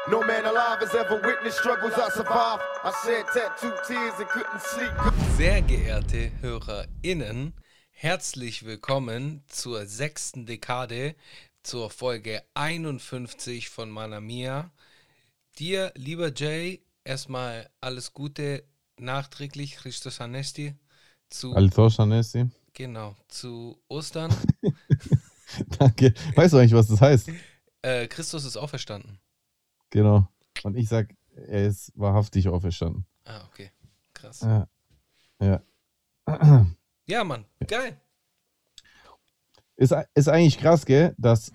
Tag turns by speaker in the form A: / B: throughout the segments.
A: No man alive has ever witnessed struggles I survived. I shed tattooed tears and couldn't sleep.
B: Sehr geehrte HörerInnen, herzlich willkommen zur 6. Dekade, zur Folge 51 von Mamma Mia. Dir, lieber Jay, erstmal alles Gute nachträglich, Christos Anesti.
C: Altos Anesti.
B: Genau, zu Ostern.
C: Danke. Weißt du eigentlich, was das heißt?
B: Christus ist auferstanden.
C: Genau. Und ich sag, er ist wahrhaftig auferstanden.
B: Ah, okay. Krass.
C: Ja.
B: Ja, Mann. Geil.
C: Ist eigentlich krass, gell, dass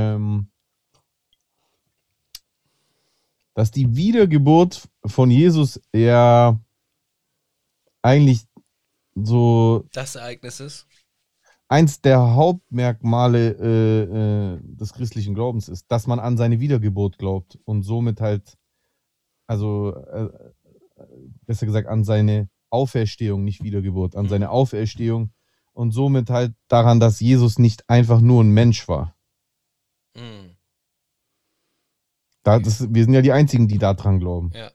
C: die Wiedergeburt von Jesus ja eigentlich so
B: Das Ereignis ist.
C: eins der Hauptmerkmale des christlichen Glaubens ist, dass man an seine Wiedergeburt glaubt und somit halt, besser gesagt, an seine Auferstehung, nicht Wiedergeburt, an seine Auferstehung und somit halt daran, dass Jesus nicht einfach nur ein Mensch war.
B: Mhm.
C: Wir sind ja die Einzigen, die daran glauben.
B: Ja.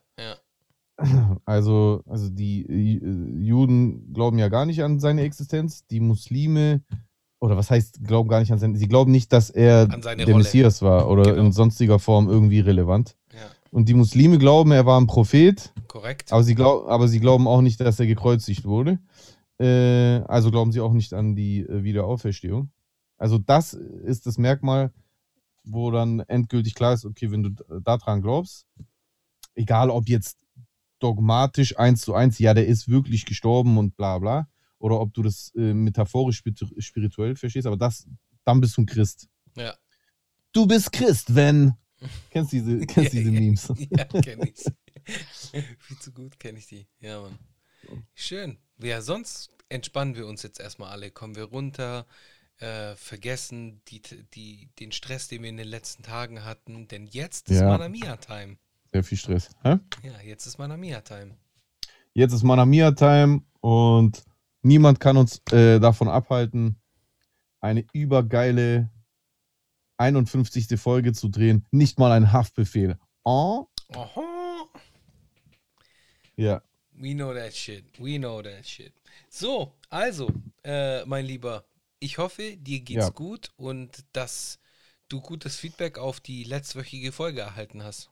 C: Also die Juden glauben ja gar nicht an seine Existenz, die Muslime, oder was heißt, glauben gar nicht an seine, sie glauben nicht, dass er der
B: Rolle.
C: Messias war oder
B: Genau.
C: in sonstiger Form irgendwie relevant.
B: Ja.
C: Und die Muslime glauben, er war ein Prophet,
B: Korrekt.
C: aber sie glauben auch nicht, dass er gekreuzigt wurde. Also glauben sie auch nicht an die Wiederauferstehung. Also das ist das Merkmal, wo dann endgültig klar ist, okay, wenn du daran glaubst, egal ob jetzt dogmatisch 1:1, ja, der ist wirklich gestorben und bla bla, oder ob du das metaphorisch spirituell verstehst, aber dann bist du ein Christ.
B: Ja.
C: Du bist Christ, wenn... Kennst diese Memes?
B: Ja, kenn ich. Viel zu gut kenne ich die. Ja, Mann. Schön. Ja, sonst entspannen wir uns jetzt erstmal alle. Kommen wir runter, vergessen den Stress, den wir in den letzten Tagen hatten, denn jetzt ist Mamma Mia Time.
C: Sehr viel Stress. Hä?
B: Ja, jetzt ist Mamma Mia Time.
C: Jetzt ist Mamma Mia Time und niemand kann uns davon abhalten, eine übergeile 51. Folge zu drehen. Nicht mal ein Haftbefehl. Oh?
B: Aha.
C: Ja.
B: We know that shit. So, also, mein Lieber, ich hoffe, dir geht's gut und dass du gutes Feedback auf die letztwöchige Folge erhalten hast.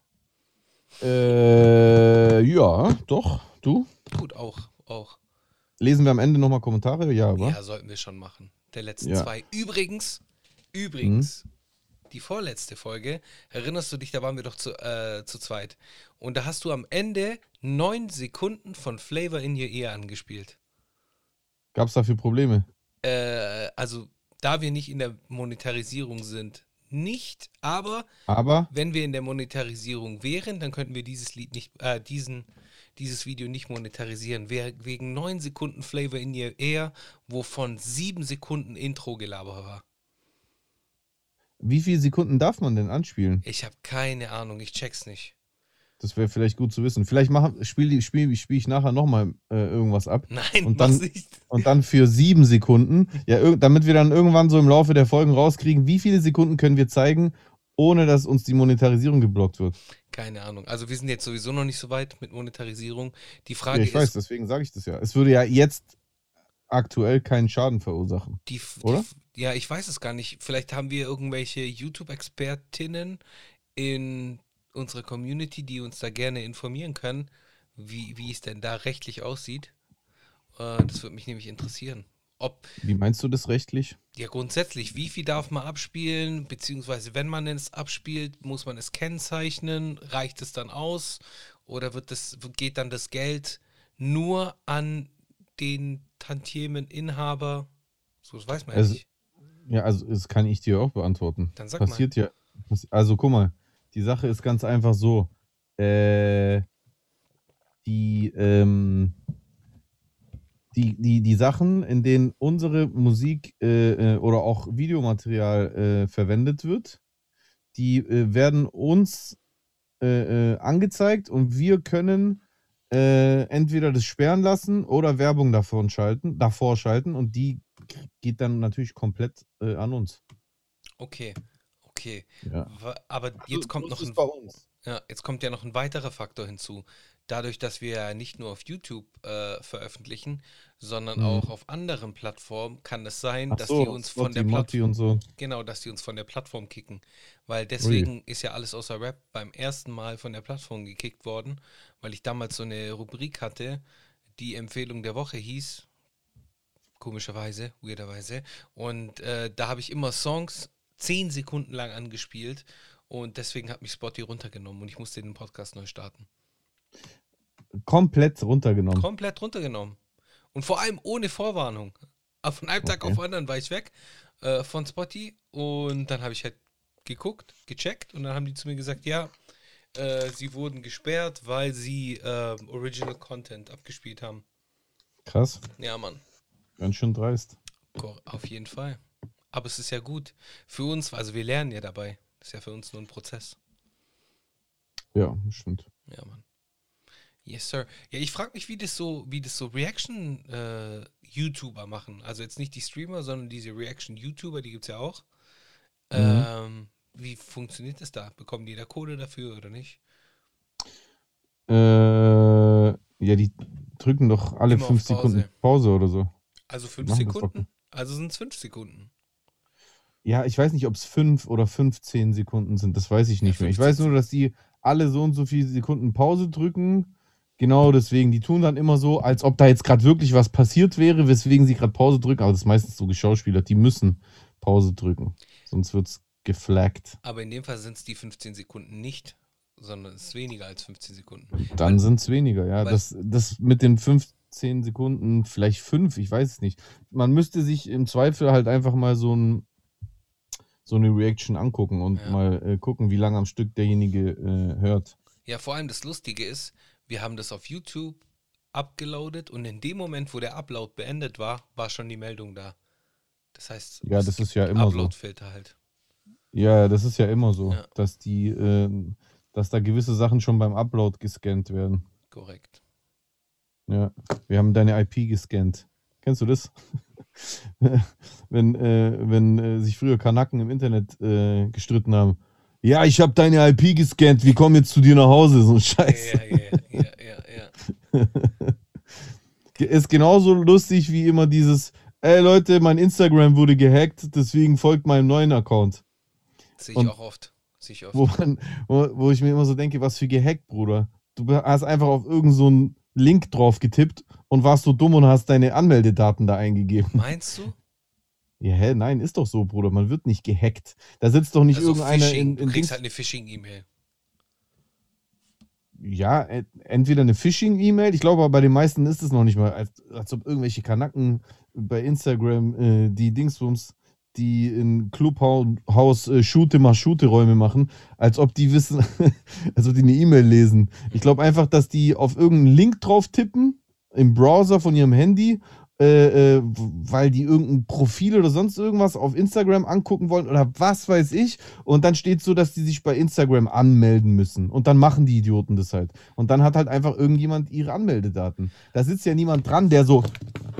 C: Ja, doch. Du?
B: Gut, auch.
C: Lesen wir am Ende nochmal Kommentare? Ja, aber.
B: Ja, sollten wir schon machen. Der letzten zwei. Übrigens, die vorletzte Folge, erinnerst du dich, da waren wir doch zu zweit. Und da hast du am Ende 9 Sekunden von Flavor in Your Ear angespielt.
C: Gab es dafür Probleme?
B: Also, da wir nicht in der Monetarisierung sind, nicht, aber wenn wir in der Monetarisierung wären, dann könnten wir dieses Lied nicht, dieses Video nicht monetarisieren. Wegen 9 Sekunden Flavor in Your Ear, wovon 7 Sekunden Intro-Gelaber war.
C: Wie viele Sekunden darf man denn anspielen?
B: Ich habe keine Ahnung, ich check's nicht.
C: Das wäre vielleicht gut zu wissen. Vielleicht spiel ich nachher nochmal irgendwas ab.
B: Nein,
C: und dann,
B: mach's nicht.
C: Und dann für 7 Sekunden, damit wir dann irgendwann so im Laufe der Folgen rauskriegen, wie viele Sekunden können wir zeigen, ohne dass uns die Monetarisierung geblockt wird.
B: Keine Ahnung. Also wir sind jetzt sowieso noch nicht so weit mit Monetarisierung. Die Frage
C: ich weiß, deswegen sage ich das ja. Es würde ja jetzt aktuell keinen Schaden verursachen, oder?
B: Ja, ich weiß es gar nicht. Vielleicht haben wir irgendwelche YouTube-Expertinnen in unserer Community, die uns da gerne informieren können, wie es denn da rechtlich aussieht. Das würde mich nämlich interessieren.
C: Wie meinst du das rechtlich?
B: Ja, grundsätzlich, wie viel darf man abspielen, beziehungsweise wenn man es abspielt, muss man es kennzeichnen, reicht es dann aus oder geht dann das Geld nur an den Tantiemeninhaber? So, das weiß man ja nicht.
C: Ja, also das kann ich dir auch beantworten.
B: Dann sag
C: Passiert mal. Also guck mal, die Sache ist ganz einfach so. Die Sachen, in denen unsere Musik oder auch Videomaterial verwendet wird, die werden uns angezeigt und wir können entweder das sperren lassen oder Werbung davor schalten und die geht dann natürlich komplett an uns.
B: Okay.
C: Ja.
B: Aber jetzt kommt noch
C: ein... bei uns.
B: Ja, jetzt kommt ja noch ein weiterer Faktor hinzu. Dadurch, dass wir ja nicht nur auf YouTube veröffentlichen, sondern auch auf anderen Plattformen, kann es sein,
C: Ach
B: dass
C: so,
B: die uns von der
C: Spotify, Motti und so.
B: Genau, dass die uns von der Plattform kicken. Weil
C: Ui,
B: deswegen ist ja alles außer Rap beim ersten Mal von der Plattform gekickt worden, weil ich damals so eine Rubrik hatte, die Empfehlung der Woche hieß, komischerweise, weirderweise. Und da habe ich immer Songs 10 Sekunden lang angespielt und deswegen hat mich Spotify runtergenommen und ich musste den Podcast neu starten.
C: komplett runtergenommen.
B: Komplett runtergenommen. Und vor allem ohne Vorwarnung. Aber von einem Tag auf den anderen war ich weg von Spotify und dann habe ich halt geguckt, gecheckt und dann haben die zu mir gesagt, ja, sie wurden gesperrt, weil sie Original Content abgespielt haben.
C: Krass,
B: Ja, Mann.
C: ganz schön dreist.
B: Auf jeden Fall. Aber es ist ja gut. Für uns, also wir lernen ja dabei. Das ist ja für uns nur ein Prozess.
C: Ja, stimmt.
B: Ja, Mann. Yes, sir. Ja, ich frage mich, wie das so Reaction-YouTuber machen. Also jetzt nicht die Streamer, sondern diese Reaction-YouTuber, die gibt es ja auch. Wie funktioniert das da? Bekommen die da Kohle dafür oder nicht?
C: Ja, die drücken doch alle
B: Immer
C: 5
B: auf Pause.
C: Sekunden Pause oder so.
B: Also 5
C: Machen das doch.
B: Sekunden? Also sind es 5 Sekunden.
C: Ja, ich weiß nicht, ob es 5 oder 15 Sekunden sind, das weiß ich
B: Ja,
C: nicht mehr. Ich
B: 15
C: weiß nur, dass die alle so und so viele Sekunden Pause drücken. Genau deswegen, die tun dann immer so, als ob da jetzt gerade wirklich was passiert wäre, weswegen sie gerade Pause drücken. Aber das ist meistens so geschauspielert, die müssen Pause drücken. Sonst wird es geflaggt.
B: Aber in dem Fall sind es die 15 Sekunden nicht, sondern es ist weniger als 15 Sekunden.
C: Dann sind es weniger, ja.
B: weil-
C: Das mit den 15 Sekunden, vielleicht 5, ich weiß es nicht. Man müsste sich im Zweifel halt einfach mal so eine Reaction angucken und
B: Ja.
C: mal gucken, wie lange am Stück derjenige hört.
B: Ja, vor allem das Lustige ist, wir haben das auf YouTube abgeloadet und in dem Moment, wo der Upload beendet war, war schon die Meldung da. Das heißt,
C: Ja,
B: es
C: das
B: gibt
C: ist ja immer so.
B: Upload-Filter halt.
C: Ja, das ist ja immer so,
B: Ja.
C: dass dass da gewisse Sachen schon beim Upload gescannt werden.
B: Korrekt.
C: Ja, wir haben deine IP gescannt. Kennst du das? wenn sich früher Kanaken im Internet gestritten haben. Ja, ich habe deine IP gescannt, wir kommen jetzt zu dir nach Hause, so ein Scheiß.
B: Ja.
C: Ist genauso lustig wie immer dieses, ey Leute, mein Instagram wurde gehackt, deswegen folgt meinem neuen Account.
B: Sehe ich
C: Und
B: auch oft.
C: Wo ich mir immer so denke, was für gehackt, Bruder. Du hast einfach auf irgend so einen Link drauf getippt und warst so dumm und hast deine Anmeldedaten da eingegeben.
B: Meinst du?
C: Ja, nein, ist doch so, Bruder. Man wird nicht gehackt. Da sitzt doch nicht
B: Also
C: irgendeiner
B: Phishing. Du
C: in
B: kriegst
C: Dings.
B: halt eine Phishing-E-Mail.
C: Ja, entweder eine Phishing-E-Mail, ich glaube aber bei den meisten ist es noch nicht mal, als ob irgendwelche Kanaken bei Instagram die Dingsbums, die in Clubhaus Shoote-Räume machen, als ob die wissen, als ob die eine E-Mail lesen. Ich glaube einfach, dass die auf irgendeinen Link drauf tippen im Browser von ihrem Handy, weil die irgendein Profil oder sonst irgendwas auf Instagram angucken wollen oder was weiß ich. Und dann steht so, dass die sich bei Instagram anmelden müssen. Und dann machen die Idioten das halt. Und dann hat halt einfach irgendjemand ihre Anmeldedaten. Da sitzt ja niemand dran, der so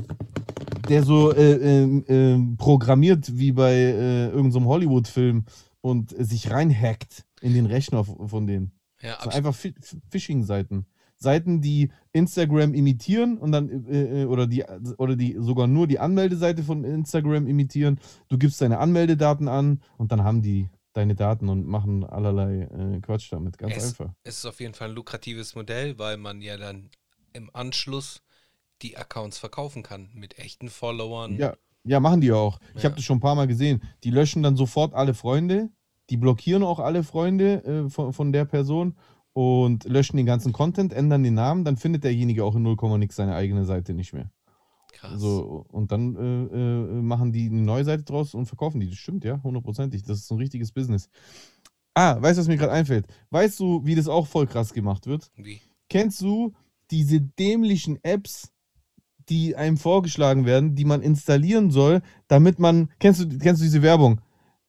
C: programmiert wie bei irgendeinem so Hollywood-Film und sich reinhackt in den Rechner von denen.
B: Ja,
C: Das sind einfach Phishing-Seiten. Seiten, die Instagram imitieren und dann oder die sogar nur die Anmeldeseite von Instagram imitieren. Du gibst deine Anmeldedaten an und dann haben die deine Daten und machen allerlei Quatsch damit. Ganz einfach.
B: Es ist auf jeden Fall ein lukratives Modell, weil man ja dann im Anschluss die Accounts verkaufen kann mit echten Followern.
C: Ja, machen die ja auch. Ich
B: Ja.
C: habe das schon ein paar Mal gesehen. Die löschen dann sofort alle Freunde, die blockieren auch alle Freunde von der Person und löschen den ganzen Content, ändern den Namen, dann findet derjenige auch in 0, nix seine eigene Seite nicht mehr.
B: Krass.
C: So, und dann machen die eine neue Seite draus und verkaufen die. Das stimmt, ja, 100%. Das ist ein richtiges Business. Weißt du, was mir gerade einfällt? Weißt du, wie das auch voll krass gemacht wird?
B: Wie?
C: Kennst du diese dämlichen Apps, die einem vorgeschlagen werden, die man installieren soll, damit man. Kennst du diese Werbung?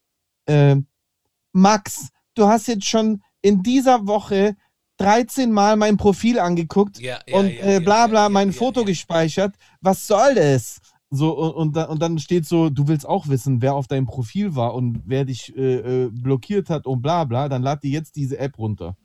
C: Max, du hast jetzt schon in dieser Woche 13 Mal mein Profil angeguckt und bla bla mein Foto gespeichert. Was soll das? So, und dann steht so, du willst auch wissen, wer auf deinem Profil war und wer dich blockiert hat und bla bla, dann lad dir jetzt diese App runter.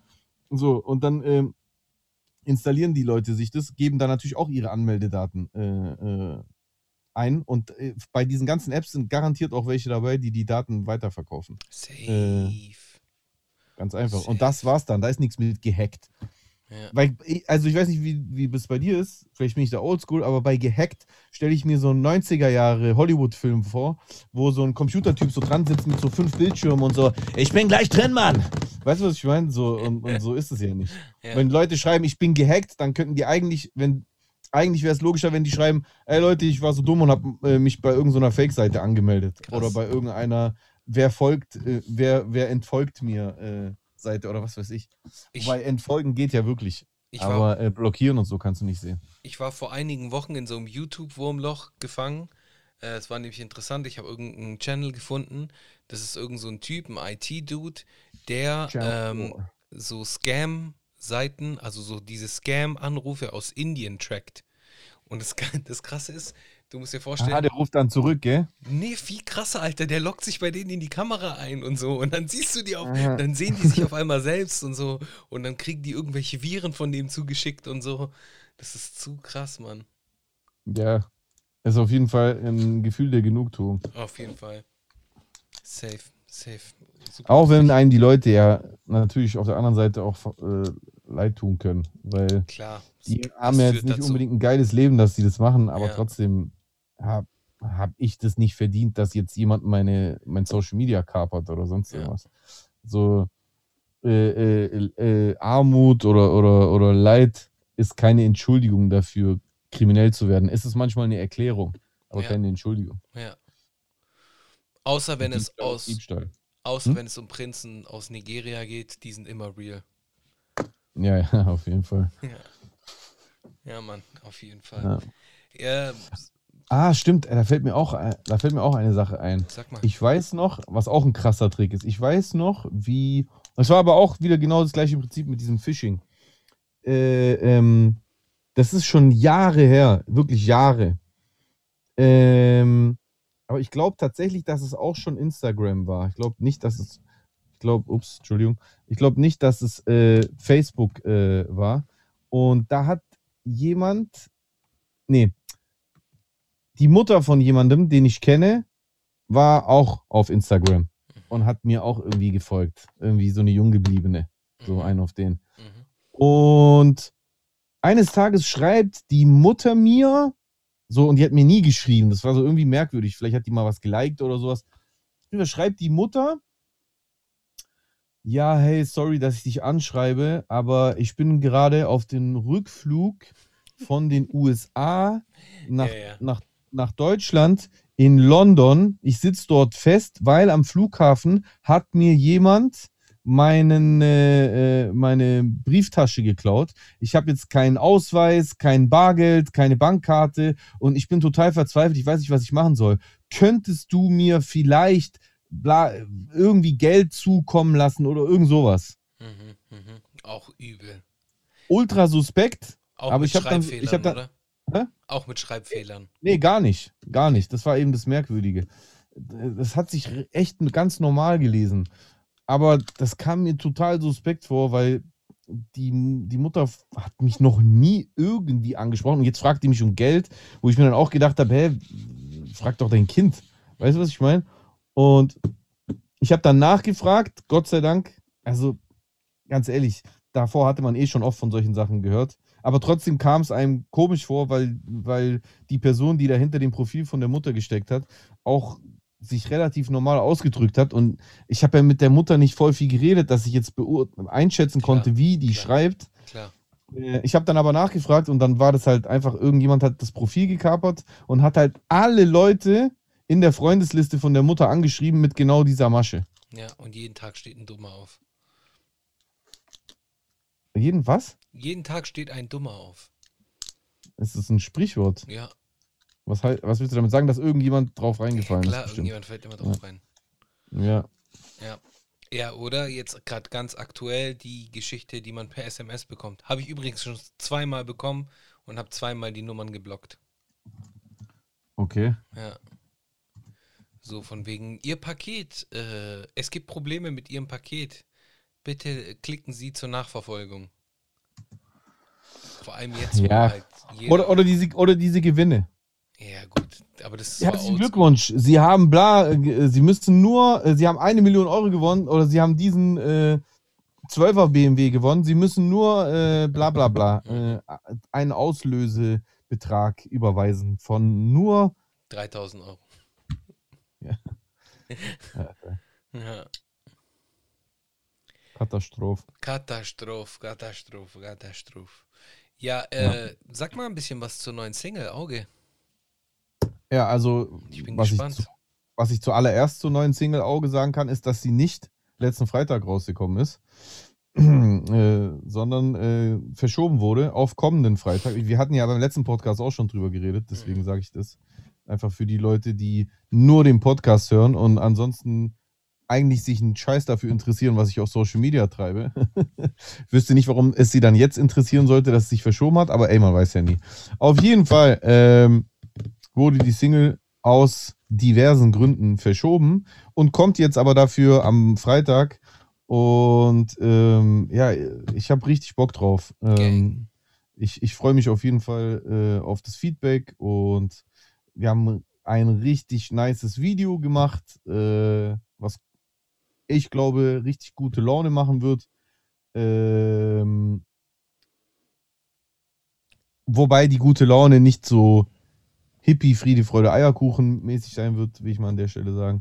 C: So, und dann installieren die Leute sich das, geben dann natürlich auch ihre Anmeldedaten ein. Und bei diesen ganzen Apps sind garantiert auch welche dabei, die die Daten weiterverkaufen.
B: Safe.
C: Ganz einfach. Safe. Und das war's dann. Da ist nichts mit gehackt.
B: Ja.
C: Weil, also ich weiß nicht, wie es bei dir ist, vielleicht bin ich da oldschool, aber bei gehackt stelle ich mir so einen 90er-Jahre Hollywood-Film vor, wo so ein Computertyp so dran sitzt mit so 5 Bildschirmen und so, ich bin gleich drin, Mann! Weißt du, was ich meine? So, und so ist es ja nicht. Ja. Wenn Leute schreiben, ich bin gehackt, dann könnten die eigentlich wäre es logischer, wenn die schreiben, ey Leute, ich war so dumm und habe mich bei irgendeiner Fake-Seite angemeldet. Krass. Oder bei irgendeiner, wer entfolgt mir Seite oder was weiß ich. Wobei entfolgen geht ja wirklich. Aber blockieren und so kannst du nicht sehen.
B: Ich war vor einigen Wochen in so einem YouTube-Wurmloch gefangen. Es war nämlich interessant. Ich habe irgendeinen Channel gefunden. Das ist irgend so ein Typ, ein IT-Dude, der so Scam-Seiten, also so diese Scam-Anrufe aus Indien trackt. Und das Krasse ist, du musst dir vorstellen...
C: der ruft dann zurück, gell?
B: Nee, viel krasser, Alter. Der lockt sich bei denen in die Kamera ein und so. Und dann siehst du die dann sehen die sich auf einmal selbst und so. Und dann kriegen die irgendwelche Viren von dem zugeschickt und so. Das ist zu krass, Mann.
C: Ja, ist auf jeden Fall ein Gefühl der Genugtuung.
B: Auf jeden Fall. Safe.
C: Super auch wenn einem die Leute ja natürlich auf der anderen Seite auch leid tun können. Weil
B: klar,
C: die haben ja jetzt nicht unbedingt ein geiles Leben, dass sie das machen, aber trotzdem hab ich das nicht verdient, dass jetzt jemand mein Social Media kapert oder sonst irgendwas. So Armut oder Leid ist keine Entschuldigung dafür, kriminell zu werden. Es ist manchmal eine Erklärung, aber keine Entschuldigung.
B: Ja. Außer wenn es wenn es um Prinzen aus Nigeria geht, die sind immer real.
C: Ja, auf jeden Fall.
B: Ja, Mann, auf jeden Fall. Ja.
C: Stimmt, da fällt mir auch eine Sache ein.
B: Sag mal.
C: Ich weiß noch, was auch ein krasser Trick ist. Ich weiß noch, das war aber auch wieder genau das gleiche Prinzip mit diesem Phishing. Das ist schon Jahre her, wirklich Jahre. Aber ich glaube tatsächlich, dass es auch schon Instagram war. Ich glaube nicht, dass es Facebook war. Und da hat die Mutter von jemandem, den ich kenne, war auch auf Instagram und hat mir auch irgendwie gefolgt. Irgendwie so eine Junggebliebene. So ein auf den. Und eines Tages schreibt die Mutter mir, so, und die hat mir nie geschrieben. Das war so irgendwie merkwürdig. Vielleicht hat die mal was geliked oder sowas. Schreibt die Mutter, ja, hey, sorry, dass ich dich anschreibe, aber ich bin gerade auf dem Rückflug von den USA nach Deutschland in London. Ich sitze dort fest, weil am Flughafen hat mir jemand meine Brieftasche geklaut. Ich habe jetzt keinen Ausweis, kein Bargeld, keine Bankkarte und ich bin total verzweifelt. Ich weiß nicht, was ich machen soll. Könntest du mir vielleicht irgendwie Geld zukommen lassen oder irgend sowas?
B: Auch übel.
C: Ultra suspekt.
B: Auch
C: aber
B: mit
C: ich habe
B: dann, oder? Auch mit Schreibfehlern.
C: Nee, gar nicht. Gar nicht. Das war eben das Merkwürdige. Das hat sich echt ganz normal gelesen. Aber das kam mir total suspekt vor, weil die Mutter hat mich noch nie irgendwie angesprochen. Und jetzt fragt die mich um Geld, wo ich mir dann auch gedacht habe, frag doch dein Kind. Weißt du, was ich meine? Und ich habe dann nachgefragt, Gott sei Dank. Also, ganz ehrlich, davor hatte man schon oft von solchen Sachen gehört. Aber trotzdem kam es einem komisch vor, weil die Person, die da hinter dem Profil von der Mutter gesteckt hat, auch sich relativ normal ausgedrückt hat. Und ich habe ja mit der Mutter nicht voll viel geredet, dass ich jetzt einschätzen konnte, wie die schreibt.
B: Klar.
C: Ich habe dann aber nachgefragt und dann war das halt einfach, irgendjemand hat das Profil gekapert und hat halt alle Leute in der Freundesliste von der Mutter angeschrieben mit genau dieser Masche.
B: Ja, und jeden Tag steht ein Dummer auf.
C: Jeden was?
B: Jeden Tag steht ein Dummer auf.
C: Das ist ein Sprichwort.
B: Ja.
C: Was willst du damit sagen, dass irgendjemand drauf reingefallen ist?
B: Klar, irgendjemand fällt immer drauf rein.
C: Ja.
B: Ja, oder jetzt gerade ganz aktuell die Geschichte, die man per SMS bekommt. Habe ich übrigens schon 2-mal bekommen und habe 2-mal die Nummern geblockt.
C: Okay.
B: Ja. So von wegen, Ihr Paket, es gibt Probleme mit Ihrem Paket. Bitte klicken Sie zur Nachverfolgung. Vor allem jetzt, wo
C: Ja.
B: halt jeder...
C: Oder diese Gewinne.
B: Ja, gut. Aber das ist
C: Herzlichen Glückwunsch. Sie haben Sie haben 1 Million Euro gewonnen oder Sie haben diesen 12er BMW gewonnen. Sie müssen nur bla bla bla einen Auslösebetrag überweisen von nur
B: 3.000 Euro.
C: Ja.
B: Ja.
C: Katastrophe.
B: Ja, sag mal ein bisschen was zur neuen Single, Auge.
C: Ja, also
B: Ich bin gespannt.
C: Was ich zuallererst zur neuen Single Auge sagen kann, ist, dass sie nicht letzten Freitag rausgekommen ist, sondern verschoben wurde auf kommenden Freitag. Wir hatten ja beim letzten Podcast auch schon drüber geredet, deswegen sage ich das einfach für die Leute, die nur den Podcast hören und ansonsten eigentlich sich einen Scheiß dafür interessieren, was ich auf Social Media treibe. Ich wüsste nicht, warum es sie dann jetzt interessieren sollte, dass es sich verschoben hat, aber ey, man weiß ja nie. Auf jeden Fall wurde die Single aus diversen Gründen verschoben und kommt jetzt aber dafür am Freitag. Und ja, ich habe richtig Bock drauf. Ich freue mich auf jeden Fall auf das Feedback und wir haben ein richtig nices Video gemacht, was ich glaube richtig gute Laune machen wird. Wobei die gute Laune nicht so Hippie, Friede, Freude, Eierkuchen mäßig sein wird, will ich mal an der Stelle sagen.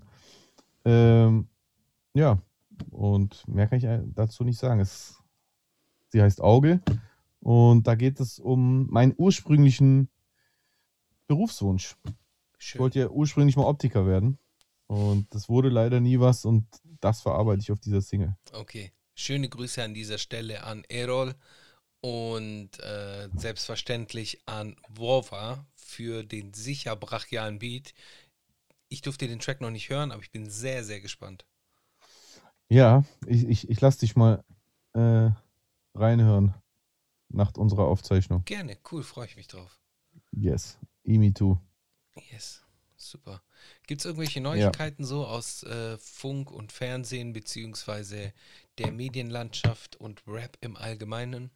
C: Ja, und mehr kann ich dazu nicht sagen. Sie heißt Auge und da geht es um meinen ursprünglichen Berufswunsch.
B: Schön.
C: Ich wollte ja ursprünglich mal Optiker werden und das wurde leider nie was und das verarbeite ich auf dieser Single.
B: Okay, schöne Grüße an dieser Stelle an Erol und selbstverständlich an Wova für den sicher brachialen Beat. Ich durfte den Track noch nicht hören, aber ich bin sehr, sehr gespannt.
C: Ja, ich lasse dich mal reinhören nach unserer Aufzeichnung.
B: Gerne, cool, freue ich mich drauf.
C: Yes, me too.
B: Yes, super. Gibt es irgendwelche Neuigkeiten so aus Funk und Fernsehen beziehungsweise der Medienlandschaft und Rap im Allgemeinen?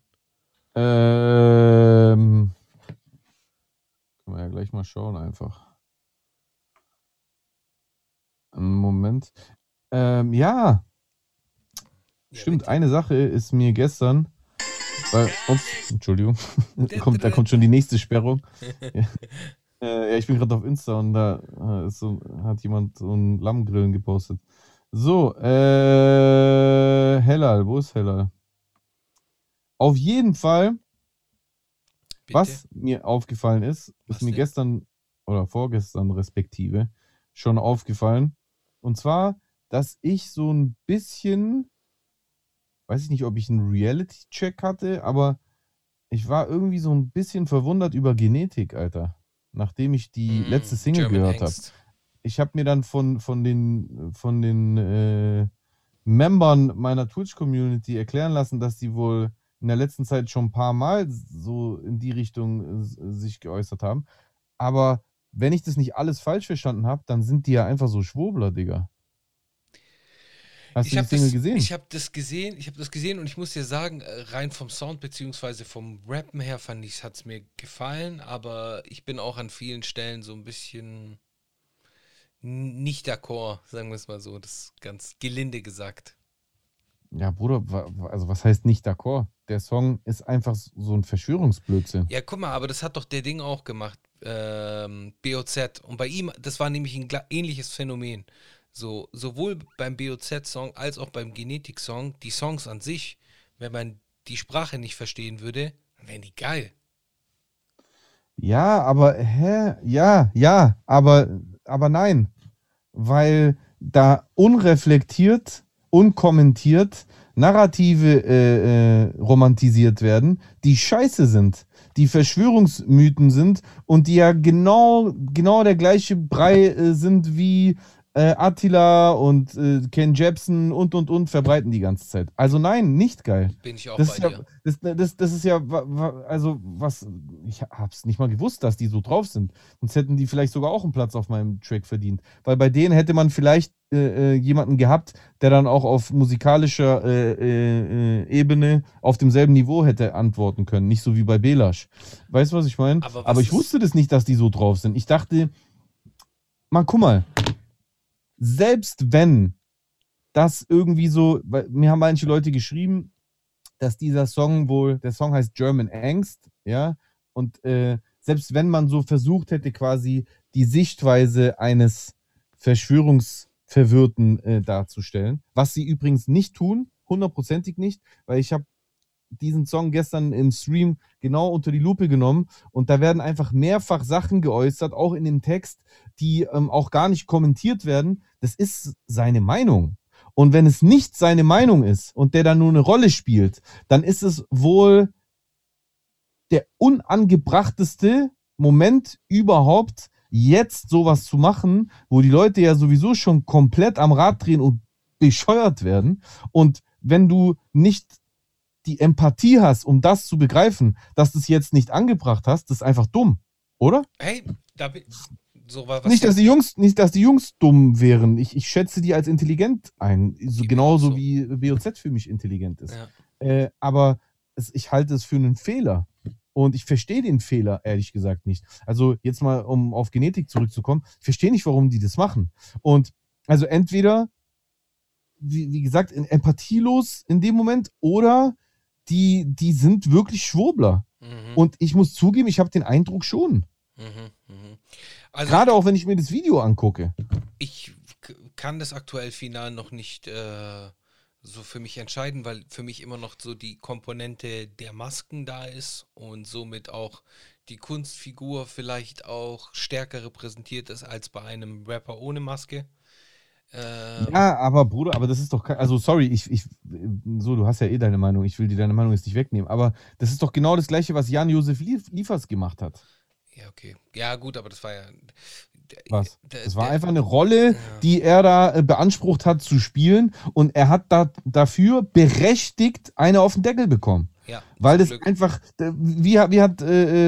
C: Können wir ja gleich mal schauen einfach. Moment. Ja. Stimmt, bitte. Eine Sache ist mir gestern Entschuldigung, da kommt schon die nächste Sperrung. Ja, ich bin gerade auf Insta und da hat jemand so ein Lammgrillen gepostet. So, Hellal, wo ist Hellal? Auf jeden Fall, bitte? Was mir aufgefallen ist mir gestern oder vorgestern respektive schon aufgefallen. Und zwar, dass ich so ein bisschen, weiß ich nicht, ob ich einen Reality-Check hatte, aber ich war irgendwie so ein bisschen verwundert über Genetik, Alter. Nachdem ich die letzte Single
B: German
C: gehört habe. Ich habe mir dann von den Membern meiner Twitch-Community erklären lassen, dass die wohl in der letzten Zeit schon ein paar Mal so in die Richtung sich geäußert haben. Aber wenn ich das nicht alles falsch verstanden habe, dann sind die ja einfach so Schwurbler, Digga. Hast du die Single gesehen?
B: Ich habe das gesehen und ich muss dir sagen, rein vom Sound beziehungsweise vom Rappen her hat es mir gefallen, aber ich bin auch an vielen Stellen so ein bisschen nicht d'accord, sagen wir es mal so, das ist ganz gelinde gesagt.
C: Ja, Bruder, also was heißt nicht d'accord? Der Song ist einfach so ein Verschwörungsblödsinn.
B: Ja, guck mal, aber das hat doch der Ding auch gemacht, BOZ. Und bei ihm, das war nämlich ein ähnliches Phänomen. So, sowohl beim BOZ-Song als auch beim Genetik-Song, die Songs an sich, wenn man die Sprache nicht verstehen würde, dann wären die geil.
C: Ja, aber, Ja, aber nein. Weil da unreflektiert, unkommentiert Narrative romantisiert werden, die scheiße sind, die Verschwörungsmythen sind und die ja genau der gleiche Brei sind wie Attila und Ken Jebsen und verbreiten die ganze Zeit. Also nein, nicht geil.
B: Bin ich auch
C: Das
B: bei
C: ist
B: dir.
C: ja, das ist ja, also was, ich hab's nicht mal gewusst, dass die so drauf sind. Sonst hätten die vielleicht sogar auch einen Platz auf meinem Track verdient. Weil bei denen hätte man vielleicht jemanden gehabt, der dann auch auf musikalischer Ebene auf demselben Niveau hätte antworten können. Nicht so wie bei Belasch. Weißt du, was ich meine? Aber ich wusste das nicht, dass die so drauf sind. Ich dachte, man, guck mal, selbst wenn das irgendwie so, weil mir haben manche Leute geschrieben, dass dieser Song wohl, der Song heißt German Angst, ja, und selbst wenn man so versucht hätte, quasi die Sichtweise eines Verschwörungsverwirrten darzustellen, was sie übrigens nicht tun, hundertprozentig nicht, weil ich habe diesen Song gestern im Stream genau unter die Lupe genommen und da werden einfach mehrfach Sachen geäußert, auch in dem Text, die auch gar nicht kommentiert werden. Das ist seine Meinung. Und wenn es nicht seine Meinung ist und der dann nur eine Rolle spielt, dann ist es wohl der unangebrachteste Moment überhaupt, jetzt sowas zu machen, wo die Leute ja sowieso schon komplett am Rad drehen und bescheuert werden. Und wenn du nicht die Empathie hast, um das zu begreifen, dass du es jetzt nicht angebracht hast, das ist einfach dumm, oder?
B: Hey, da bin so was
C: nicht, dass die Jungs dumm wären. Ich schätze die als intelligent ein. So, genauso wie BOZ für mich intelligent ist. Ja. Aber ich halte es für einen Fehler. Und ich verstehe den Fehler, ehrlich gesagt, nicht. Also jetzt mal, um auf Genetik zurückzukommen, ich verstehe nicht, warum die das machen. Und also entweder, wie gesagt, empathielos in dem Moment oder die sind wirklich Schwurbler. Mhm. Und ich muss zugeben, ich habe den Eindruck schon. Also gerade auch, wenn ich mir das Video angucke.
B: Ich kann das aktuell final noch nicht so für mich entscheiden, weil für mich immer noch so die Komponente der Masken da ist und somit auch die Kunstfigur vielleicht auch stärker repräsentiert ist als bei einem Rapper ohne Maske.
C: Ja, aber Bruder, aber das ist doch, also sorry, so, du hast ja eh deine Meinung, ich will dir deine Meinung jetzt nicht wegnehmen, aber das ist doch genau das Gleiche, was Jan-Josef Liefers gemacht hat.
B: Ja, okay. Ja, gut, aber das war ja...
C: Was? Das war einfach eine Rolle, die er da beansprucht hat zu spielen und er hat dafür berechtigt eine auf den Deckel bekommen. Ja, weil das Glück. Einfach, wie hat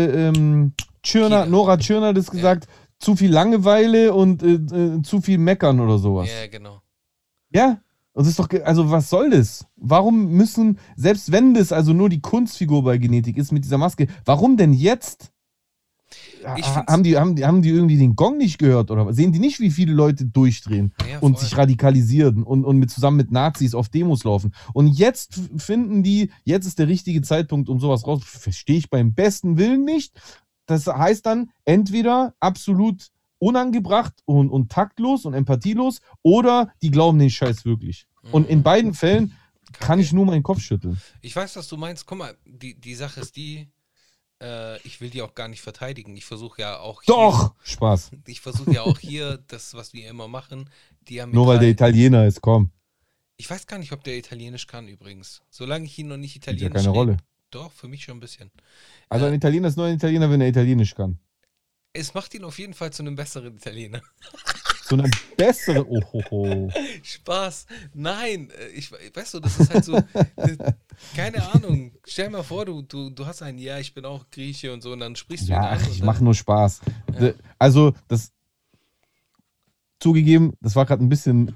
C: Nora Tschirner das gesagt, zu viel Langeweile und zu viel Meckern oder sowas.
B: Ja, genau.
C: Ja, und das ist doch, also was soll das? Warum müssen, selbst wenn das also nur die Kunstfigur bei Genetik ist mit dieser Maske, warum denn jetzt? Haben die irgendwie den Gong nicht gehört oder sehen die nicht, wie viele Leute durchdrehen und sich radikalisieren und zusammen mit Nazis auf Demos laufen? Und jetzt finden die, jetzt ist der richtige Zeitpunkt, um sowas raus. Verstehe ich beim besten Willen nicht. Das heißt dann entweder absolut unangebracht und taktlos und empathielos oder die glauben den Scheiß wirklich. Und in beiden Fällen kann ich nur meinen Kopf schütteln.
B: Ich weiß, was du meinst. Guck mal, die Sache ist die, ich will die auch gar nicht verteidigen. Ich versuche ja auch
C: hier... Doch! Spaß.
B: Ich versuche ja auch hier, das, was wir immer machen, die haben...
C: Nur weil der Italiener ist, komm.
B: Ich weiß gar nicht, ob der Italienisch kann übrigens. Solange ich ihn noch nicht Italienisch...
C: Spielt ja keine Rolle.
B: Doch, für mich schon ein bisschen.
C: Also ein Italiener ist nur ein Italiener, wenn er Italienisch kann.
B: Es macht ihn auf jeden Fall zu einem besseren Italiener.
C: Zu einem besseren... Oh.
B: Spaß. Nein, weißt du, das ist halt so... keine Ahnung. Stell dir mal vor, du hast einen, ja, ich bin auch Grieche und so, und dann sprichst du ihn an.
C: Ich mache nur Spaß. Ja. Also, das... Zugegeben, das war gerade ein bisschen...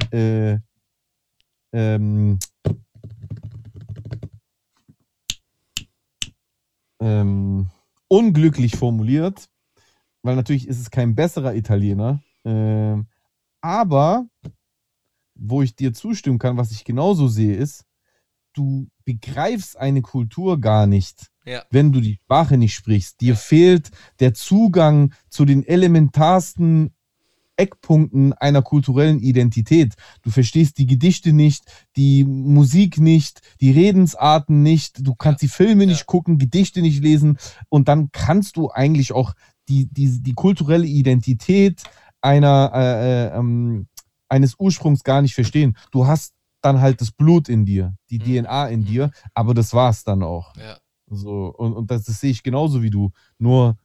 C: unglücklich formuliert, weil natürlich ist es kein besserer Italiener, aber wo ich dir zustimmen kann, was ich genauso sehe, ist, du begreifst eine Kultur gar nicht, wenn du die Sprache nicht sprichst. Dir fehlt der Zugang zu den elementarsten Eckpunkten einer kulturellen Identität. Du verstehst die Gedichte nicht, die Musik nicht, die Redensarten nicht, du kannst die Filme nicht gucken, Gedichte nicht lesen und dann kannst du eigentlich auch die kulturelle Identität eines Ursprungs gar nicht verstehen. Du hast dann halt das Blut in dir, die DNA in dir, aber das war's dann auch.
B: Ja.
C: So, und das sehe ich genauso wie du. Nur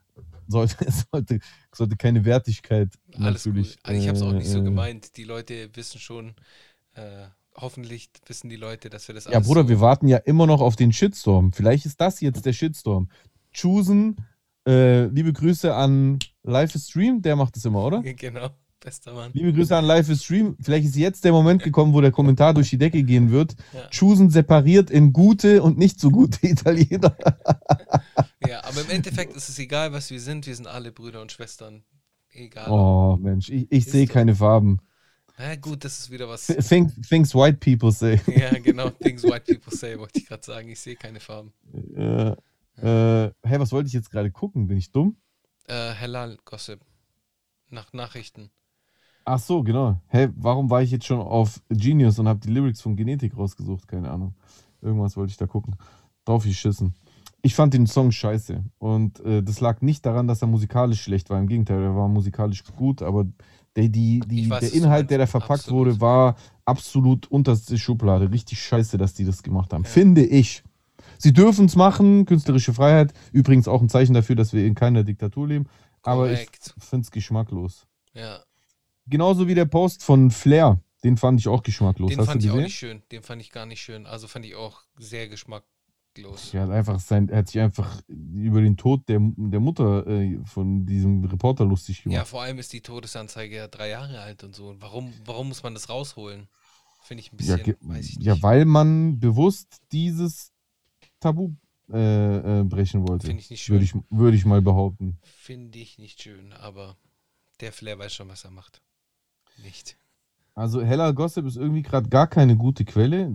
C: sollte keine Wertigkeit
B: Alles
C: natürlich.
B: gut. Ich habe es auch nicht so gemeint. Die Leute wissen schon, hoffentlich wissen die Leute, dass wir das
C: Ja,
B: alles
C: Bruder,
B: so...
C: wir warten ja immer noch auf den Shitstorm. Vielleicht ist das jetzt der Shitstorm. Choosen, liebe Grüße an Live is Stream, der macht das immer, oder?
B: Genau, bester Mann.
C: Liebe Grüße an Live is Stream. Vielleicht ist jetzt der Moment gekommen, wo der Kommentar durch die Decke gehen wird.
B: Ja.
C: Choosen separiert in gute und nicht so gute Italiener.
B: Ja, aber im Endeffekt ist es egal, was wir sind. Wir sind alle Brüder und Schwestern. Egal.
C: Oh, Mensch, ich sehe keine Farben.
B: Na gut, das ist wieder was.
C: Things white people say.
B: Ja, genau. Things white people say, wollte ich gerade sagen. Ich sehe keine Farben.
C: Hey, was wollte ich jetzt gerade gucken? Bin ich dumm?
B: Halal Gossip. Nach Nachrichten.
C: Ach so, genau. Hey, warum war ich jetzt schon auf Genius und habe die Lyrics von Genetik rausgesucht? Keine Ahnung. Irgendwas wollte ich da gucken. Drauf geschissen. Ich fand den Song scheiße. Und das lag nicht daran, dass er musikalisch schlecht war. Im Gegenteil, er war musikalisch gut, aber der Inhalt, der da verpackt wurde, war absolut unterste Schublade. Richtig scheiße, dass die das gemacht haben. Ja. Finde ich. Sie dürfen es machen, künstlerische Freiheit. Übrigens auch ein Zeichen dafür, dass wir in keiner Diktatur leben. Aber ich finde es geschmacklos.
B: Ja.
C: Genauso wie der Post von Flair. Den fand ich auch geschmacklos.
B: Den fand ich auch nicht schön. Den fand ich gar nicht schön. Also fand ich auch sehr geschmacklos.
C: Er hat sich einfach über den Tod der Mutter von diesem Reporter lustig gemacht.
B: Ja, vor allem ist die Todesanzeige ja 3 Jahre alt und so. Und warum muss man das rausholen? Finde ich ein bisschen, weiß ich nicht.
C: Ja, weil man bewusst dieses Tabu brechen wollte.
B: Finde ich nicht schön.
C: Würde ich mal behaupten.
B: Finde ich nicht schön, aber der Flair weiß schon, was er macht. Nicht.
C: Also Halal Gossip ist irgendwie gerade gar keine gute Quelle.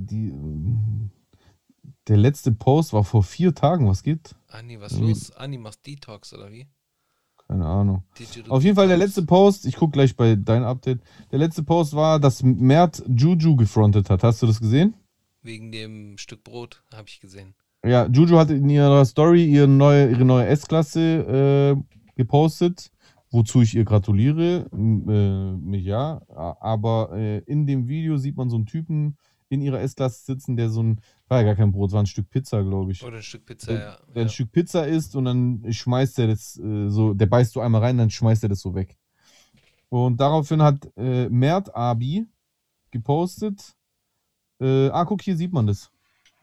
C: Der letzte Post war vor 4 Tagen. Was geht?
B: Anni, was los? Anni macht Detox, oder wie?
C: Keine Ahnung. Auf jeden Fall der letzte Post, ich gucke gleich bei deinem Update, der letzte Post war, dass Mert Juju gefrontet hat. Hast du das gesehen?
B: Wegen dem Stück Brot, habe ich gesehen.
C: Ja, Juju hat in ihrer Story ihre neue S-Klasse gepostet, wozu ich ihr gratuliere. Ja, aber in dem Video sieht man so einen Typen in ihrer S-Klasse sitzen, der war ja gar kein Brot, war ein Stück Pizza, glaube ich.
B: Oder ein Stück Pizza, ja.
C: Der ein Stück Pizza isst und dann schmeißt er das der beißt so einmal rein, dann schmeißt er das so weg. Und daraufhin hat Mert Abi gepostet, guck, hier sieht man das.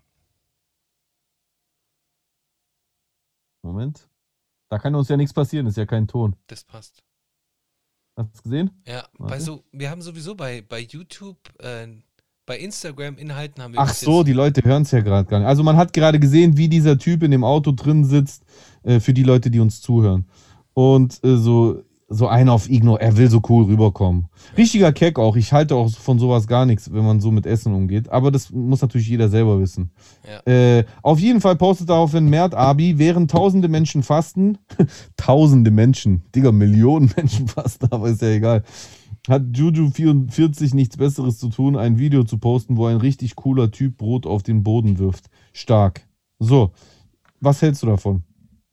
C: Moment. Da kann uns ja nichts passieren, ist ja kein Ton.
B: Das passt.
C: Hast du es gesehen?
B: Ja, wir haben sowieso bei YouTube, bei Instagram-Inhalten haben wir...
C: Ach so, die Leute hören es ja gerade gar nicht. Also man hat gerade gesehen, wie dieser Typ in dem Auto drin sitzt, für die Leute, die uns zuhören. Und so einer auf Igno, er will so cool rüberkommen. Richtiger Keck auch. Ich halte auch von sowas gar nichts, wenn man so mit Essen umgeht. Aber das muss natürlich jeder selber wissen. Ja. Auf jeden Fall postet daraufhin Mert Abi, während tausende Menschen fasten, tausende Menschen, Digga, Millionen Menschen fasten, aber ist ja egal, hat Juju44 nichts Besseres zu tun, ein Video zu posten, wo ein richtig cooler Typ Brot auf den Boden wirft. Stark. So, was hältst du davon?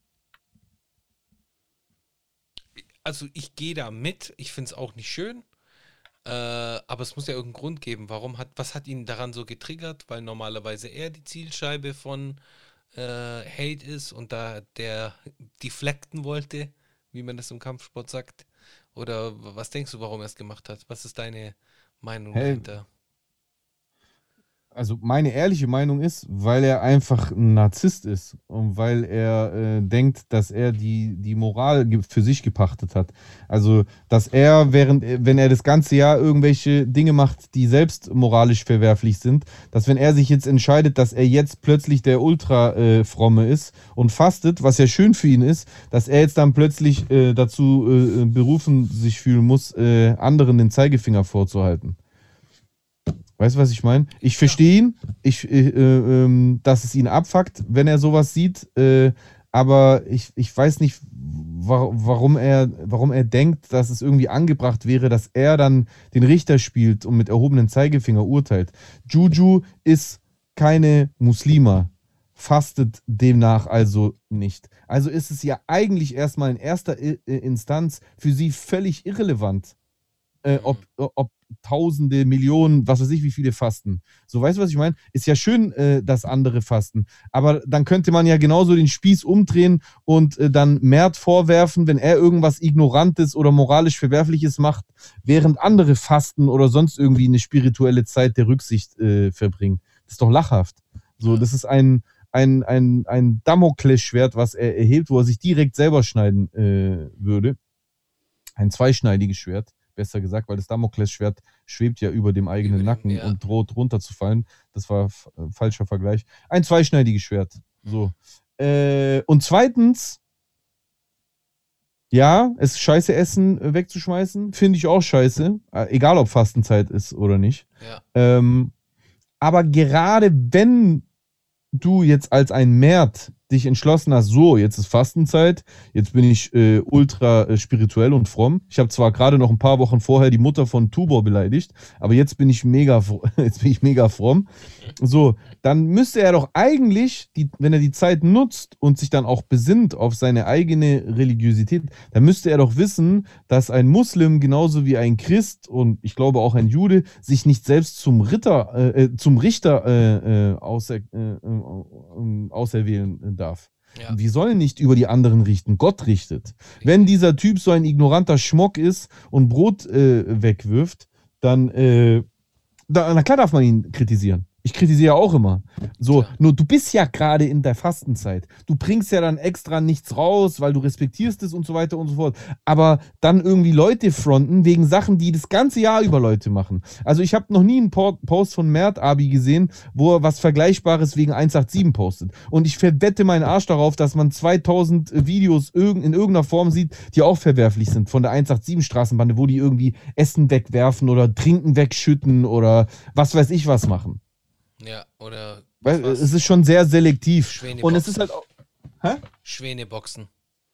B: Also ich gehe da mit, ich finde es auch nicht schön, aber es muss ja irgendeinen Grund geben. Was hat ihn daran so getriggert? Weil normalerweise er die Zielscheibe von Hate ist und da der deflecten wollte, wie man das im Kampfsport sagt. Oder was denkst du, warum er es gemacht hat? Was ist deine Meinung dahinter?
C: Also meine ehrliche Meinung ist, weil er einfach ein Narzisst ist und weil er denkt, dass er die Moral für sich gepachtet hat. Also, dass er, wenn er das ganze Jahr irgendwelche Dinge macht, die selbst moralisch verwerflich sind, dass wenn er sich jetzt entscheidet, dass er jetzt plötzlich der Ultra-Fromme ist und fastet, was ja schön für ihn ist, dass er jetzt dann plötzlich dazu berufen sich fühlen muss, anderen den Zeigefinger vorzuhalten. Weißt du, was ich meine? Ich verstehe ihn, dass es ihn abfuckt, wenn er sowas sieht, aber ich weiß nicht, warum er denkt, dass es irgendwie angebracht wäre, dass er dann den Richter spielt und mit erhobenem Zeigefinger urteilt. Juju ist keine Muslima, fastet demnach also nicht. Also ist es ja eigentlich erstmal in erster Instanz für sie völlig irrelevant, ob Tausende, Millionen, was weiß ich, wie viele fasten. So, weißt du, was ich meine? Ist ja schön, dass andere fasten. Aber dann könnte man ja genauso den Spieß umdrehen und dann Mert vorwerfen, wenn er irgendwas Ignorantes oder moralisch Verwerfliches macht, während andere fasten oder sonst irgendwie eine spirituelle Zeit der Rücksicht verbringen. Das ist doch lachhaft. So, das ist ein Damoklesschwert, was er erhebt, wo er sich direkt selber schneiden würde. Ein zweischneidiges Schwert, besser gesagt, weil das Damoklesschwert schwebt ja über dem eigenen Nacken und droht runterzufallen. Das war ein falscher Vergleich. Ein zweischneidiges Schwert. So. Und zweitens, ja, es ist scheiße, Essen wegzuschmeißen. Finde ich auch scheiße. Egal, ob Fastenzeit ist oder nicht.
B: Ja.
C: Aber gerade wenn du jetzt als ein Mert dich entschlossen hast, so, jetzt ist Fastenzeit, jetzt bin ich ultra spirituell und fromm. Ich habe zwar gerade noch ein paar Wochen vorher die Mutter von Tubor beleidigt, aber jetzt bin ich mega fromm. So, dann müsste er doch eigentlich, wenn er die Zeit nutzt und sich dann auch besinnt auf seine eigene Religiosität, dann müsste er doch wissen, dass ein Muslim genauso wie ein Christ und ich glaube auch ein Jude sich nicht selbst zum Richter auserwählen darf. Ja. Wir sollen nicht über die anderen richten, Gott richtet. Wenn dieser Typ so ein ignoranter Schmock ist und Brot wegwirft, dann na klar darf man ihn kritisieren. Ich kritisiere auch immer. So, nur du bist ja gerade in der Fastenzeit. Du bringst ja dann extra nichts raus, weil du respektierst es und so weiter und so fort. Aber dann irgendwie Leute fronten wegen Sachen, die das ganze Jahr über Leute machen. Also ich habe noch nie einen Post von Mert Abi gesehen, wo er was Vergleichbares wegen 187 postet. Und ich verwette meinen Arsch darauf, dass man 2000 Videos in irgendeiner Form sieht, die auch verwerflich sind von der 187 Straßenbande, wo die irgendwie Essen wegwerfen oder Trinken wegschütten oder was weiß ich was machen.
B: Ja, oder.
C: Weil es ist schon sehr selektiv. Und es ist halt auch.
B: Schwäneboxen.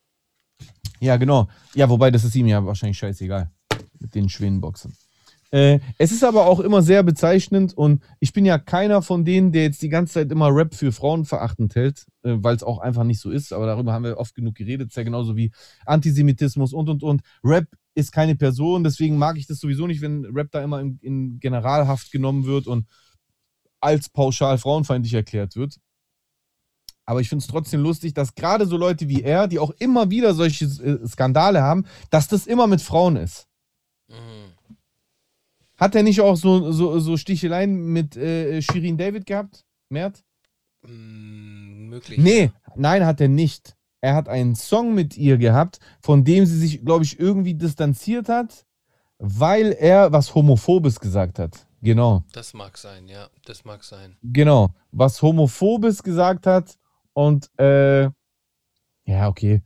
C: Ja, genau. Ja, wobei, das ist ihm ja wahrscheinlich scheißegal. Mit den Schwäneboxen. Es ist aber auch immer sehr bezeichnend und ich bin ja keiner von denen, der jetzt die ganze Zeit immer Rap für Frauen verachtend hält, weil es auch einfach nicht so ist. Aber darüber haben wir oft genug geredet. Es ist ja genauso wie Antisemitismus und. Rap ist keine Person, deswegen mag ich das sowieso nicht, wenn Rap da immer in Generalhaft genommen wird und als pauschal frauenfeindlich erklärt wird. Aber ich finde es trotzdem lustig, dass gerade so Leute wie er, die auch immer wieder solche Skandale haben, dass das immer mit Frauen ist. Mhm. Hat er nicht auch so Sticheleien mit Shirin David gehabt? Mert?
B: Möglich.
C: Nee, nein, hat er nicht. Er hat einen Song mit ihr gehabt, von dem sie sich, glaube ich, irgendwie distanziert hat, weil er was Homophobes gesagt hat. Genau.
B: Das mag sein, ja. Das mag sein.
C: Genau. Was Homophobes gesagt hat und ja, okay.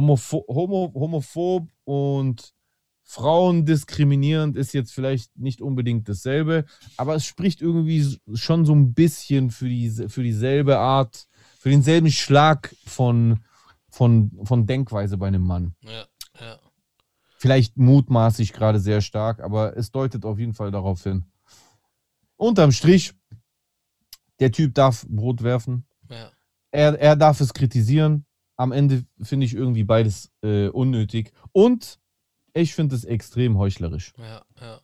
C: Homophob und frauendiskriminierend ist jetzt vielleicht nicht unbedingt dasselbe, aber es spricht irgendwie schon so ein bisschen für dieselbe Art, für denselben Schlag von Denkweise bei einem Mann.
B: Ja, ja.
C: Vielleicht mutmaßlich gerade sehr stark, aber es deutet auf jeden Fall darauf hin. Unterm Strich, der Typ darf Brot werfen.
B: Ja.
C: Er darf es kritisieren. Am Ende finde ich irgendwie beides unnötig. Und ich finde es extrem heuchlerisch.
B: Ja, ja.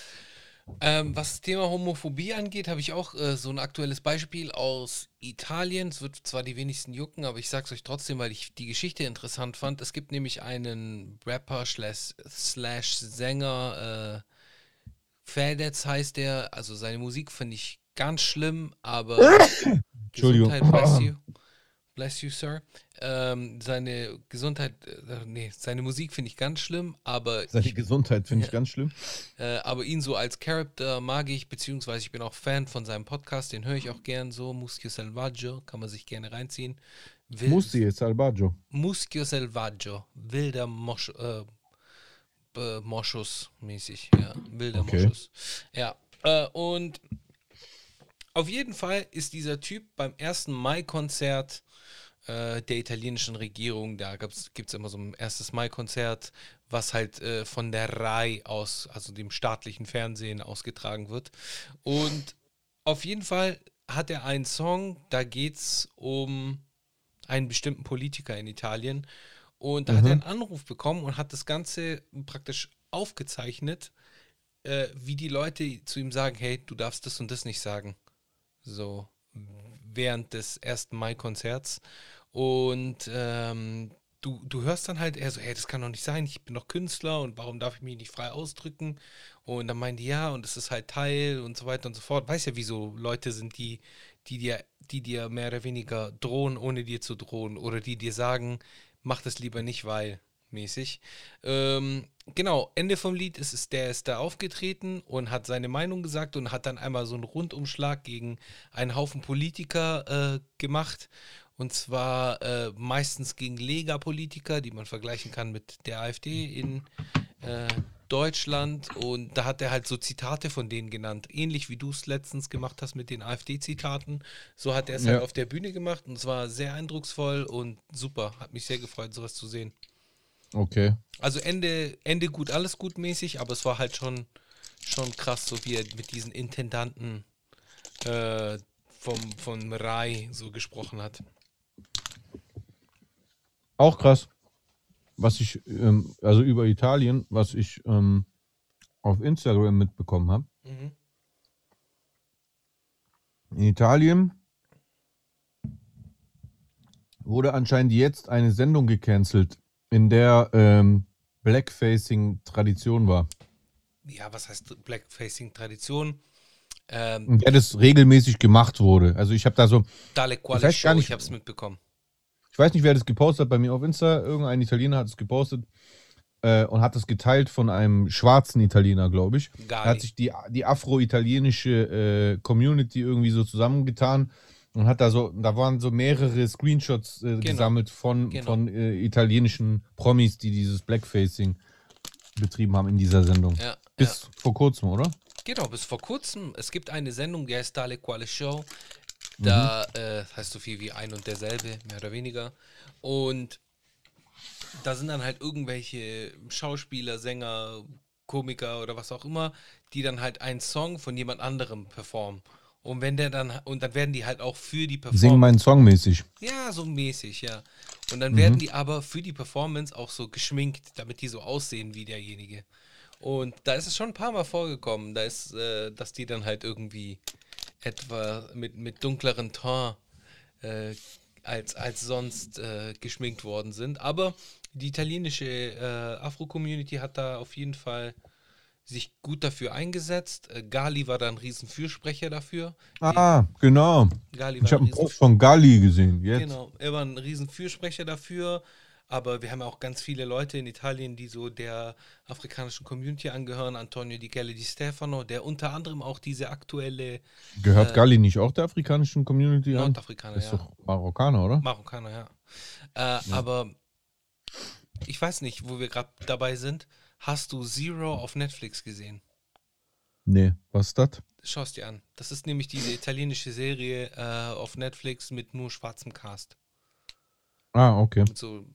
B: Was das Thema Homophobie angeht, habe ich auch so ein aktuelles Beispiel aus Italien. Es wird zwar die wenigsten jucken, aber ich sage es euch trotzdem, weil ich die Geschichte interessant fand. Es gibt nämlich einen Rapper slash Sänger, Fedez heißt der, also seine Musik finde ich ganz schlimm, aber
C: Entschuldigung.
B: Gesundheit, bless you, sir. Seine Gesundheit, seine Musik finde ich ganz schlimm, aber
C: seine Gesundheit finde ich ganz schlimm.
B: Aber ihn so als Charakter mag ich, beziehungsweise ich bin auch Fan von seinem Podcast, den höre ich auch gern so, Muschio Selvaggio, kann man sich gerne reinziehen.
C: Muschio Selvaggio.
B: Muschio Selvaggio, wilder Moschus mäßig, ja, wilder Moschus. Ja, und auf jeden Fall ist dieser Typ beim 1. Mai-Konzert der italienischen Regierung, da gibt es immer so ein 1. Mai-Konzert, was halt von der RAI aus, also dem staatlichen Fernsehen, ausgetragen wird. Und auf jeden Fall hat er einen Song, da geht es um einen bestimmten Politiker in Italien. Und da hat er einen Anruf bekommen und hat das Ganze praktisch aufgezeichnet, wie die Leute zu ihm sagen, hey, du darfst das und das nicht sagen. So, während des 1. Mai-Konzerts. Und du hörst dann halt eher so, hey, das kann doch nicht sein, ich bin doch Künstler und warum darf ich mich nicht frei ausdrücken? Und dann meinen die, ja, und es ist halt Teil und so weiter und so fort. Weiß ja, wie so Leute sind, die dir mehr oder weniger drohen, ohne dir zu drohen. Oder die dir sagen, mach das lieber nicht, weil mäßig. Genau, Ende vom Lied der ist da aufgetreten und hat seine Meinung gesagt und hat dann einmal so einen Rundumschlag gegen einen Haufen Politiker gemacht. Und zwar meistens gegen Lega-Politiker, die man vergleichen kann mit der AfD in Deutschland. Und da hat er halt so Zitate von denen genannt. Ähnlich wie du es letztens gemacht hast mit den AfD-Zitaten. So hat er es halt auf der Bühne gemacht und es war sehr eindrucksvoll und super. Hat mich sehr gefreut, sowas zu sehen.
C: Okay.
B: Also Ende gut, alles gut mäßig, aber es war halt schon krass, so wie er mit diesen Intendanten vom Rai so gesprochen hat.
C: Auch krass. Was ich, also über Italien, was ich auf Instagram mitbekommen habe.
B: Mhm.
C: In Italien wurde anscheinend jetzt eine Sendung gecancelt, in der Blackfacing-Tradition war.
B: Ja, was heißt Blackfacing-Tradition?
C: In der das regelmäßig gemacht wurde. Also ich habe da so...
B: Dale Quale Show, ich habe es mitbekommen.
C: Ich weiß nicht, wer das gepostet hat bei mir auf Insta. Irgendein Italiener hat es gepostet und hat es geteilt von einem schwarzen Italiener, glaube ich. Da hat sich die afro-italienische Community irgendwie so zusammengetan und hat da waren so mehrere Screenshots gesammelt von italienischen Promis, die dieses Blackfacing betrieben haben in dieser Sendung.
B: Ja,
C: bis vor kurzem, oder?
B: Genau, bis vor kurzem. Es gibt eine Sendung, die heißt Dale Quale Show. Da heißt so viel wie ein und derselbe, mehr oder weniger. Und da sind dann halt irgendwelche Schauspieler, Sänger, Komiker oder was auch immer, die dann halt einen Song von jemand anderem performen. Und wenn dann werden die halt auch für die Performance.
C: Sing meinen Song mäßig.
B: Ja, so mäßig, ja. Und dann werden die aber für die Performance auch so geschminkt, damit die so aussehen wie derjenige. Und da ist es schon ein paar Mal vorgekommen, dass die dann halt irgendwie etwa mit dunkleren Ton als sonst geschminkt worden sind. Aber die italienische Afro-Community hat da auf jeden Fall sich gut dafür eingesetzt. Gali war da ein Riesenfürsprecher dafür.
C: Genau. Ich habe einen Post von Gali gesehen. Jetzt.
B: Genau, er war ein Riesenfürsprecher dafür. Aber wir haben auch ganz viele Leute in Italien, die so der afrikanischen Community angehören. Antonio Di Gelle Di Stefano, der unter anderem auch diese aktuelle...
C: Gehört Gali nicht auch der afrikanischen Community an?
B: Nordafrikaner,
C: ist doch Marokkaner, oder?
B: Marokkaner, ja. Aber ich weiß nicht, wo wir gerade dabei sind. Hast du Zero auf Netflix gesehen?
C: Nee, was ist das?
B: Schau es dir an. Das ist nämlich diese italienische Serie auf Netflix mit nur schwarzem Cast.
C: Okay.
B: Mit so,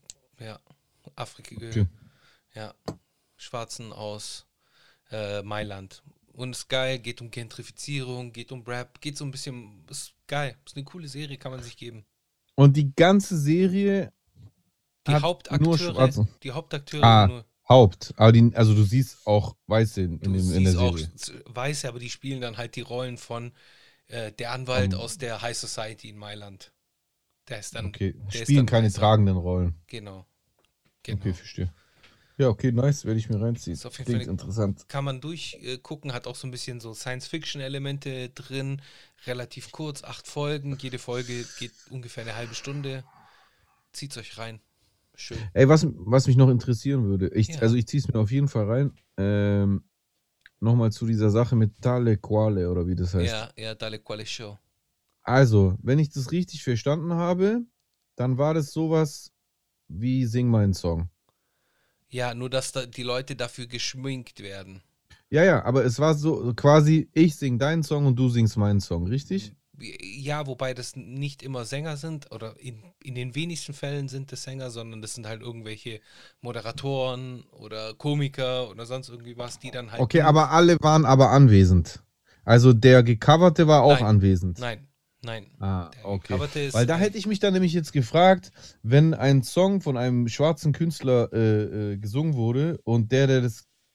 B: Schwarzen aus Mailand. Und ist geil, geht um Gentrifizierung, geht um Rap, geht so ein bisschen, ist geil. Ist eine coole Serie, kann man sich geben.
C: Und die ganze Serie
B: die Hauptakteure nur.
C: Aber du siehst auch Weiße in der Serie. Auch
B: Weiße, aber die spielen dann halt die Rollen von der Anwalt aus der High Society in Mailand. Der ist dann.
C: Okay, spielen keine tragenden Rollen.
B: Genau.
C: Okay, verstehe. Ja, okay, nice, werde ich mir reinziehen.
B: Ist auf jeden Fall
C: interessant.
B: Kann man durchgucken, hat auch so ein bisschen so Science-Fiction-Elemente drin. Relativ kurz, 8 Folgen. Jede Folge geht ungefähr eine halbe Stunde. Zieht's euch rein. Schön.
C: Ey, was mich noch interessieren würde, ich ziehe es mir auf jeden Fall rein. Nochmal zu dieser Sache mit Dale Quale oder wie das heißt.
B: Ja, Dale Quale Show.
C: Also, wenn ich das richtig verstanden habe, dann war das sowas wie Sing meinen Song.
B: Ja, nur dass die Leute dafür geschminkt werden.
C: Ja, aber es war so quasi, ich sing deinen Song und du singst meinen Song, richtig?
B: Ja, wobei das nicht immer Sänger sind oder in den wenigsten Fällen sind das Sänger, sondern das sind halt irgendwelche Moderatoren oder Komiker oder sonst irgendwie was, die dann halt...
C: Okay, aber alle waren aber anwesend. Also der Gecoverte war auch anwesend.
B: Nein.
C: Okay. Weil da hätte ich mich dann nämlich jetzt gefragt, wenn ein Song von einem schwarzen Künstler gesungen wurde und der das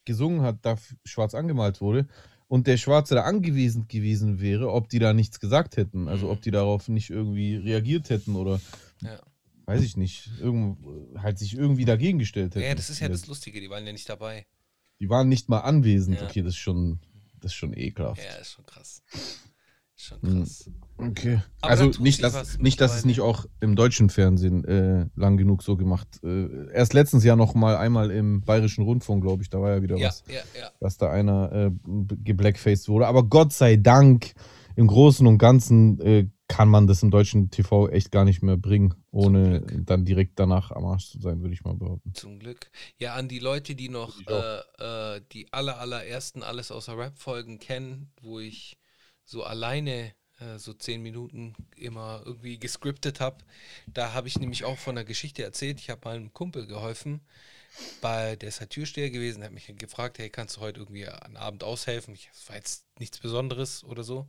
C: gesungen hat, da schwarz angemalt wurde und der Schwarze da angewiesen gewesen wäre, ob die da nichts gesagt hätten. Also ob die darauf nicht irgendwie reagiert hätten oder weiß ich nicht, halt sich irgendwie dagegen gestellt hätten.
B: Ja, das ist ja das Lustige, die waren ja nicht dabei.
C: Die waren nicht mal anwesend. Ja. Okay, das ist schon ekelhaft.
B: Ja, ist schon krass. Schon krass.
C: Okay. Aber also nicht, dass es nicht auch im deutschen Fernsehen lang genug so gemacht. Erst letztens ja noch mal einmal im Bayerischen Rundfunk, glaube ich, da war ja wieder was, dass da einer geblackfaced wurde. Aber Gott sei Dank, im Großen und Ganzen kann man das im deutschen TV echt gar nicht mehr bringen, ohne dann direkt danach am Arsch zu sein, würde ich mal behaupten.
B: Zum Glück. Ja, an die Leute, die noch die allerersten Alles außer Rap-Folgen kennen, wo ich so alleine so 10 Minuten immer irgendwie gescriptet habe. Da habe ich nämlich auch von einer Geschichte erzählt. Ich habe mal einem Kumpel geholfen, der ist halt Türsteher gewesen, der hat mich gefragt, hey, kannst du heute irgendwie einen Abend aushelfen? Das war jetzt nichts Besonderes oder so.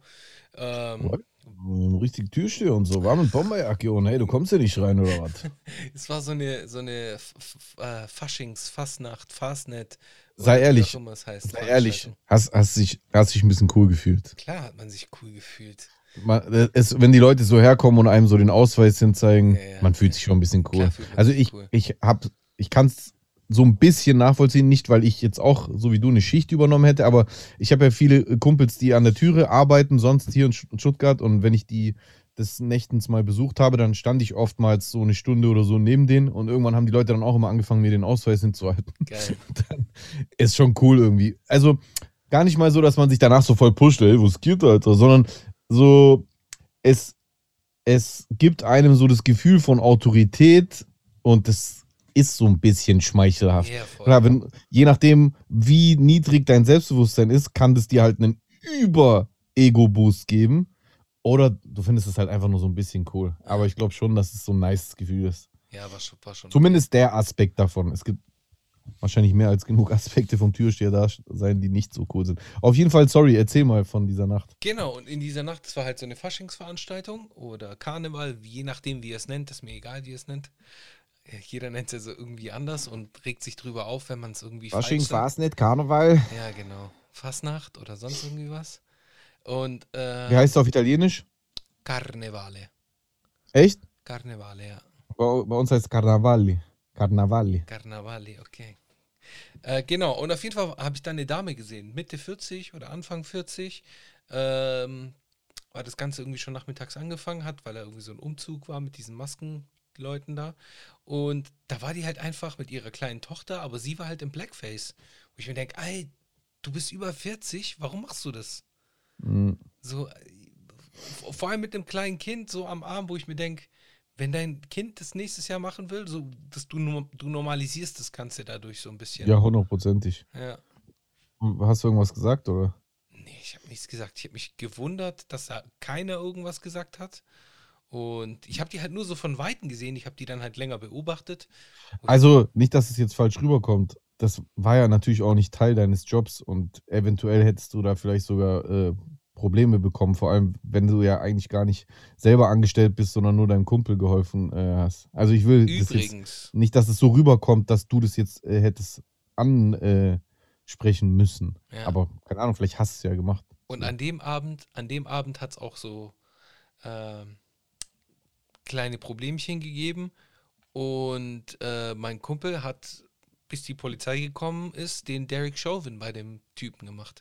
C: Richtig Türsteher und so, war mit Bomberjacke und hey, du kommst ja nicht rein oder was?
B: Es war so eine Fastnacht, Fastnet.
C: Sei ehrlich, hast dich ein bisschen cool gefühlt.
B: Klar hat man sich cool gefühlt.
C: Wenn die Leute so herkommen und einem so den Ausweis hinzeigen, man fühlt sich schon ein bisschen cool. Also ich kann es so ein bisschen nachvollziehen, nicht weil ich jetzt auch, so wie du, eine Schicht übernommen hätte, aber ich habe ja viele Kumpels, die an der Türe arbeiten, sonst hier in Stuttgart, und wenn ich die des Nächtens mal besucht habe, dann stand ich oftmals so eine Stunde oder so neben denen und irgendwann haben die Leute dann auch immer angefangen, mir den Ausweis hinzuhalten.
B: Geil.
C: Dann ist schon cool irgendwie. Also gar nicht mal so, dass man sich danach so voll pusht, ey, was geht, Alter, sondern so, es gibt einem so das Gefühl von Autorität und das ist so ein bisschen schmeichelhaft. Yeah, klar, je nachdem, wie niedrig dein Selbstbewusstsein ist, kann das dir halt einen Über-Ego-Boost geben. Oder du findest es halt einfach nur so ein bisschen cool. Aber ich glaube schon, dass es so ein nice Gefühl ist.
B: Ja, war schon.
C: Zumindest der Aspekt davon. Es gibt wahrscheinlich mehr als genug Aspekte vom Türsteher da sein, die nicht so cool sind. Auf jeden Fall, sorry, erzähl mal von dieser Nacht.
B: Genau, und in dieser Nacht, das war halt so eine Faschingsveranstaltung oder Karneval, je nachdem, wie ihr es nennt, ist mir egal, wie ihr es nennt. Jeder nennt es ja so irgendwie anders und regt sich drüber auf, wenn man es irgendwie
C: Fasching, Fastnet, Karneval.
B: Ja, genau. Fastnacht oder sonst irgendwie was. Und,
C: wie heißt es auf Italienisch?
B: Carnevale.
C: Echt?
B: Carnevale, ja.
C: Bei uns heißt es Carnavali.
B: Carnavali, okay. Genau, und auf jeden Fall habe ich dann eine Dame gesehen, Mitte 40 oder Anfang 40, weil das Ganze irgendwie schon nachmittags angefangen hat, weil da irgendwie so ein Umzug war mit diesen Maskenleuten da. Und da war die halt einfach mit ihrer kleinen Tochter, aber sie war halt im Blackface. Wo ich mir denke, ey, du bist über 40, warum machst du das?
C: Mhm.
B: So, vor allem mit einem kleinen Kind so am Arm, wo ich mir denke, wenn dein Kind das nächstes Jahr machen will, so dass du normalisierst das Ganze dadurch so ein bisschen.
C: Ja, 100%.
B: Ja.
C: Hast du irgendwas gesagt, oder?
B: Nee, ich habe nichts gesagt. Ich habe mich gewundert, dass da keiner irgendwas gesagt hat. Und ich habe die halt nur so von Weitem gesehen. Ich habe die dann halt länger beobachtet.
C: Also, nicht, dass es jetzt falsch rüberkommt. Das war ja natürlich auch nicht Teil deines Jobs und eventuell hättest du da vielleicht sogar Probleme bekommen, vor allem, wenn du ja eigentlich gar nicht selber angestellt bist, sondern nur deinem Kumpel geholfen hast. Also ich will das jetzt nicht, dass es so rüberkommt, dass du das jetzt hättest ansprechen müssen. Ja. Aber keine Ahnung, vielleicht hast du es ja gemacht.
B: Und an dem Abend hat es auch so kleine Problemchen gegeben und mein Kumpel hat, bis die Polizei gekommen ist, den Derek Chauvin bei dem Typen gemacht.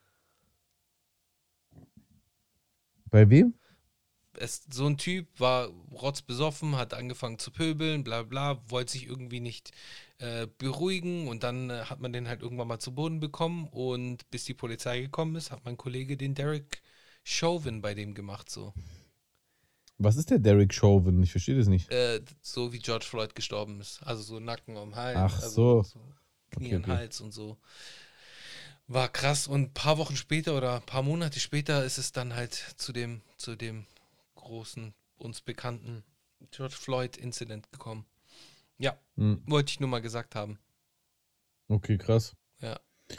C: Bei wem?
B: So ein Typ war rotzbesoffen, hat angefangen zu pöbeln, bla bla, wollte sich irgendwie nicht beruhigen und dann hat man den halt irgendwann mal zu Boden bekommen und bis die Polizei gekommen ist, hat mein Kollege den Derek Chauvin bei dem gemacht, so.
C: Was ist der Derek Chauvin? Ich verstehe das nicht.
B: So wie George Floyd gestorben ist, also so Nacken am Hals,
C: ach
B: also
C: so
B: Knie am Hals und so. War krass und ein paar Wochen später oder ein paar Monate später ist es dann halt zu dem großen, uns bekannten George Floyd-Incident gekommen. Ja, wollte ich nur mal gesagt haben.
C: Okay, krass.
B: Ja.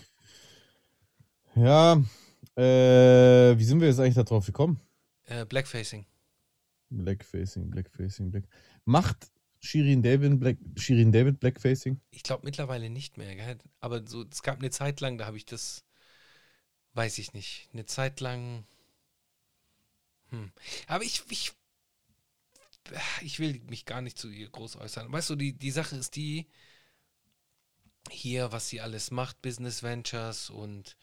C: Ja, wie sind wir jetzt eigentlich da drauf gekommen?
B: Blackfacing.
C: Macht Shirin David Blackfacing?
B: Ich glaube mittlerweile nicht mehr, gell? Aber so, es gab eine Zeit lang, da habe ich das, weiß ich nicht, eine Zeit lang. Aber ich will mich gar nicht zu ihr groß äußern. Weißt du, die Sache ist die, hier, was sie alles macht, Business Ventures und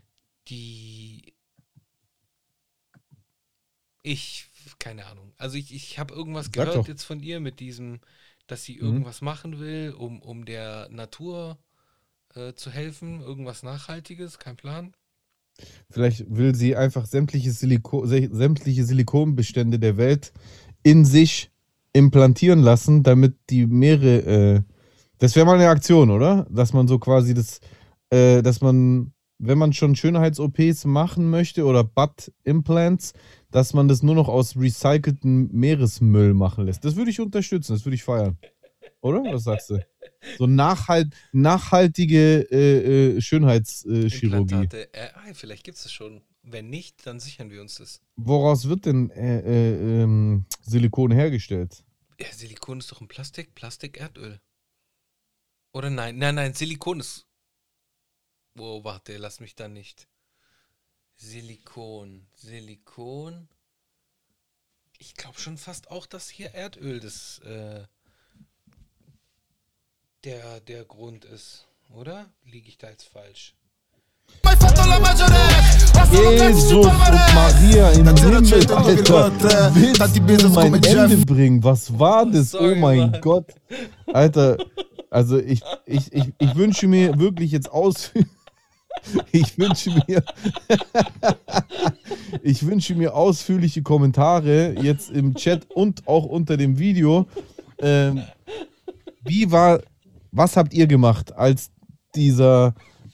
B: keine Ahnung. Also ich habe irgendwas gehört jetzt von ihr mit diesem, dass sie irgendwas machen will, um der Natur zu helfen, irgendwas Nachhaltiges, kein Plan.
C: Vielleicht will sie einfach sämtliche Silikonbestände der Welt in sich implantieren lassen, damit die Meere, das wäre mal eine Aktion, oder? Dass man so quasi dass man, wenn man schon Schönheits-OPs machen möchte oder Butt-Implants, dass man das nur noch aus recyceltem Meeresmüll machen lässt. Das würde ich unterstützen, das würde ich feiern. Oder? Was sagst du? So nachhaltige Schönheitschirurgie.
B: Vielleicht gibt es das schon. Wenn nicht, dann sichern wir uns das.
C: Woraus wird denn Silikon hergestellt?
B: Ja, Silikon ist doch ein Plastik, Erdöl. Oder nein, Silikon ist... Oh, warte, lass mich da nicht. Silikon. Ich glaube schon fast auch, dass hier Erdöl der Grund ist, oder? Liege ich da jetzt falsch?
C: Jesus und Maria im Himmel, Alter. Willst du mein Ende bringen? Was war das? Sorry, oh mein Mann. Gott. Alter, also ich wünsche mir wirklich jetzt ich wünsche mir ausführliche Kommentare jetzt im Chat und auch unter dem Video. Was habt ihr gemacht, als dieser,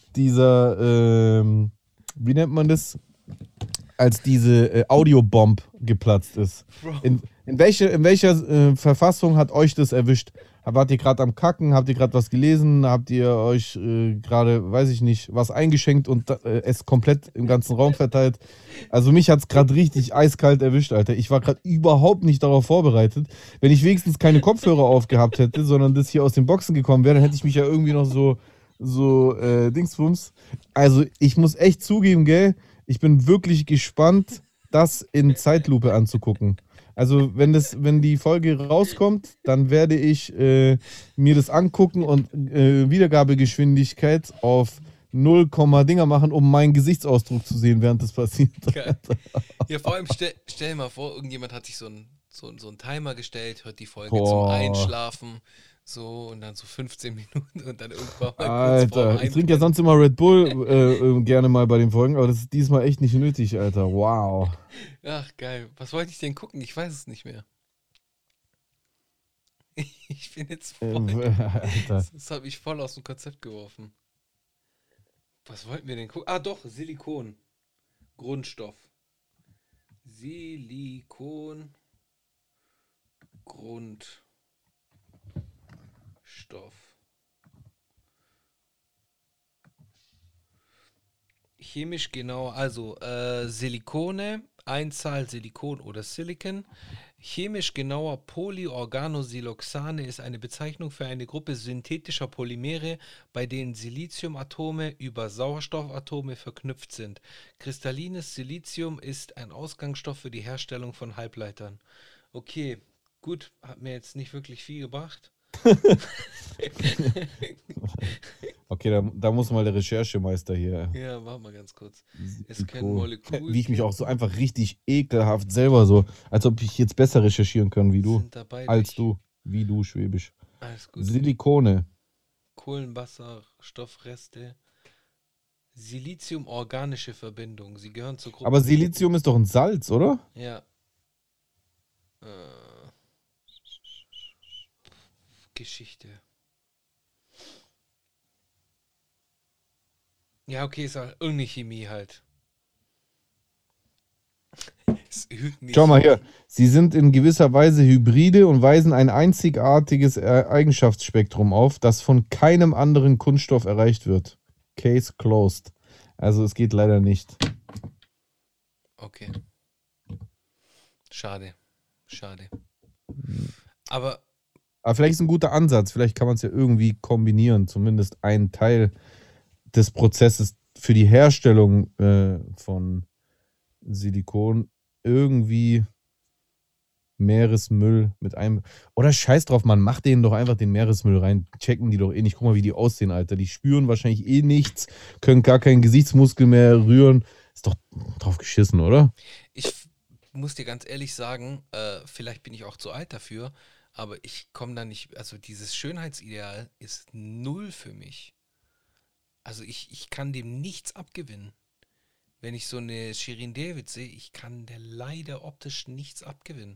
C: wie nennt man das? Als diese Audiobomb geplatzt ist. In welcher Verfassung hat euch das erwischt? Wart ihr gerade am Kacken? Habt ihr gerade was gelesen? Habt ihr euch gerade, weiß ich nicht, was eingeschenkt und es komplett im ganzen Raum verteilt? Also mich hat es gerade richtig eiskalt erwischt, Alter. Ich war gerade überhaupt nicht darauf vorbereitet. Wenn ich wenigstens keine Kopfhörer aufgehabt hätte, sondern das hier aus den Boxen gekommen wäre, dann hätte ich mich ja irgendwie noch so Dingsbums. Also ich muss echt zugeben, gell, ich bin wirklich gespannt, das in Zeitlupe anzugucken. Also wenn die Folge rauskommt, dann werde ich mir das angucken und Wiedergabegeschwindigkeit auf 0, Dinger machen, um meinen Gesichtsausdruck zu sehen, während das passiert.
B: Geil. Ja, vor allem stell mal vor, irgendjemand hat sich so einen Timer gestellt, hört die Folge zum Einschlafen. So, und dann so 15 Minuten und dann irgendwann mal
C: Alter, ich trinke ja sonst immer Red Bull gerne mal bei den Folgen, aber das ist diesmal echt nicht nötig, Alter. Wow.
B: Ach, geil. Was wollte ich denn gucken? Ich weiß es nicht mehr. Ich bin jetzt voll... Das habe ich voll aus dem Konzept geworfen. Was wollten wir denn gucken? Ah, doch, Silikon. Grundstoff. Silikon. Grundstoff. Chemisch genau, also Silikone, Einzahl Silikon oder Silicon. Chemisch genauer Polyorganosiloxane ist eine Bezeichnung für eine Gruppe synthetischer Polymere, bei denen Siliziumatome über Sauerstoffatome verknüpft sind. Kristallines Silizium ist ein Ausgangsstoff für die Herstellung von Halbleitern. Okay, gut, hat mir jetzt nicht wirklich viel gebracht.
C: Okay, da muss mal der Recherchemeister hier.
B: Ja, mach mal ganz kurz. Es können Moleküle.
C: Wie ich mich auch so einfach richtig ekelhaft selber so, als ob ich jetzt besser recherchieren kann wie du. Wie du, Schwäbisch.
B: Alles gut.
C: Silikone.
B: Kohlenwasserstoffreste. Silizium organische Verbindung. Sie gehören zur Gruppe.
C: Aber Silizium ist doch ein Salz, oder?
B: Ja. Geschichte. Ja, okay, ist halt irgendeine Chemie halt.
C: Schau mal hier. Sie sind in gewisser Weise Hybride und weisen ein einzigartiges Eigenschaftsspektrum auf, das von keinem anderen Kunststoff erreicht wird. Case closed. Also es geht leider nicht.
B: Okay. Schade. Aber
C: Aber vielleicht ist ein guter Ansatz. Vielleicht kann man es ja irgendwie kombinieren. Zumindest einen Teil des Prozesses für die Herstellung von Silikon irgendwie Meeresmüll mit einem. Oder scheiß drauf, man macht denen doch einfach den Meeresmüll rein. Checken die doch eh nicht. Guck mal, wie die aussehen, Alter. Die spüren wahrscheinlich eh nichts, können gar keinen Gesichtsmuskel mehr rühren. Ist doch drauf geschissen, oder?
B: Ich muss dir ganz ehrlich sagen, vielleicht bin ich auch zu alt dafür, aber ich komme da nicht, also dieses Schönheitsideal ist null für mich. Also ich kann dem nichts abgewinnen. Wenn ich so eine Shirin David sehe, ich kann der leider optisch nichts abgewinnen.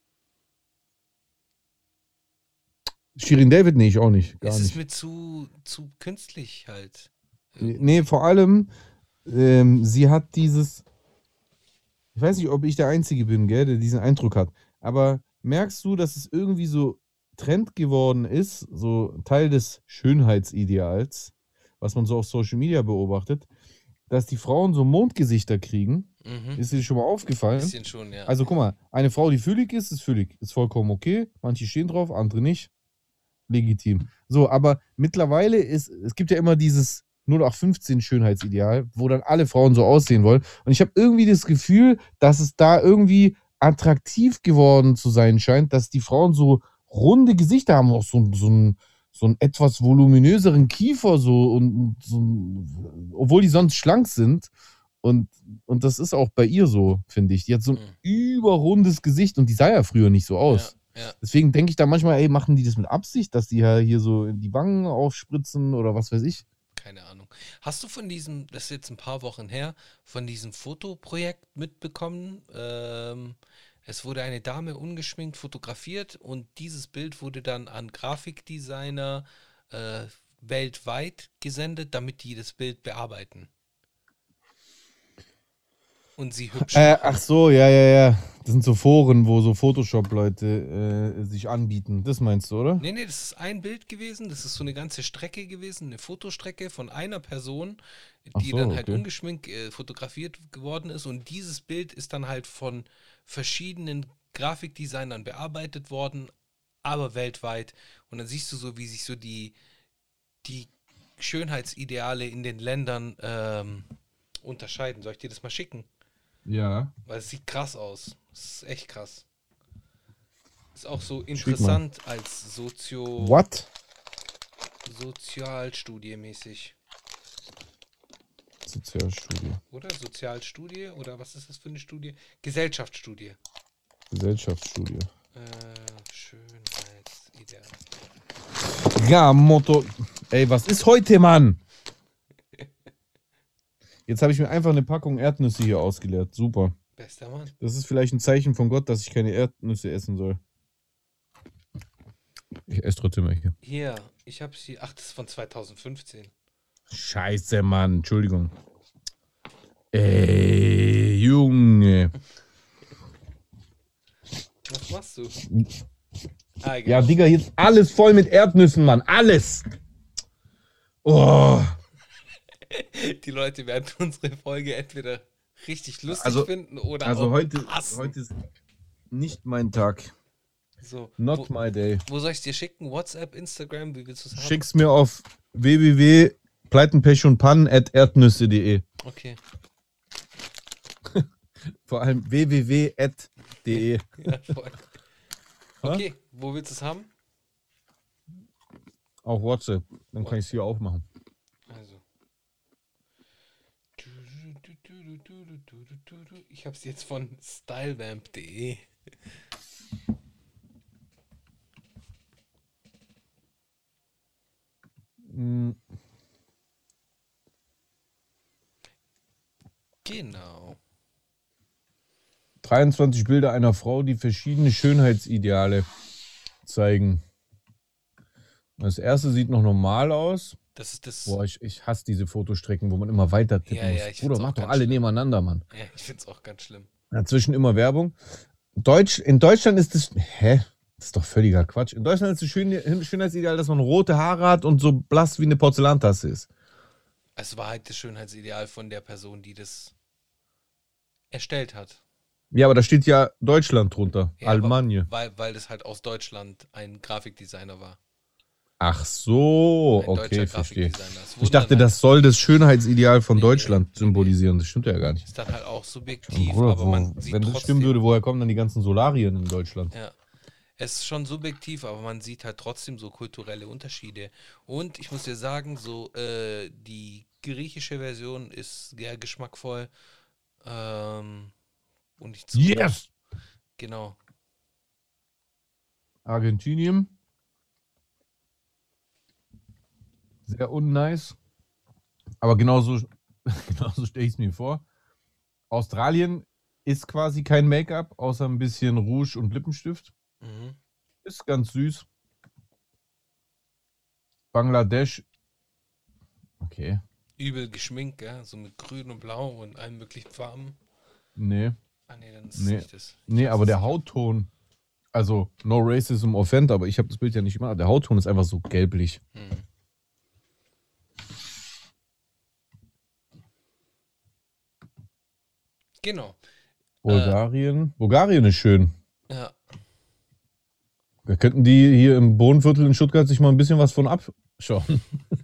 C: Shirin David, nee, ich auch nicht. Gar
B: Es
C: nicht.
B: ist mir zu künstlich halt.
C: Nee, vor allem, sie hat dieses, ich weiß nicht, ob ich der Einzige bin, gell, der diesen Eindruck hat, aber merkst du, dass es irgendwie so Trend geworden ist, so Teil des Schönheitsideals, was man so auf Social Media beobachtet, dass die Frauen so Mondgesichter kriegen? Ist dir schon mal aufgefallen?
B: Ein bisschen schon, ja.
C: Also guck mal, eine Frau, die füllig ist füllig. Ist vollkommen okay. Manche stehen drauf, andere nicht. Legitim. So, aber mittlerweile es gibt ja immer dieses 0815 Schönheitsideal, wo dann alle Frauen so aussehen wollen. Und ich habe irgendwie das Gefühl, dass es da irgendwie attraktiv geworden zu sein scheint, dass die Frauen so runde Gesichter haben, auch so einen etwas voluminöseren Kiefer, obwohl die sonst schlank sind. Und das ist auch bei ihr so, finde ich. Die hat so ein überrundes Gesicht und die sah ja früher nicht so aus.
B: Ja.
C: Deswegen denke ich da manchmal, ey, machen die das mit Absicht, dass die ja hier so in die Wangen aufspritzen oder was weiß ich?
B: Keine Ahnung. Hast du von diesem, das ist jetzt ein paar Wochen her, von diesem Fotoprojekt mitbekommen? Es wurde eine Dame ungeschminkt fotografiert und dieses Bild wurde dann an Grafikdesigner weltweit gesendet, damit die das Bild bearbeiten. Und sie hübsch machen.
C: Ach so, ja. Das sind so Foren, wo so Photoshop-Leute sich anbieten. Das meinst du, oder?
B: Nee, das ist ein Bild gewesen. Das ist so eine ganze Strecke gewesen, eine Fotostrecke von einer Person, die dann halt ungeschminkt fotografiert geworden ist. Und dieses Bild ist dann halt von verschiedenen Grafikdesignern bearbeitet worden, aber weltweit. Und dann siehst du so, wie sich so die Schönheitsideale in den Ländern unterscheiden. Soll ich dir das mal schicken?
C: Ja.
B: Weil es sieht krass aus. Es ist echt krass. Ist auch so interessant als Sozialstudie mäßig.
C: Sozialstudie.
B: Oder? Sozialstudie? Oder was ist das für eine Studie? Gesellschaftsstudie.
C: Gesellschaftsstudie.
B: Schönheitsideal.
C: Ja, Motto. Ey, was ist heute, Mann? Jetzt habe ich mir einfach eine Packung Erdnüsse hier ausgeleert. Super.
B: Bester Mann.
C: Das ist vielleicht ein Zeichen von Gott, dass ich keine Erdnüsse essen soll. Ich esse trotzdem welche.
B: Hier, ich habe sie. Ach, das ist von 2015.
C: Scheiße, Mann. Entschuldigung. Ey, Junge.
B: Was machst du?
C: Ja, Digga, jetzt alles voll mit Erdnüssen, Mann. Alles. Oh.
B: Die Leute werden unsere Folge entweder richtig lustig finden oder
C: also
B: heute
C: ist nicht mein Tag.
B: So,
C: Not my day.
B: Wo soll ich es dir schicken? WhatsApp, Instagram? Wie willst du es haben?
C: Schick's mir auf www.pleitenpechundpannen@erdnüsse.de.
B: Okay.
C: Vor allem www.de.
B: Ja, voll. Okay, wo willst du es haben?
C: Auch WhatsApp. Dann kann ich es hier aufmachen.
B: Also. Ich habe es jetzt von stylevamp.de. Genau.
C: 23 Bilder einer Frau, die verschiedene Schönheitsideale zeigen. Das erste sieht noch normal aus.
B: Das ist das.
C: Boah, ich hasse diese Fotostrecken, wo man immer weiter tippen muss.
B: Ich
C: Bruder, mach doch alle nebeneinander, Mann.
B: Ja, ich find's auch ganz schlimm.
C: Dazwischen immer Werbung. In Deutschland ist das. Hä? Das ist doch völliger Quatsch. In Deutschland ist das Schönheitsideal, dass man rote Haare hat und so blass wie eine Porzellantasse ist.
B: Es war halt das Schönheitsideal von der Person, die das erstellt hat.
C: Ja, aber da steht ja Deutschland drunter.
B: Ja,
C: Almanje.
B: Weil das halt aus Deutschland ein Grafikdesigner war.
C: Ach so,
B: Ein
C: okay,
B: deutscher
C: verstehe.
B: Grafikdesigner.
C: Ich dachte, das soll das Schönheitsideal von Deutschland symbolisieren. Das stimmt ja gar nicht.
B: Ist dann halt auch subjektiv,
C: Bruder,
B: aber man sieht
C: wenn das
B: trotzdem,
C: stimmen würde, woher kommen dann die ganzen Solarien in Deutschland?
B: Ja, es ist schon subjektiv, aber man sieht halt trotzdem so kulturelle Unterschiede. Und ich muss dir sagen, so die griechische Version ist sehr geschmackvoll. Und ich
C: Yes!
B: Genau.
C: Argentinien. Sehr unnice. Aber genauso stelle ich es mir vor. Australien ist quasi kein Make-up, außer ein bisschen Rouge und Lippenstift.
B: Mhm.
C: Ist ganz süß. Bangladesch. Okay.
B: Übel geschminkt, gell? So mit grün und blau und allen möglichen Farben.
C: Nee.
B: Ah, nee, dann ist es nicht das.
C: Nee, aber der Hautton, also no racism offend, aber ich habe das Bild ja nicht gemacht. Der Hautton ist einfach so gelblich.
B: Mhm. Genau.
C: Bulgarien. Bulgarien ist schön.
B: Ja.
C: Da könnten die hier im Bodenviertel in Stuttgart sich mal ein bisschen was von abschauen.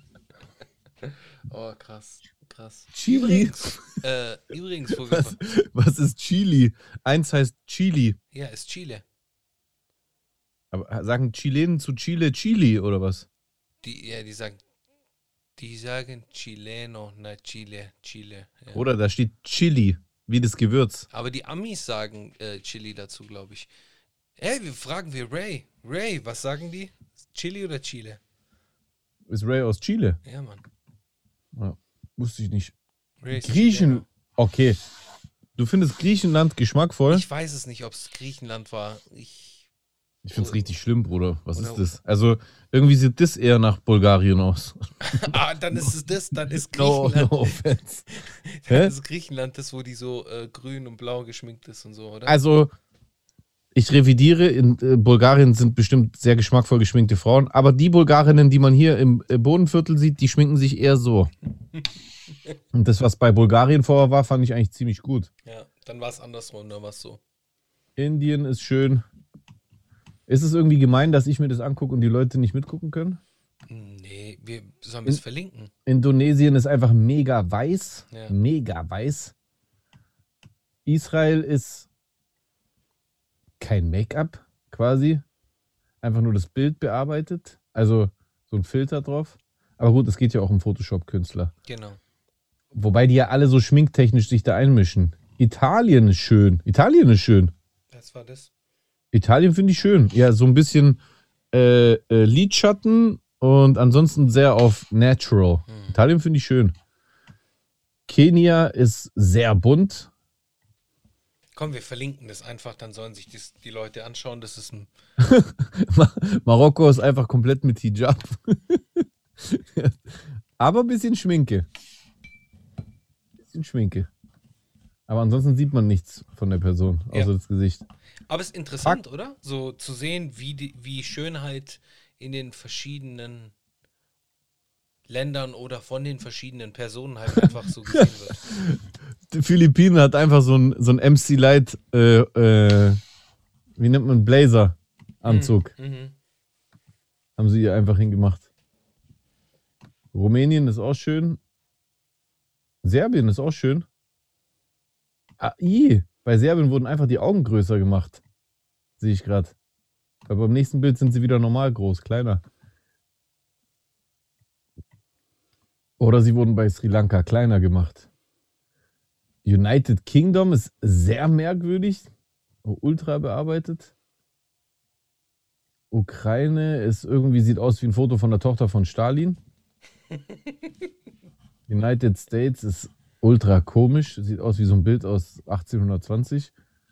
B: Oh, krass. Krass.
C: Chili.
B: Übrigens, wo
C: was ist Chili? Eins heißt Chili.
B: Ja, ist Chile.
C: Aber sagen Chilenen zu Chile Chili oder was?
B: Die sagen Chileno, na Chile. Ja.
C: Oder da steht Chili, wie das Gewürz.
B: Aber die Amis sagen Chili dazu, glaube ich. Wir fragen Ray. Ray, was sagen die? Chili oder Chile?
C: Ist Ray aus Chile?
B: Ja, Mann.
C: Ja, wusste ich nicht.
B: Ray ist
C: Griechen.
B: Chileno.
C: Okay. Du findest Griechenland geschmackvoll?
B: Ich weiß es nicht, ob es Griechenland war. Ich
C: finde es richtig schlimm, Bruder. Was ist das? Also, irgendwie sieht das eher nach Bulgarien aus.
B: Dann ist es das. Dann ist Griechenland.
C: No offense.
B: Dann ist Griechenland das, wo die so grün und blau geschminkt ist und so, oder?
C: Also, ich revidiere, in Bulgarien sind bestimmt sehr geschmackvoll geschminkte Frauen, aber die Bulgarinnen, die man hier im Bodenviertel sieht, die schminken sich eher so. Und das, was bei Bulgarien vorher war, fand ich eigentlich ziemlich gut.
B: Ja, dann war es andersrum, dann war es so.
C: Indien ist schön. Ist es irgendwie gemein, dass ich mir das angucke und die Leute nicht mitgucken können?
B: Nee, wir sollen es verlinken.
C: Indonesien ist einfach mega weiß.
B: Ja.
C: Mega weiß. Israel ist kein Make-up quasi. Einfach nur das Bild bearbeitet. Also so ein Filter drauf. Aber gut, es geht ja auch um Photoshop-Künstler.
B: Genau.
C: Wobei die ja alle so schminktechnisch sich da einmischen. Italien ist schön.
B: Was war das?
C: Italien finde ich schön. Ja, so ein bisschen Lidschatten und ansonsten sehr auf Natural. Italien finde ich schön. Kenia ist sehr bunt.
B: Komm, wir verlinken das einfach, dann sollen sich die Leute anschauen. Das ist ein.
C: Marokko ist einfach komplett mit Hijab. Aber ein bisschen Schminke. Aber ansonsten sieht man nichts von der Person, außer das Gesicht.
B: Aber es ist interessant, oder? So zu sehen, wie Schönheit in den verschiedenen Ländern oder von den verschiedenen Personen halt einfach so gesehen wird.
C: Die Philippinen hat einfach so ein MC Light, wie nennt man, Blazer-Anzug. Haben sie ihr einfach hingemacht. Rumänien ist auch schön. Serbien ist auch schön. Bei Serbien wurden einfach die Augen größer gemacht. Sehe ich gerade. Aber beim nächsten Bild sind sie wieder normal groß, kleiner. Oder sie wurden bei Sri Lanka kleiner gemacht. United Kingdom ist sehr merkwürdig. Ultra bearbeitet. Ukraine ist irgendwie, sieht aus wie ein Foto von der Tochter von Stalin. United States ist ultra komisch. Sieht aus wie so ein Bild aus 1820.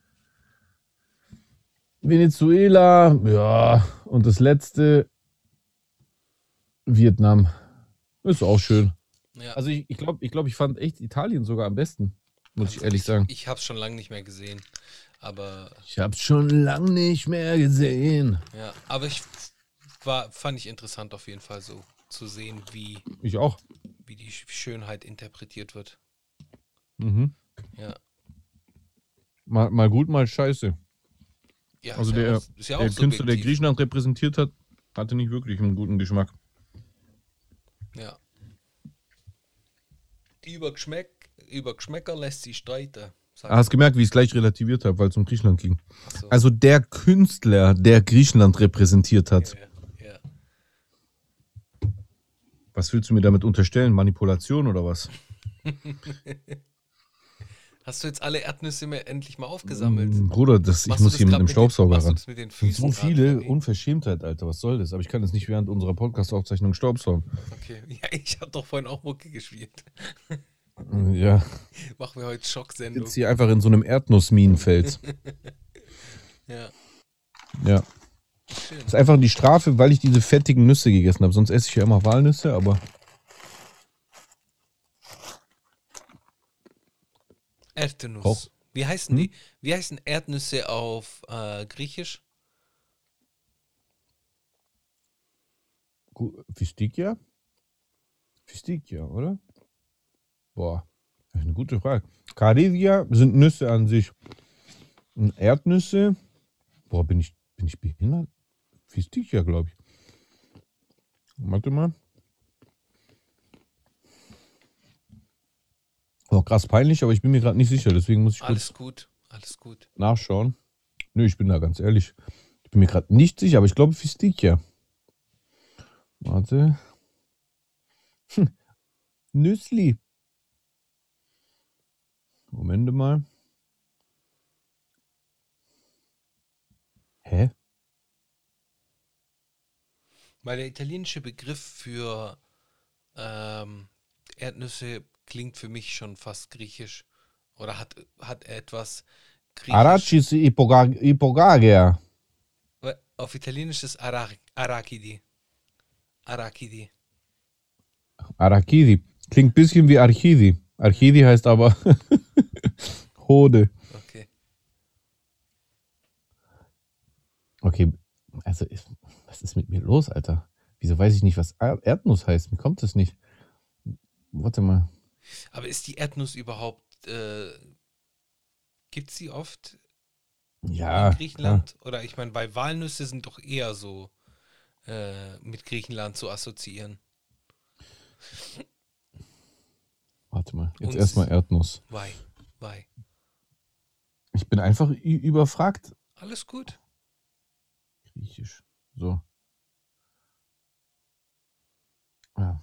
C: Venezuela, ja. Und das letzte, Vietnam. Ist auch schön. Ja. Also ich glaube, ich fand echt Italien sogar am besten. Muss ich ehrlich sagen.
B: Ich habe es schon lange nicht mehr gesehen. Aber.
C: Ich habe es schon lange nicht mehr gesehen.
B: Ja, aber fand ich interessant auf jeden Fall so zu sehen, wie.
C: Ich auch.
B: Wie die Schönheit interpretiert wird.
C: Mhm.
B: Ja.
C: Mal gut, mal scheiße.
B: Ja,
C: also der Künstler, der Griechenland repräsentiert hat, hatte nicht wirklich einen guten Geschmack.
B: Ja. Über Geschmäcker lässt sich streiten.
C: Hast gemerkt, wie ich es gleich relativiert habe, weil es um Griechenland ging. So. Also der Künstler, der Griechenland repräsentiert hat.
B: Ja.
C: Was willst du mir damit unterstellen? Manipulation oder was?
B: Hast du jetzt alle Erdnüsse endlich mal aufgesammelt?
C: Bruder, ich muss hier mit dem Staubsauger ran. So viele Unverschämtheit, Alter. Was soll das? Aber ich kann das nicht während unserer Podcast-Aufzeichnung staubsaugen.
B: Okay. Ja, ich habe doch vorhin auch Mucke gespielt.
C: Ja.
B: Machen wir heute Schocksendung.
C: Jetzt hier einfach in so einem Erdnussminenfeld.
B: Ja.
C: Ja. Schön. Das ist einfach die Strafe, weil ich diese fettigen Nüsse gegessen habe. Sonst esse ich ja immer Walnüsse, aber...
B: Erdnuss. Wie heißen die? Wie heißen Erdnüsse auf Griechisch?
C: Fistikia? Fistikia, oder? Boah, das ist eine gute Frage. Karivia sind Nüsse an sich. Und Erdnüsse? Boah, bin ich behindert? Fistikia, glaube ich. Warte mal. Oh, krass peinlich, aber ich bin mir gerade nicht sicher, deswegen muss ich
B: alles
C: kurz
B: gut
C: nachschauen. Nö, ich bin da ganz ehrlich. Ich bin mir gerade nicht sicher, aber ich glaube Fistikia. Warte. Nüssli. Moment mal. Hä?
B: Weil der italienische Begriff für Erdnüsse klingt für mich schon fast griechisch. Oder hat etwas griechisch.
C: Arachis Ipogagia.
B: Auf Italienisch ist Arachidi.
C: Arachidi. Klingt ein bisschen wie Archidi. Archidi heißt aber Hode. Okay, also was ist mit mir los, Alter? Wieso weiß ich nicht, was Erdnuss heißt? Mir kommt das nicht. Warte mal.
B: Aber ist die Erdnuss überhaupt, gibt es sie oft in Griechenland? Klar. Oder ich meine, bei Walnüsse sind doch eher so mit Griechenland zu assoziieren.
C: Warte mal, jetzt erstmal Erdnuss.
B: Why?
C: Ich bin einfach überfragt.
B: Alles gut.
C: Griechisch. So. Ja.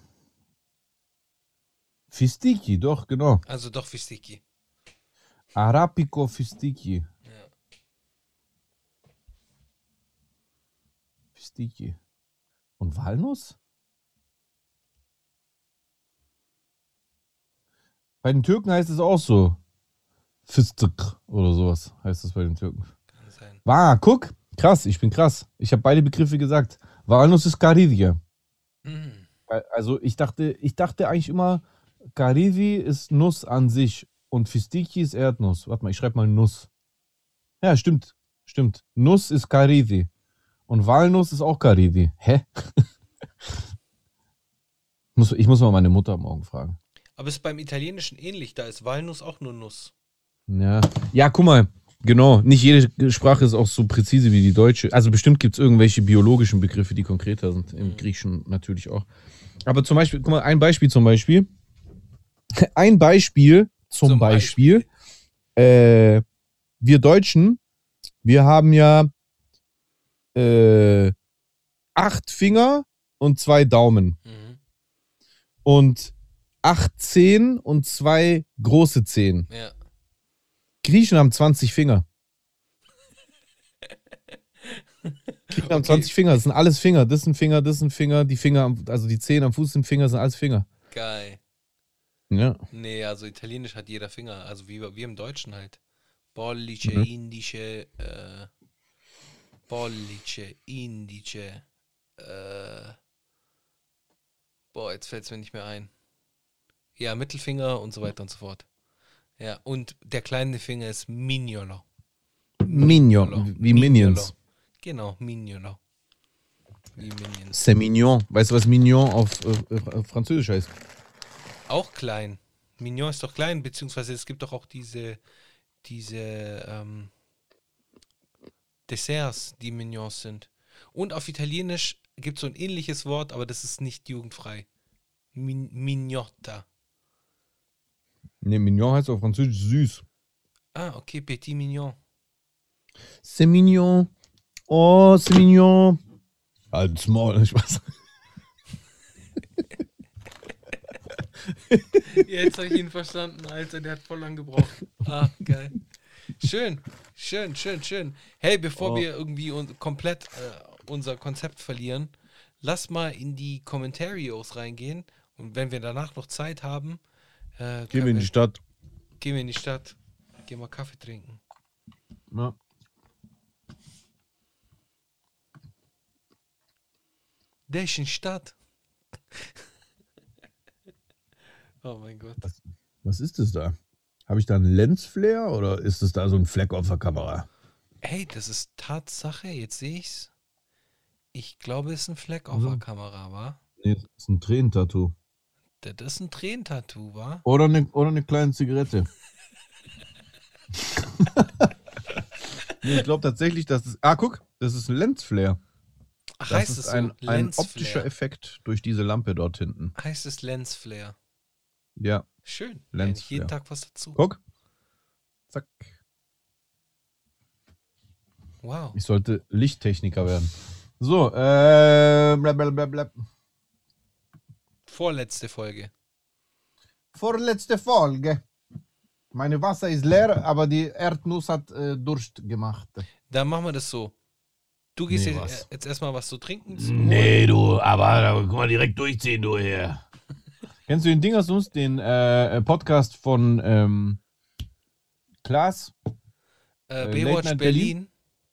C: Fistiki, doch, genau.
B: Also doch Fistiki.
C: Arapico Fistiki.
B: Ja.
C: Fistiki. Und Walnuss? Bei den Türken heißt es auch so. Fistik oder sowas heißt es bei den Türken.
B: Kann sein.
C: Guck. Krass, ich bin krass. Ich habe beide Begriffe gesagt. Walnuss ist Karivia. Also ich dachte eigentlich immer, Karivi ist Nuss an sich und Fistiki ist Erdnuss. Warte mal, ich schreibe mal Nuss. Ja, stimmt. Nuss ist Karivi. Und Walnuss ist auch Karivi. Hä? Ich muss mal meine Mutter morgen fragen.
B: Aber es ist beim Italienischen ähnlich. Da ist Walnuss auch nur Nuss.
C: Ja, guck mal. Genau, nicht jede Sprache ist auch so präzise wie die deutsche. Also bestimmt gibt es irgendwelche biologischen Begriffe, die konkreter sind. Im Griechischen natürlich auch. Aber zum Beispiel, guck mal, ein Beispiel zum Beispiel. Wir Deutschen, wir haben ja 8 Finger und 2 Daumen. Und 8 Zehen und 2 große Zehen.
B: Ja.
C: Griechen haben 20 Finger. Griechen haben 20 Finger, das sind alles Finger. Das sind Finger, die Finger, also die Zehen am Fuß sind Finger, sind alles Finger.
B: Geil.
C: Ja.
B: Nee, also Italienisch hat jeder Finger, also wie im Deutschen halt. Pollice, Indice, jetzt fällt es mir nicht mehr ein. Ja, Mittelfinger und so weiter und so fort. Ja, und der kleine Finger ist Mignolo.
C: Wie Minions.
B: Genau, Mignolo. Wie Minions.
C: C'est mignon. Weißt du, was Mignon auf Französisch heißt?
B: Auch klein. Mignon ist doch klein, beziehungsweise es gibt doch auch diese Desserts, die Mignons sind. Und auf Italienisch gibt es so ein ähnliches Wort, aber das ist nicht jugendfrei. Mignotta.
C: Ne, Mignon heißt auf Französisch süß.
B: Ah, okay, Petit Mignon.
C: C'est mignon. Oh, c'est mignon. Halt's Maul, Spaß.
B: Jetzt habe ich ihn verstanden, Alter, der hat voll lang gebraucht. Ah, geil. Schön. Hey, bevor wir irgendwie komplett unser Konzept verlieren, lass mal in die Commentarios reingehen und wenn wir danach noch Zeit haben,
C: Gehen wir in die Stadt.
B: Gehen wir in die Stadt. Gehen wir Kaffee trinken.
C: Ja.
B: Der ist in Stadt. Oh mein Gott.
C: Was ist das da? Habe ich da einen Lensflare oder ist es da so ein Fleck auf der Kamera?
B: Hey, das ist Tatsache. Jetzt sehe ich's. Ich glaube, es ist ein Fleck auf der Kamera, wa?
C: Nee, das ist ein Tränentattoo.
B: Das ist ein Tränentattoo, wa?
C: Oder eine kleine Zigarette. Nee, ich glaube tatsächlich, dass es. Ah, guck, das ist ein Lensflare.
B: Ach,
C: das
B: heißt
C: ist
B: es so?
C: ein optischer Effekt durch diese Lampe dort hinten.
B: Heißt es Lensflare?
C: Ja.
B: Schön.
C: Lensflare.
B: Jeden Tag was dazu.
C: Guck. Zack.
B: Wow.
C: Ich sollte Lichttechniker werden. So, blablabla.
B: Vorletzte Folge.
C: Vorletzte Folge. Meine Wasser ist leer, aber die Erdnuss hat Durst gemacht.
B: Dann machen wir das so. Du gehst jetzt erstmal was zu trinken.
C: Nee, du, aber da guck mal direkt durchziehen, du hier. Kennst du den Dingersnuss, den Podcast von Klaas?
B: Baywatch Berlin.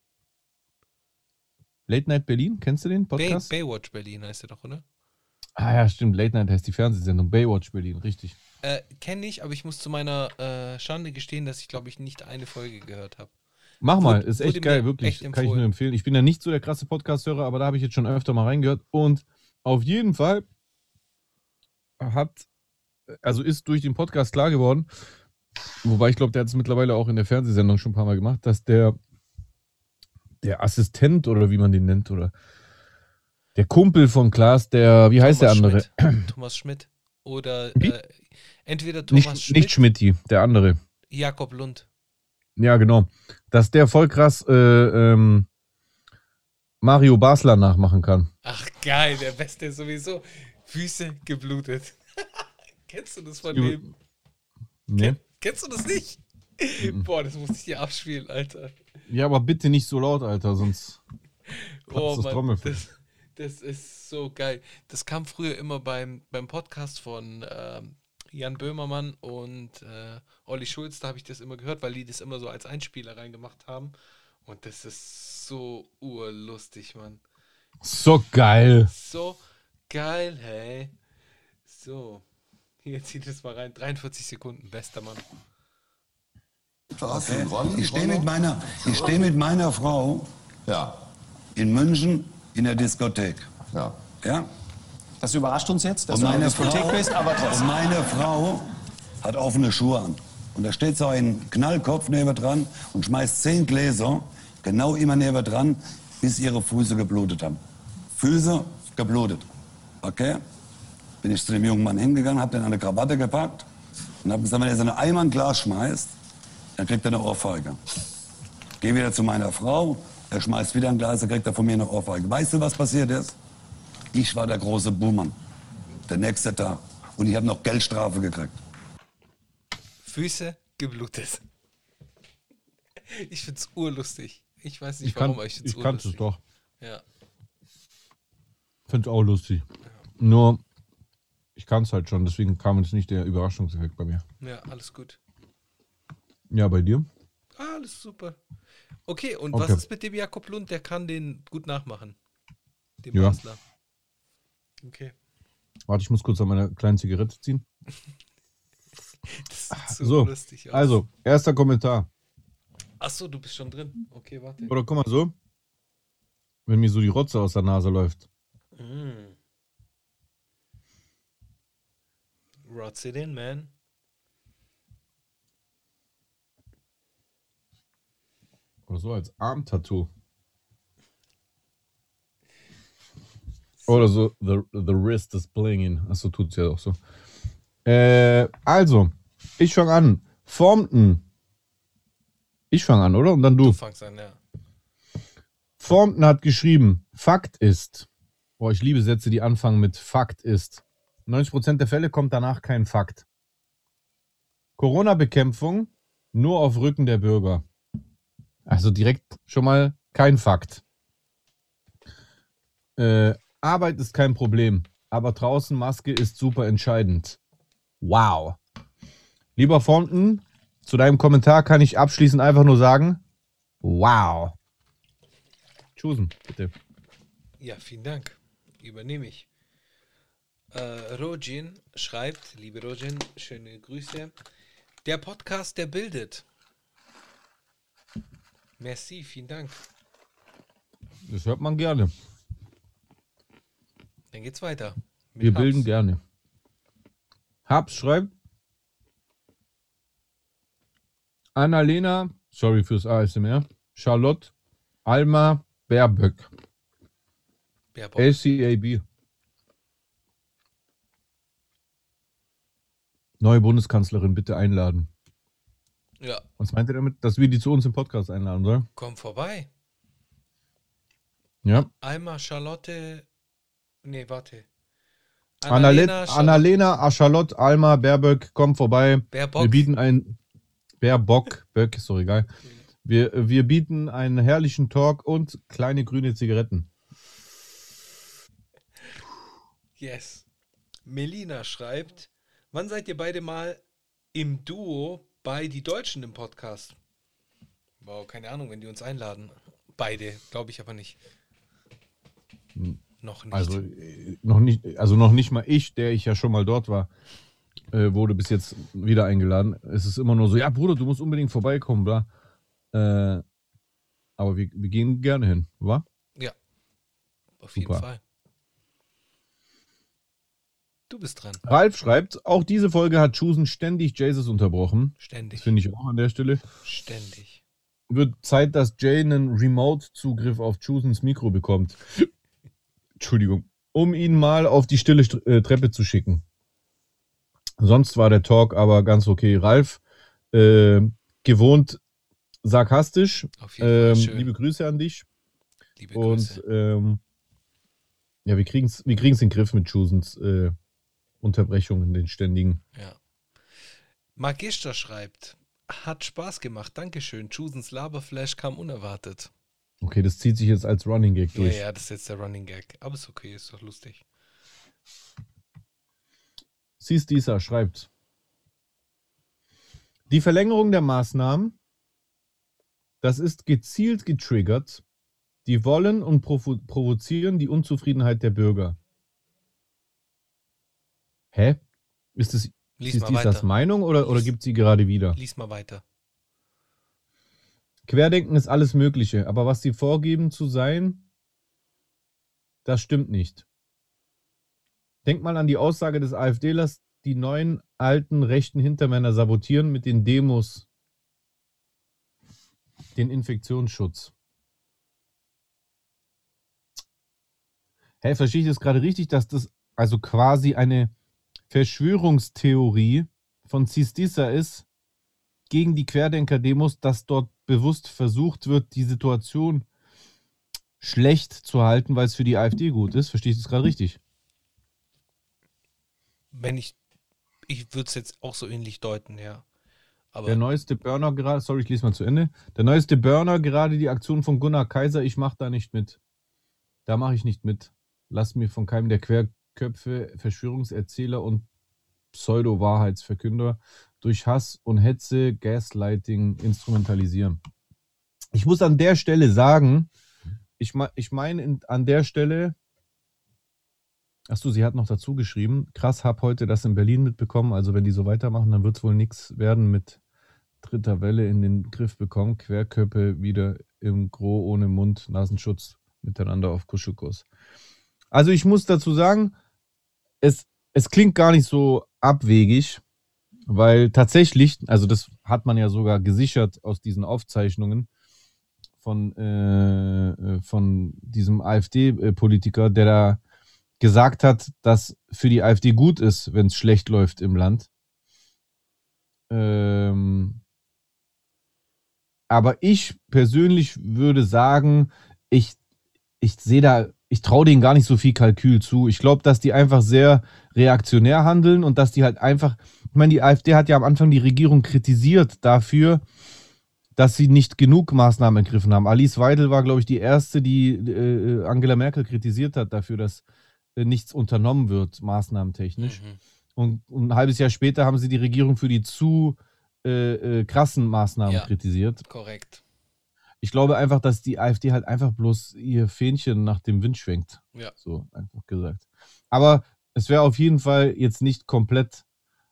C: Late Night Berlin, kennst du den Podcast?
B: Baywatch Berlin heißt der doch, oder?
C: Ah ja, stimmt. Late Night heißt die Fernsehsendung. Baywatch Berlin, richtig.
B: Kenne ich, aber ich muss zu meiner Schande gestehen, dass ich, glaube ich, nicht eine Folge gehört habe.
C: Mach mal, ist echt geil, wirklich. Kann ich nur empfehlen. Ich bin ja nicht so der krasse Podcast-Hörer, aber da habe ich jetzt schon öfter mal reingehört. Und auf jeden Fall ist durch den Podcast klar geworden, wobei ich glaube, der hat es mittlerweile auch in der Fernsehsendung schon ein paar Mal gemacht, dass der Assistent oder wie man den nennt oder der Kumpel von Klaas, wie heißt der andere?
B: Thomas Schmidt. Oder entweder
C: Thomas Schmidt. Nicht Schmidti, der andere.
B: Jakob Lund.
C: Ja, genau. Dass der voll krass Mario Basler nachmachen kann.
B: Ach geil, der Beste sowieso. Füße geblutet. Kennst du das von dem?
C: Nee.
B: Kennst du das nicht? Boah, das muss ich dir abspielen, Alter.
C: Ja, aber bitte nicht so laut, Alter, sonst
B: platzt das Trommelfell. Das ist so geil. Das kam früher immer beim Podcast von Jan Böhmermann und Olli Schulz, da habe ich das immer gehört, weil die das immer so als Einspieler reingemacht haben. Und das ist so urlustig, Mann.
C: So geil.
B: So geil, hey. So, hier zieht es mal rein. 43 Sekunden, bester Mann.
D: Okay. Ich stehe mit meiner Frau in München in der Diskothek. Ja?
E: Das überrascht uns jetzt, dass du in der Diskothek bist, aber trotzdem.
D: Und meine Frau hat offene Schuhe an. Und da steht so ein Knallkopf neben dran und schmeißt 10 Gläser genau immer neben dran, bis ihre Füße geblutet haben. Füße geblutet. Okay? Bin ich zu dem jungen Mann hingegangen, hab den an der Krawatte gepackt und hab gesagt, wenn er so einmal ein Glas schmeißt, dann kriegt er eine Ohrfeige. Geh wieder zu meiner Frau, er schmeißt wieder ein Glas, dann kriegt er von mir eine Ohrfeige. Weißt du, was passiert ist? Ich war der große Buhmann. Der nächste Tag. Und ich habe noch Geldstrafe gekriegt.
B: Füße geblutet. Ich find's urlustig. Ich weiß nicht warum, aber ich find's urlustig. Ich kannte
C: es doch.
B: Ja.
C: Find's auch lustig. Ja. Nur, ich kann es halt schon, deswegen kam jetzt nicht der Überraschungseffekt bei mir.
B: Ja, alles gut.
C: Ja, bei dir?
B: Alles super. Okay, und was ist mit dem Jakob Lund? Der kann den gut nachmachen. Dem Basler. Okay.
C: Warte, ich muss kurz an meine kleine Zigarette ziehen.
B: Das sieht so lustig aus.
C: Also, erster Kommentar.
B: Achso, du bist schon drin. Okay, warte.
C: Oder guck mal so. Wenn mir so die Rotze aus der Nase läuft.
B: Rots it in, man.
C: Oder so als Arm-Tattoo. Oder so, the wrist is blinging. Achso, tut's ja auch so. Also, ich fange an. Formten. Ich fange an, oder? Und dann du.
B: Du fangst an, ja.
C: Formten hat geschrieben, Fakt ist. Boah, ich liebe Sätze, die anfangen mit Fakt ist. 90% der Fälle kommt danach kein Fakt. Corona-Bekämpfung nur auf Rücken der Bürger. Also direkt schon mal kein Fakt. Arbeit ist kein Problem, aber draußen Maske ist super entscheidend. Wow. Lieber Fonten, zu deinem Kommentar kann ich abschließend einfach nur sagen, wow. Choosen, bitte.
B: Ja, vielen Dank. Übernehme ich. Rojin schreibt, liebe Rojin, schöne Grüße. Der Podcast, der bildet. Merci, vielen Dank.
C: Das hört man gerne.
B: Dann geht's weiter.
C: Wir bilden gerne. Habs schreibt, Annalena, sorry fürs ASMR, Charlotte, Alma, Baerböck. LCAB. Neue Bundeskanzlerin bitte einladen.
B: Ja.
C: Was meint ihr damit? Dass wir die zu uns im Podcast einladen sollen?
B: Komm vorbei.
C: Ja.
B: Alma, Charlotte. Nee, warte.
C: Annalena, Charlotte, Alma, Baerböck, komm vorbei.
B: Baerbock.
C: Wir bieten ein. Baerbock, Böck, ist doch egal. Wir bieten einen herrlichen Talk und kleine grüne Zigaretten.
B: Yes. Melina schreibt, wann seid ihr beide mal im Duo bei Die Deutschen im Podcast? Wow, keine Ahnung, wenn die uns einladen. Beide, glaube ich aber nicht. Noch nicht.
C: Also noch nicht mal ich, der ich ja schon mal dort war, wurde bis jetzt wieder eingeladen. Es ist immer nur so, ja Bruder, du musst unbedingt vorbeikommen, bla. Aber wir gehen gerne hin, wa?
B: Ja, auf jeden Fall. Du bist dran.
C: Ralf schreibt, auch diese Folge hat Choosen ständig Jesus unterbrochen.
B: Ständig.
C: Das finde ich auch an der Stelle.
B: Ständig.
C: Wird Zeit, dass Jay einen Remote-Zugriff auf Choosens Mikro bekommt. Entschuldigung. Um ihn mal auf die stille Treppe zu schicken. Sonst war der Talk aber ganz okay. Ralf, gewohnt sarkastisch.
B: Auf jeden Fall schön.
C: Liebe Grüße an dich.
B: Liebe Grüße.
C: Und ja, wir kriegen's in den Griff mit Choosens Unterbrechungen, den ständigen.
B: Ja. Magister schreibt, hat Spaß gemacht, dankeschön. Choosens Laberflash kam unerwartet.
C: Okay, das zieht sich jetzt als Running Gag durch.
B: Ja, das ist jetzt der Running Gag. Aber ist okay, ist doch lustig.
C: Dieser schreibt, die Verlängerung der Maßnahmen, das ist gezielt getriggert. Die wollen und provozieren die Unzufriedenheit der Bürger. Hä? Ist das Meinung oder gibt sie gerade wieder?
B: Lies mal weiter.
C: Querdenken ist alles Mögliche, aber was sie vorgeben zu sein, das stimmt nicht. Denk mal an die Aussage des AfDlers, die neuen alten rechten Hintermänner sabotieren mit den Demos den Infektionsschutz. Hey, verstehe ich das gerade richtig, dass das also quasi eine Verschwörungstheorie von Sistisa ist gegen die Querdenker-Demos, dass dort bewusst versucht wird, die Situation schlecht zu halten, weil es für die AfD gut ist? Verstehe ich das gerade richtig?
B: Ich würde es jetzt auch so ähnlich deuten, ja. Aber
C: der neueste Burner gerade, sorry, ich lese mal zu Ende. Der neueste Burner, gerade die Aktion von Gunnar Kaiser, ich mache da nicht mit. Da mache ich nicht mit. Lass mir von keinem der Querköpfe, Verschwörungserzähler und Pseudo-Wahrheitsverkünder durch Hass und Hetze, Gaslighting instrumentalisieren. Ich muss an der Stelle sagen, ich meine an der Stelle, achso, sie hat noch dazu geschrieben, krass, hab heute das in Berlin mitbekommen, also wenn die so weitermachen, dann wird es wohl nichts werden mit dritter Welle in den Griff bekommen, Querköpfe wieder im Gro ohne Mund, Nasenschutz miteinander auf Kuschelkurs. Also ich muss dazu sagen, es klingt gar nicht so abwegig, weil tatsächlich, also das hat man ja sogar gesichert aus diesen Aufzeichnungen, von diesem AfD-Politiker, der da gesagt hat, dass für die AfD gut ist, wenn es schlecht läuft im Land. Aber ich persönlich würde sagen, ich traue denen gar nicht so viel Kalkül zu. Ich glaube, dass die einfach sehr reaktionär handeln und dass die halt einfach, ich meine, die AfD hat ja am Anfang die Regierung kritisiert dafür, dass sie nicht genug Maßnahmen ergriffen haben. Alice Weidel war, glaube ich, die erste, die Angela Merkel kritisiert hat dafür, dass nichts unternommen wird, maßnahmentechnisch. Und ein halbes Jahr später haben sie die Regierung für die zu krassen Maßnahmen kritisiert.
B: Korrekt.
C: Ich glaube einfach, dass die AfD halt einfach bloß ihr Fähnchen nach dem Wind schwenkt.
B: Ja.
C: So einfach gesagt. Aber es wäre auf jeden Fall jetzt nicht komplett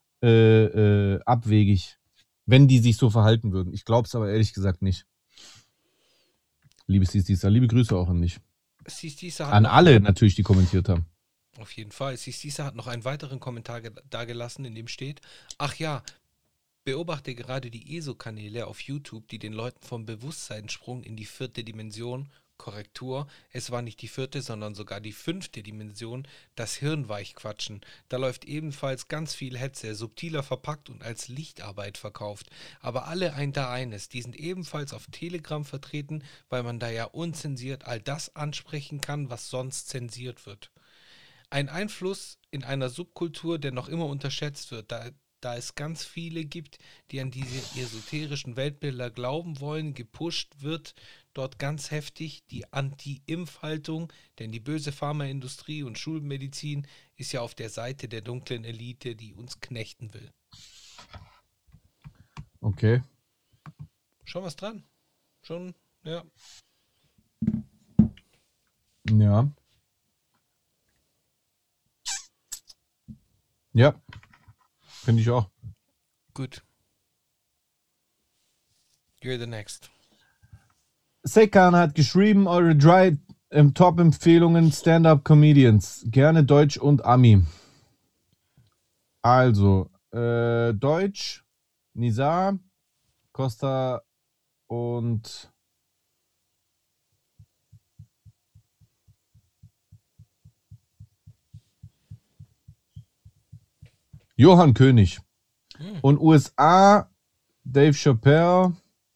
C: abwegig, wenn die sich so verhalten würden. Ich glaube es aber ehrlich gesagt nicht. Liebe Sisa, liebe Grüße auch an dich. An alle natürlich, die kommentiert haben.
B: Auf jeden Fall. Sisa hat noch einen weiteren Kommentar dagelassen, in dem steht: Ach ja, beobachte gerade die ESO-Kanäle auf YouTube, die den Leuten vom Bewusstseinssprung in die 4. Dimension, Korrektur, es war nicht die 4., sondern sogar die 5. Dimension, das Hirn weich quatschen. Da läuft ebenfalls ganz viel Hetze, subtiler verpackt und als Lichtarbeit verkauft. Aber alle eines, die sind ebenfalls auf Telegram vertreten, weil man da ja unzensiert all das ansprechen kann, was sonst zensiert wird. Ein Einfluss in einer Subkultur, der noch immer unterschätzt wird, da es ganz viele gibt, die an diese esoterischen Weltbilder glauben wollen, gepusht wird dort ganz heftig die Anti-Impf-Haltung, denn die böse Pharmaindustrie und Schulmedizin ist ja auf der Seite der dunklen Elite, die uns knechten will.
C: Okay.
B: Schon was dran? Schon, ja.
C: Ja. Ja. Finde ich auch.
B: Gut. You're the next.
C: Sekan hat geschrieben, eure drei Top-Empfehlungen Stand-Up-Comedians. Gerne Deutsch und Ami. Also, Deutsch, Nizar, Costa und Johann König. Und USA, Dave Chappelle,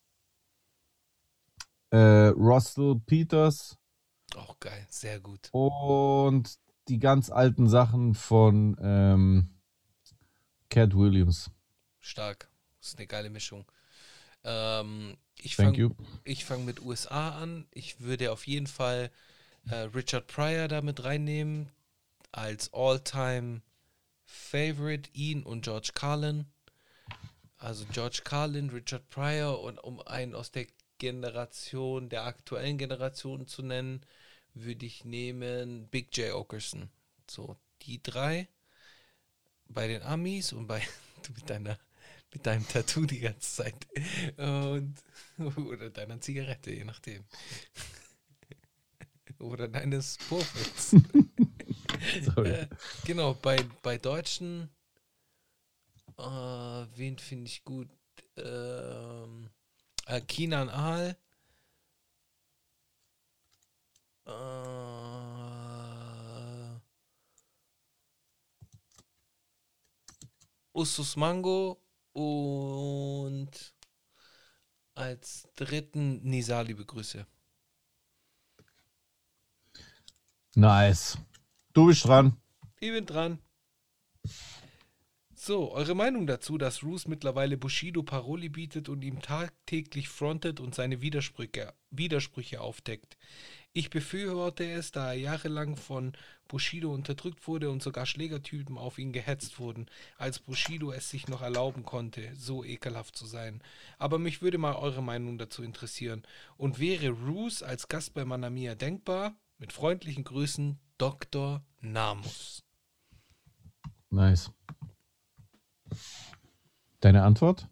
C: Russell Peters.
B: Auch geil, sehr gut.
C: Und die ganz alten Sachen von Cat Williams.
B: Stark. Das ist eine geile Mischung. Ich fang mit USA an. Ich würde auf jeden Fall Richard Pryor da mit reinnehmen. Als All-Time Favorite, ihn und George Carlin. Also George Carlin, Richard Pryor, und um einen aus der Generation, der aktuellen Generation zu nennen, würde ich nehmen Big J. Okerson. So, die drei bei den Amis und bei mit deinem Tattoo die ganze Zeit oder deiner Zigarette, je nachdem. Oder deines Purpels. Genau, bei Deutschen wen finde ich gut? Kenan Ahl, Usus Mango und als dritten Nizar, liebe Grüße.
C: Nice. Du bist dran.
B: Ich bin dran. So, eure Meinung dazu, dass Roos mittlerweile Bushido Paroli bietet und ihm tagtäglich frontet und seine Widersprüche aufdeckt. Ich befürworte es, da er jahrelang von Bushido unterdrückt wurde und sogar Schlägertypen auf ihn gehetzt wurden, als Bushido es sich noch erlauben konnte, so ekelhaft zu sein. Aber mich würde mal eure Meinung dazu interessieren. Und wäre Roos als Gast bei Manamia denkbar? Mit freundlichen Grüßen, Dr. Namus.
C: Nice. Deine Antwort?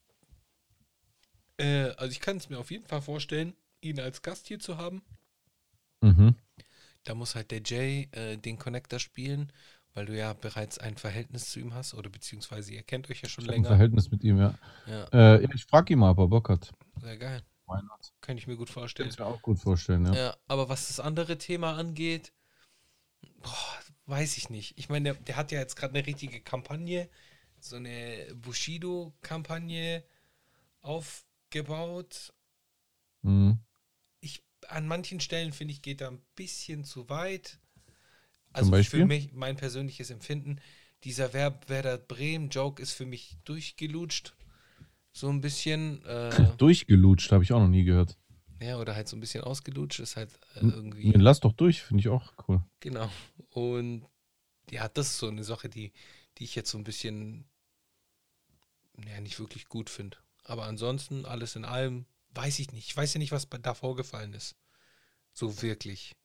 B: Also ich kann es mir auf jeden Fall vorstellen, ihn als Gast hier zu haben.
C: Mhm.
B: Da muss halt der Jay den Connector spielen, weil du ja bereits ein Verhältnis zu ihm hast, oder beziehungsweise ihr kennt euch ja schon länger.
C: Ein Verhältnis mit ihm, ja. Ich frage ihn mal, ob er Bock hat.
B: Sehr geil. Könnte ich mir gut vorstellen.
C: Kann ich mir auch gut vorstellen, ja.
B: Ja, aber was das andere Thema angeht, weiß ich nicht. Ich meine, der hat ja jetzt gerade eine richtige Kampagne, so eine Bushido-Kampagne aufgebaut.
C: Mhm.
B: An manchen Stellen, finde ich, geht er ein bisschen zu weit.
C: Zum
B: Also
C: Beispiel?
B: für mich, mein persönliches Empfinden, dieser Werder Bremen-Joke ist für mich durchgelutscht. So ein bisschen.
C: Durchgelutscht, habe ich auch noch nie gehört.
B: Ja, oder halt so ein bisschen ausgelutscht, ist halt irgendwie.
C: Lass doch durch, finde ich auch cool.
B: Genau. Und ja, das ist so eine Sache, die ich jetzt so ein bisschen nicht wirklich gut finde. Aber ansonsten, alles in allem, weiß ich nicht. Ich weiß ja nicht, was da vorgefallen ist. So wirklich.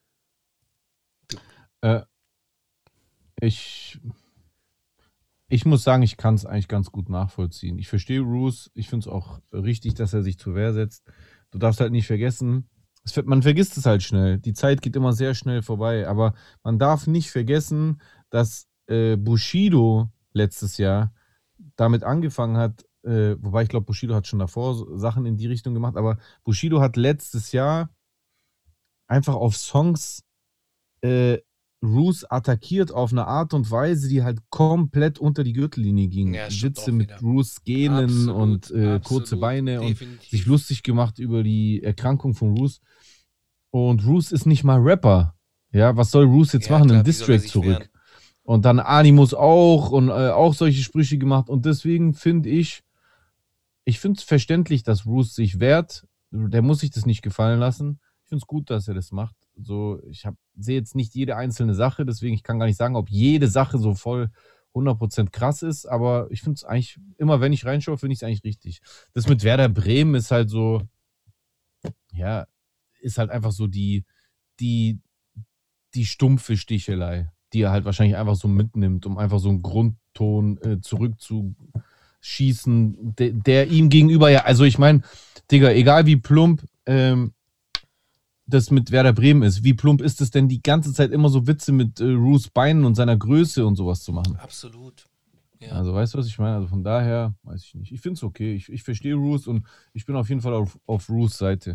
C: Ich muss sagen, ich kann es eigentlich ganz gut nachvollziehen. Ich verstehe Roos. Ich finde es auch richtig, dass er sich zur Wehr setzt. Du darfst halt nicht vergessen, man vergisst es halt schnell. Die Zeit geht immer sehr schnell vorbei. Aber man darf nicht vergessen, dass Bushido letztes Jahr damit angefangen hat, wobei ich glaube, Bushido hat schon davor Sachen in die Richtung gemacht, aber Bushido hat letztes Jahr einfach auf Songs Roos attackiert auf eine Art und Weise, die halt komplett unter die Gürtellinie ging.
B: Ja,
C: Witze mit Roos Genen und kurze Beine
B: definitiv.
C: und sich lustig gemacht über die Erkrankung von Roos. Und Roos ist nicht mal Rapper. Ja, was soll Roos jetzt machen? Im Distrack zurück. Wehren? Und dann Animus auch und auch solche Sprüche gemacht. Und deswegen finde ich finde es verständlich, dass Roos sich wehrt. Der muss sich das nicht gefallen lassen. Ich finde es gut, dass er das macht. So, sehe jetzt nicht jede einzelne Sache, deswegen ich kann gar nicht sagen, ob jede Sache so voll 100% krass ist, aber ich finde es eigentlich, immer wenn ich reinschaue, finde ich es eigentlich richtig. Das mit Werder Bremen ist halt so, ja, ist halt einfach so die stumpfe Stichelei, die er halt wahrscheinlich einfach so mitnimmt, um einfach so einen Grundton zurückzuschießen, der ihm gegenüber ja, also ich meine, Digga, egal wie plump das mit Werder Bremen ist. Wie plump ist es denn, die ganze Zeit immer so Witze mit Roos Beinen und seiner Größe und sowas zu machen?
B: Absolut. Ja.
C: Also weißt du, was ich meine? Also von daher, weiß ich nicht. Ich finde es okay. Ich verstehe Roos und ich bin auf jeden Fall auf Roos Seite.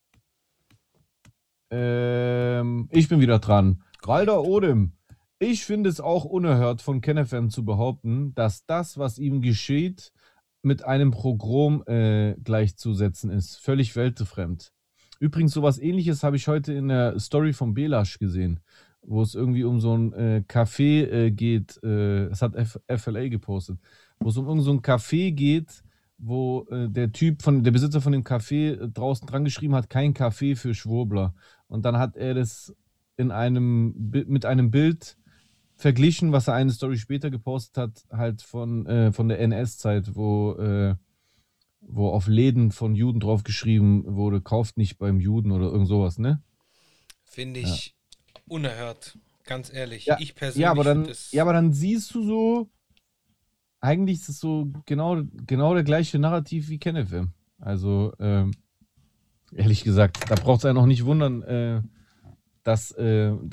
C: Ich bin wieder dran. Walter Odem. Ich finde es auch unerhört von KenFM zu behaupten, dass das, was ihm geschieht, mit einem Pogrom gleichzusetzen ist. Völlig weltfremd. Übrigens, sowas Ähnliches habe ich heute in der Story von Belasch gesehen, wo es irgendwie um so ein Café geht. Das hat FLA gepostet, wo es um irgend so ein Café geht, wo der Besitzer von dem Café draußen dran geschrieben hat, kein Café für Schwurbler. Und dann hat er das mit einem Bild verglichen, was er eine Story später gepostet hat, halt von der NS-Zeit, wo auf Läden von Juden drauf geschrieben wurde, kauft nicht beim Juden oder irgend sowas, ne?
B: Finde ich unerhört, ganz ehrlich.
C: Ja,
B: ich persönlich
C: aber dann siehst du so, eigentlich ist es so genau der gleiche Narrativ wie KenFM. Also, ehrlich gesagt, da braucht es einen auch nicht wundern, dass der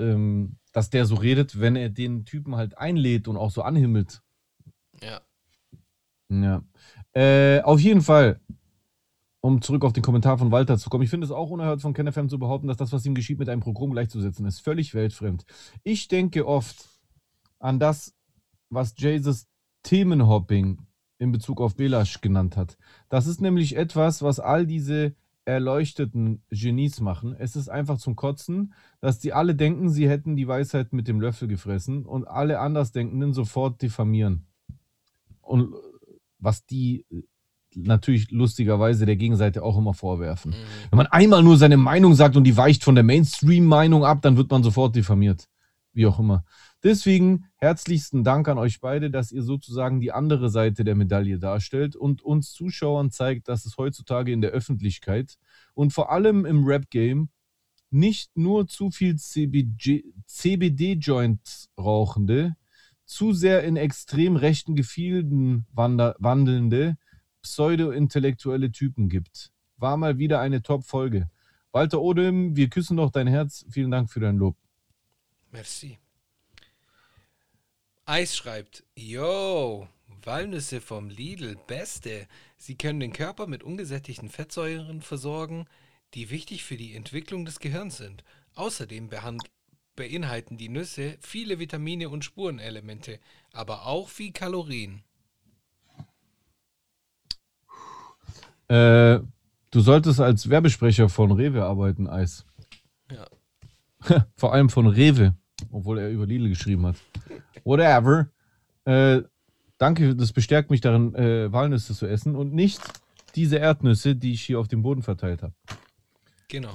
C: so redet, wenn er den Typen halt einlädt und auch so anhimmelt.
B: Ja.
C: Ja. Auf jeden Fall, um zurück auf den Kommentar von Walter zu kommen, ich finde es auch unerhört von KenFM zu behaupten, dass das, was ihm geschieht, mit einem Pogrom gleichzusetzen ist. Völlig weltfremd. Ich denke oft an das, was Jesus Themenhopping in Bezug auf Belasch genannt hat. Das ist nämlich etwas, was all diese erleuchteten Genies machen. Es ist einfach zum Kotzen, dass die alle denken, sie hätten die Weisheit mit dem Löffel gefressen und alle Andersdenkenden sofort diffamieren. Und was die natürlich lustigerweise der Gegenseite auch immer vorwerfen. Wenn man einmal nur seine Meinung sagt und die weicht von der Mainstream-Meinung ab, dann wird man sofort diffamiert. Wie auch immer. Deswegen herzlichsten Dank an euch beide, dass ihr sozusagen die andere Seite der Medaille darstellt und uns Zuschauern zeigt, dass es heutzutage in der Öffentlichkeit und vor allem im Rap-Game nicht nur zu viel CBD-Joints rauchende, zu sehr in extrem rechten Gefilden wandelnde, pseudo-intellektuelle Typen gibt. War mal wieder eine Top-Folge. Walter Odem, wir küssen doch dein Herz. Vielen Dank für dein Lob.
B: Merci. Eis schreibt, yo, Walnüsse vom Lidl, beste. Sie können den Körper mit ungesättigten Fettsäuren versorgen, die wichtig für die Entwicklung des Gehirns sind. Außerdem beinhalten die Nüsse viele Vitamine und Spurenelemente, aber auch viel Kalorien.
C: Du solltest als Werbesprecher von Rewe arbeiten, Eis.
B: Ja.
C: Vor allem von Rewe, obwohl er über Lidl geschrieben hat. Whatever. Danke, das bestärkt mich darin, Walnüsse zu essen und nicht diese Erdnüsse, die ich hier auf dem Boden verteilt habe.
B: Genau.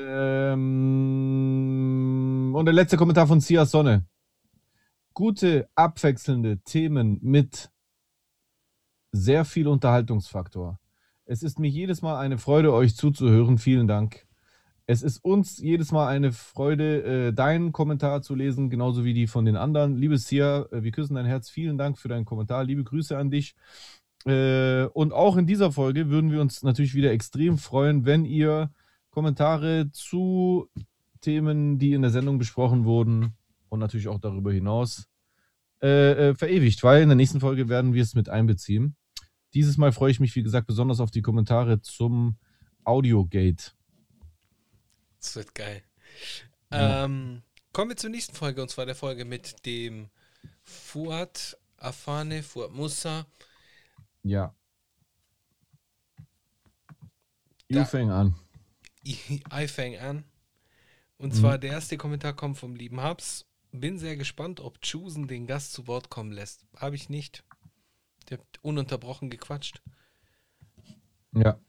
C: Und der letzte Kommentar von Sia Sonne. Gute, abwechselnde Themen mit sehr viel Unterhaltungsfaktor. Es ist mir jedes Mal eine Freude, euch zuzuhören. Vielen Dank. Es ist uns jedes Mal eine Freude, deinen Kommentar zu lesen, genauso wie die von den anderen. Liebe Sia, wir küssen dein Herz. Vielen Dank für deinen Kommentar. Liebe Grüße an dich. Und auch in dieser Folge würden wir uns natürlich wieder extrem freuen, wenn ihr Kommentare zu Themen, die in der Sendung besprochen wurden und natürlich auch darüber hinaus verewigt, weil in der nächsten Folge werden wir es mit einbeziehen. Dieses Mal freue ich mich, wie gesagt, besonders auf die Kommentare zum Audiogate.
B: Das wird geil. Ja. Kommen wir zur nächsten Folge, und zwar der Folge mit dem Fuad Musa.
C: Ja. You fang an.
B: I fang an. Und zwar der erste Kommentar kommt vom lieben Habs. Bin sehr gespannt, ob Chusen den Gast zu Wort kommen lässt. Habe ich nicht. Der hat ununterbrochen gequatscht.
C: Ja.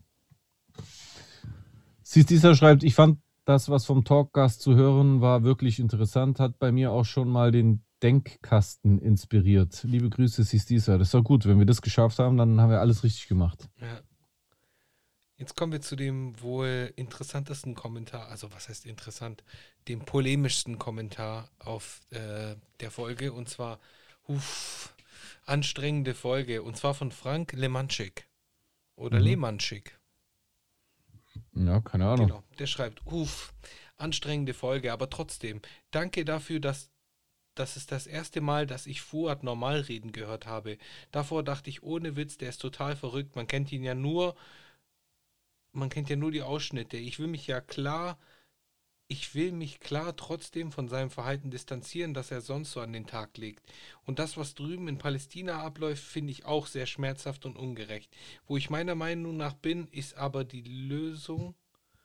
C: Dieser schreibt, ich fand das, was vom Talkgast zu hören war, wirklich interessant. Hat bei mir auch schon mal den Denkkasten inspiriert. Liebe Grüße, Sistisa. Das ist doch gut. Wenn wir das geschafft haben, dann haben wir alles richtig gemacht.
B: Ja. Jetzt kommen wir zu dem wohl interessantesten Kommentar, also was heißt interessant, dem polemischsten Kommentar auf der Folge, und zwar anstrengende Folge, und zwar von Frank Lemanschik oder Lemanschik.
C: Ja, keine Ahnung.
B: Genau, der schreibt, anstrengende Folge, aber trotzdem, danke dafür, dass das ist das erste Mal, dass ich Fuad normal reden gehört habe. Davor dachte ich, ohne Witz, der ist total verrückt, man kennt ja nur die Ausschnitte. Ich will mich klar trotzdem von seinem Verhalten distanzieren, das er sonst so an den Tag legt. Und das, was drüben in Palästina abläuft, finde ich auch sehr schmerzhaft und ungerecht. Wo ich meiner Meinung nach bin, ist aber die Lösung,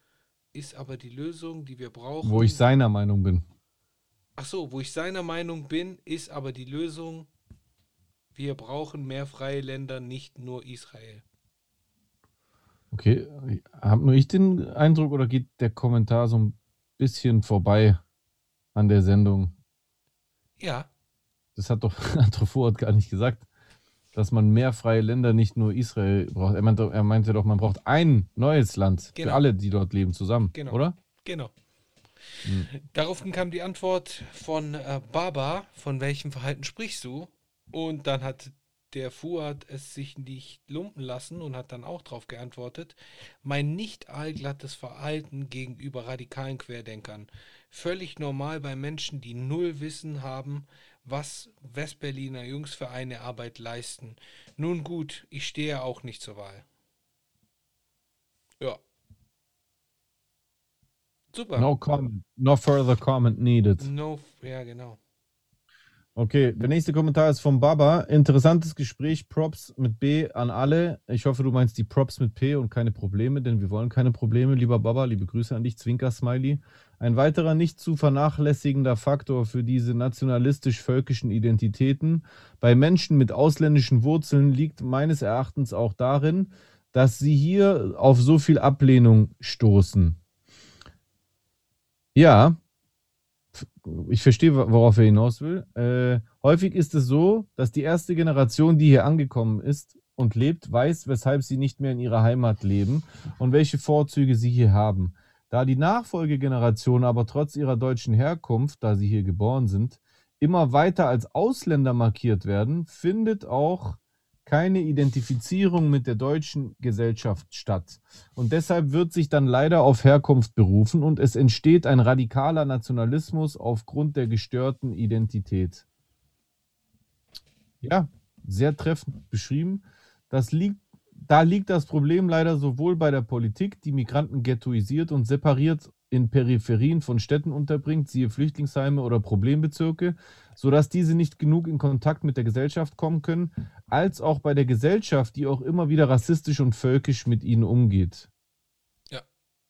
B: die wir brauchen.
C: Wo ich seiner Meinung bin.
B: Wo ich seiner Meinung bin, ist aber die Lösung, wir brauchen mehr freie Länder, nicht nur Israel.
C: Okay, habe nur ich den Eindruck, oder geht der Kommentar so ein bisschen vorbei an der Sendung?
B: Ja.
C: Das hat doch Fuad gar nicht gesagt, dass man mehr freie Länder, nicht nur Israel braucht. Er meinte doch, man braucht ein neues Land für alle, die dort leben, zusammen, oder?
B: Genau. Daraufhin kam die Antwort von Baba, von welchem Verhalten sprichst du? Und dann hat der Fuad es sich nicht lumpen lassen und hat dann auch darauf geantwortet, mein nicht allglattes Verhalten gegenüber radikalen Querdenkern. Völlig normal bei Menschen, die null Wissen haben, was Westberliner Jungs für eine Arbeit leisten. Nun gut, ich stehe auch nicht zur Wahl. Ja. Super.
C: No comment. No further comment needed.
B: Ja, genau.
C: Okay, der nächste Kommentar ist von Baba. Interessantes Gespräch, Props mit B an alle. Ich hoffe, du meinst die Props mit P und keine Probleme, denn wir wollen keine Probleme. Lieber Baba, liebe Grüße an dich, Zwinker-Smiley. Ein weiterer nicht zu vernachlässigender Faktor für diese nationalistisch-völkischen Identitäten bei Menschen mit ausländischen Wurzeln liegt meines Erachtens auch darin, dass sie hier auf so viel Ablehnung stoßen. Ja, ich verstehe, worauf er hinaus will. Häufig ist es so, dass die erste Generation, die hier angekommen ist und lebt, weiß, weshalb sie nicht mehr in ihrer Heimat leben und welche Vorzüge sie hier haben. Da die Nachfolgegeneration aber trotz ihrer deutschen Herkunft, da sie hier geboren sind, immer weiter als Ausländer markiert werden, findet auch keine Identifizierung mit der deutschen Gesellschaft statt. Und deshalb wird sich dann leider auf Herkunft berufen und es entsteht ein radikaler Nationalismus aufgrund der gestörten Identität. Ja, sehr treffend beschrieben. Da liegt das Problem leider sowohl bei der Politik, die Migranten ghettoisiert und separiert in Peripherien von Städten unterbringt, siehe Flüchtlingsheime oder Problembezirke, sodass diese nicht genug in Kontakt mit der Gesellschaft kommen können, als auch bei der Gesellschaft, die auch immer wieder rassistisch und völkisch mit ihnen umgeht.
B: Ja.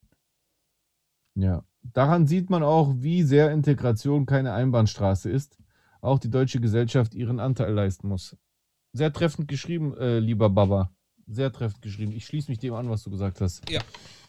C: Ja. Daran sieht man auch, wie sehr Integration keine Einbahnstraße ist. Auch die deutsche Gesellschaft ihren Anteil leisten muss. Sehr treffend geschrieben, lieber Baba. Sehr treffend geschrieben. Ich schließe mich dem an, was du gesagt hast.
B: Ja.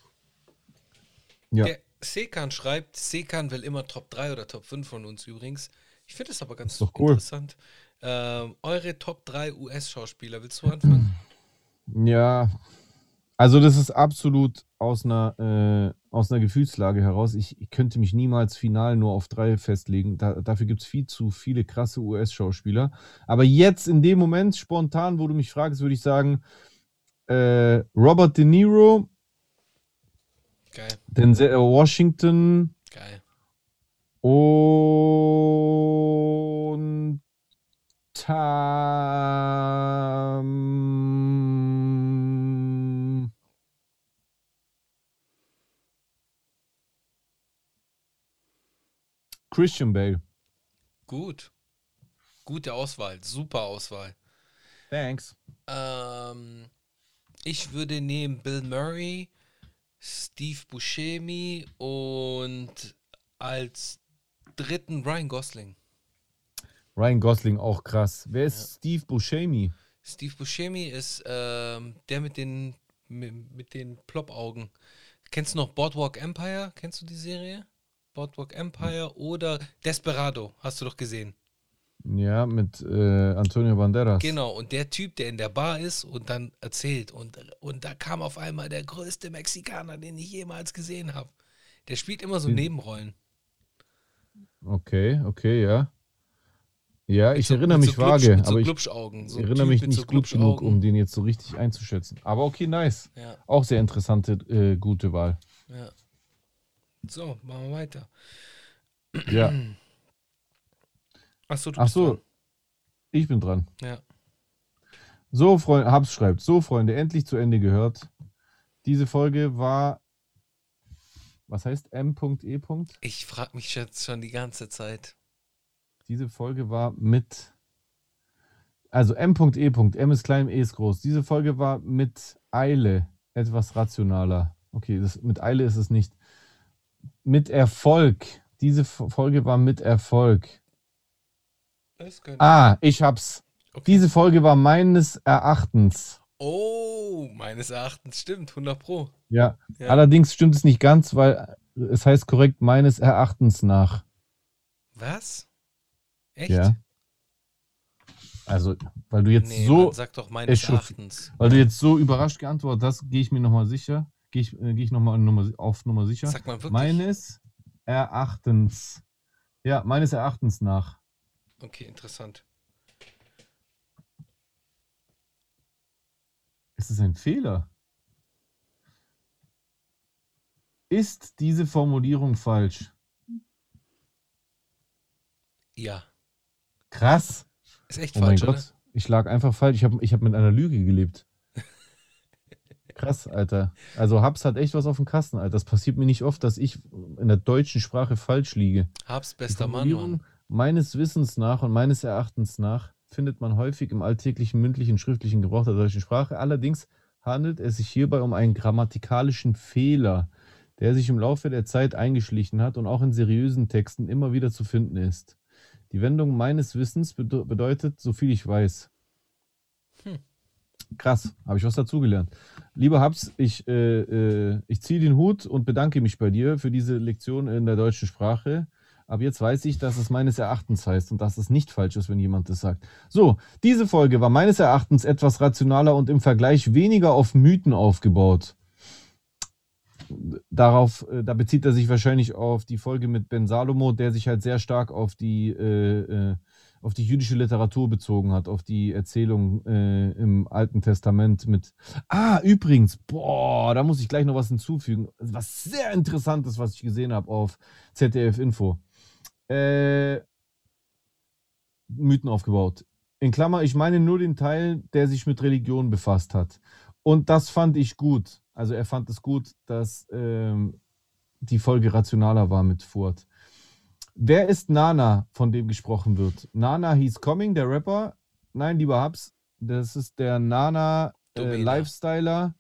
C: Ja.
B: Der Sekan schreibt, Sekan will immer Top 3 oder Top 5 von uns übrigens. Ich finde es aber ganz
C: cool.
B: Interessant. Eure Top 3 US-Schauspieler, willst du anfangen?
C: Ja, also das ist absolut aus einer Gefühlslage heraus. Ich könnte mich niemals final nur auf 3 festlegen. Dafür gibt es viel zu viele krasse US-Schauspieler. Aber jetzt in dem Moment, spontan, wo du mich fragst, würde ich sagen, Robert De Niro,
B: Geil.
C: Denzel Washington
B: Geil.
C: und Christian Bale.
B: Gut. Gute Auswahl. Super Auswahl.
C: Thanks.
B: Ich würde nehmen Bill Murray, Steve Buscemi und als dritten Ryan Gosling.
C: Ryan Gosling auch krass. Wer ist Steve Buscemi?
B: Steve Buscemi ist der mit den Plop-Augen. Kennst du noch Boardwalk Empire? Kennst du die Serie? Boardwalk Empire oder Desperado, hast du doch gesehen.
C: Ja, mit Antonio Banderas.
B: Genau, und der Typ, der in der Bar ist und dann erzählt und da kam auf einmal der größte Mexikaner, den ich jemals gesehen habe. Der spielt immer so Nebenrollen.
C: Okay, ja. Ja, ich
B: so,
C: erinnere mich vage,
B: mit so
C: aber ich
B: Glubschaugen. So
C: erinnere mich nicht
B: so
C: gut genug, um den jetzt so richtig einzuschätzen. Aber okay, nice.
B: Ja.
C: Auch sehr interessante, gute Wahl.
B: Ja. So, machen wir weiter.
C: Ja.
B: Achso, du bist dran.
C: Ich bin dran.
B: Ja.
C: So, Freunde, Habs schreibt, so, Freunde, endlich zu Ende gehört. Diese Folge war, was heißt M.E.
B: Ich frage mich jetzt schon die ganze Zeit.
C: Diese Folge war mit, also M.E. M ist klein, E ist groß. Diese Folge war mit Eile etwas rationaler. Okay, mit Eile ist es nicht. Mit Erfolg. Diese Folge war mit Erfolg. Ich hab's. Okay. Diese Folge war meines Erachtens.
B: Oh, meines Erachtens stimmt, 100 Pro.
C: Ja, allerdings stimmt es nicht ganz, weil es heißt korrekt meines Erachtens nach.
B: Was? Echt?
C: Ja. Also, weil du jetzt
B: sag doch meines Erachtens.
C: Weil du jetzt so überrascht geantwortet hast, gehe ich mir nochmal sicher. Gehe ich nochmal auf Nummer sicher.
B: Sag mal wirklich.
C: Meines Erachtens. Ja, meines Erachtens nach.
B: Okay, interessant.
C: Ist es ein Fehler? Ist diese Formulierung falsch?
B: Ja.
C: Krass.
B: Ist echt
C: falsch,
B: falsch,
C: mein Gott. Ich lag einfach falsch. Ich hab mit einer Lüge gelebt. Krass, Alter. Also Habs hat echt was auf dem Kasten, Alter. Das passiert mir nicht oft, dass ich in der deutschen Sprache falsch liege.
B: Habs bester Mann.
C: Meines Wissens nach und meines Erachtens nach findet man häufig im alltäglichen mündlichen, schriftlichen Gebrauch der deutschen Sprache. Allerdings handelt es sich hierbei um einen grammatikalischen Fehler, der sich im Laufe der Zeit eingeschlichen hat und auch in seriösen Texten immer wieder zu finden ist. Die Wendung meines Wissens bedeutet, so viel ich weiß. Krass, habe ich was dazugelernt. Lieber Habs, ich ziehe den Hut und bedanke mich bei dir für diese Lektion in der deutschen Sprache. Aber jetzt weiß ich, dass es meines Erachtens heißt und dass es nicht falsch ist, wenn jemand das sagt. So, diese Folge war meines Erachtens etwas rationaler und im Vergleich weniger auf Mythen aufgebaut. Da bezieht er sich wahrscheinlich auf die Folge mit Ben Salomo, der sich halt sehr stark auf die jüdische Literatur bezogen hat, auf die Erzählung im Alten Testament mit... übrigens, da muss ich gleich noch was hinzufügen. Was sehr Interessantes, was ich gesehen habe auf ZDF Info. Mythen aufgebaut. In Klammer, ich meine nur den Teil, der sich mit Religion befasst hat. Und das fand ich gut. Also er fand es gut, dass die Folge rationaler war mit Furt. Wer ist Nana, von dem gesprochen wird? Nana He's Coming, der Rapper? Nein, lieber Habs, das ist der Nana Lifestyler.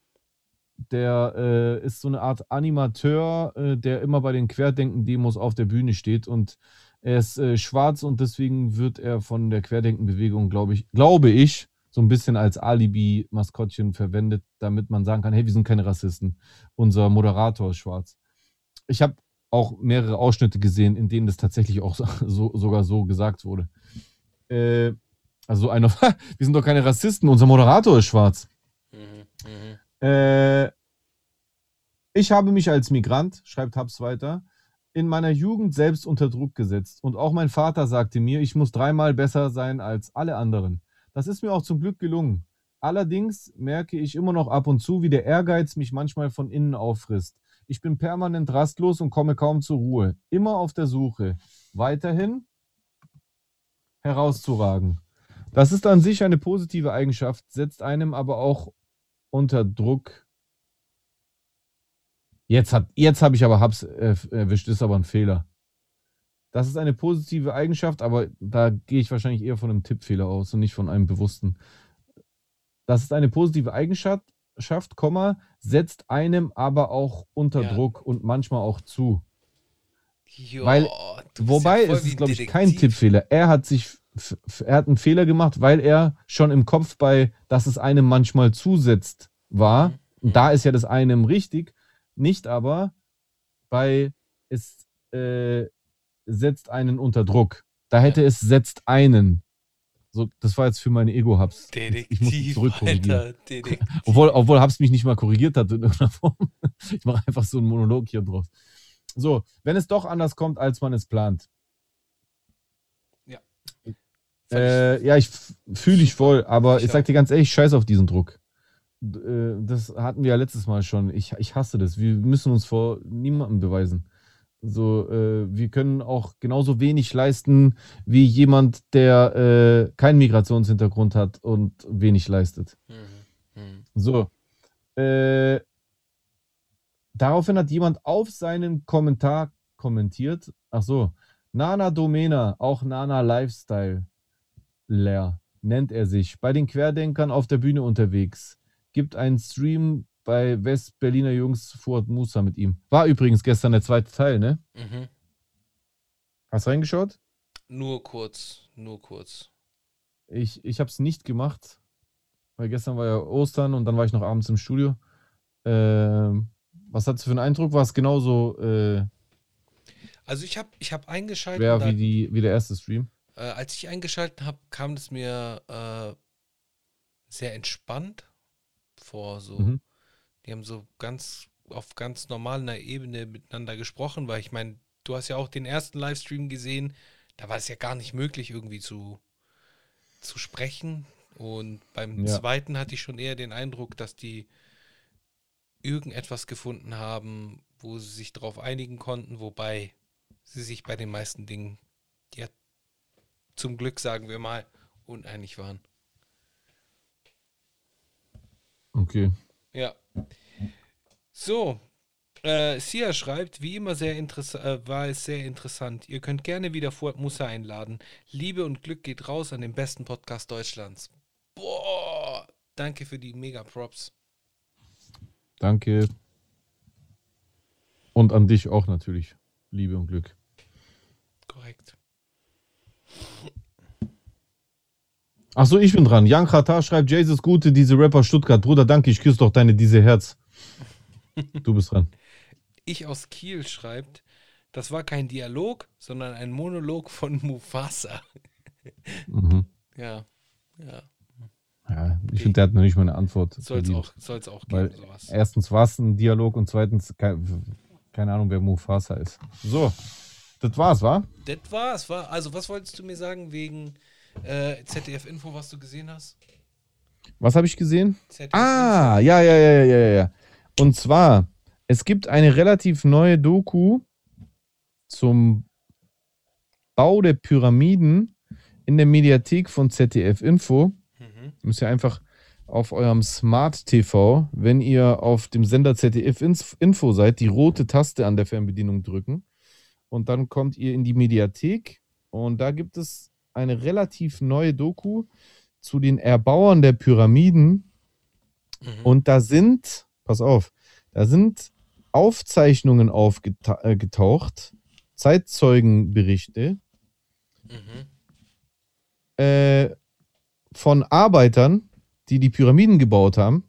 C: Der ist so eine Art Animateur, der immer bei den Querdenken-Demos auf der Bühne steht und er ist schwarz und deswegen wird er von der Querdenken-Bewegung, glaube ich, so ein bisschen als Alibi-Maskottchen verwendet, damit man sagen kann, hey, wir sind keine Rassisten. Unser Moderator ist schwarz. Ich habe auch mehrere Ausschnitte gesehen, in denen das tatsächlich auch sogar so gesagt wurde. Also einer, wir sind doch keine Rassisten, unser Moderator ist schwarz. Ich habe mich als Migrant, schreibt Habs weiter, in meiner Jugend selbst unter Druck gesetzt. Und auch mein Vater sagte mir, ich muss 3-mal besser sein als alle anderen. Das ist mir auch zum Glück gelungen. Allerdings merke ich immer noch ab und zu, wie der Ehrgeiz mich manchmal von innen auffrisst. Ich bin permanent rastlos und komme kaum zur Ruhe. Immer auf der Suche, weiterhin herauszuragen. Das ist an sich eine positive Eigenschaft, setzt einem aber auch unter Druck. Jetzt habe ich aber Habs erwischt, ist aber ein Fehler. Das ist eine positive Eigenschaft, aber da gehe ich wahrscheinlich eher von einem Tippfehler aus und nicht von einem bewussten. Das ist eine positive Eigenschaft, setzt einem aber auch unter Druck und manchmal auch zu. Wobei es ist, glaube ich, kein Tippfehler. Er hat einen Fehler gemacht, weil er schon im Kopf bei, dass es einem manchmal zusetzt, war. Und da ist ja das einem richtig, nicht aber bei es setzt einen unter Druck. Da hätte es setzt einen. So, das war jetzt für meine Ego-Hubs. Ich muss zurückkorrigieren. Obwohl Hubs mich nicht mal korrigiert hat in irgendeiner Form. Ich mache einfach so einen Monolog hier draus. So, wenn es doch anders kommt, als man es plant.
B: Ja.
C: Ja, ich fühle dich voll, aber ich sag dir ganz ehrlich, scheiß auf diesen Druck. Das hatten wir ja letztes Mal schon. Ich hasse das. Wir müssen uns vor niemandem beweisen. So, wir können auch genauso wenig leisten wie jemand, der keinen Migrationshintergrund hat und wenig leistet. So. Daraufhin hat jemand auf seinen Kommentar kommentiert. Ach so. Nana Domena, auch Nana Lifestyle nennt er sich. Bei den Querdenkern auf der Bühne unterwegs. Gibt einen Stream bei West-Berliner Jungs Fuad Musa mit ihm. War übrigens gestern der zweite Teil, ne? Hast du reingeschaut?
B: Nur kurz.
C: Ich habe es nicht gemacht, weil gestern war ja Ostern und dann war ich noch abends im Studio. Was hattest du für einen Eindruck? War es genauso
B: also ich hab eingeschaltet.
C: Schwer wie der erste Stream?
B: Als ich eingeschaltet habe, kam es mir sehr entspannt vor. So. Die haben so auf ganz normaler Ebene miteinander gesprochen, weil ich meine, du hast ja auch den ersten Livestream gesehen, da war es ja gar nicht möglich, irgendwie zu sprechen. Und beim zweiten hatte ich schon eher den Eindruck, dass die irgendetwas gefunden haben, wo sie sich darauf einigen konnten, wobei sie sich bei den meisten Dingen, ja, zum Glück, sagen wir mal, uneinig waren.
C: Okay.
B: Ja. So, Sia schreibt, wie immer war es sehr interessant. Ihr könnt gerne wieder Fuad Musa einladen. Liebe und Glück geht raus an den besten Podcast Deutschlands. Boah, danke für die Mega-Props.
C: Danke. Und an dich auch natürlich. Liebe und Glück.
B: Korrekt.
C: Achso, ich bin dran. Jan Khatar schreibt, Jesus Gute, diese Rapper Stuttgart. Bruder, danke, ich küsse doch diese Herz. Du bist dran.
B: Ich aus Kiel schreibt, das war kein Dialog, sondern ein Monolog von Mufasa. Ja.
C: Ja, ich finde, der hat noch nicht mal eine Antwort.
B: Soll es auch geben, sowas.
C: Erstens war es ein Dialog und zweitens, keine Ahnung, wer Mufasa ist. So, das war's, wa?
B: Das war's, wa? Also, was wolltest du mir sagen wegen ZDF-Info, was du gesehen hast?
C: Was habe ich gesehen? Ja. Und zwar, es gibt eine relativ neue Doku zum Bau der Pyramiden in der Mediathek von ZDF Info, müsst ihr einfach auf eurem Smart TV, wenn ihr auf dem Sender ZDF Info seid, die rote Taste an der Fernbedienung drücken und dann kommt ihr in die Mediathek und da gibt es eine relativ neue Doku zu den Erbauern der Pyramiden und da sind, pass auf, da sind Aufzeichnungen aufgetaucht, Zeitzeugenberichte von Arbeitern, die die Pyramiden gebaut haben.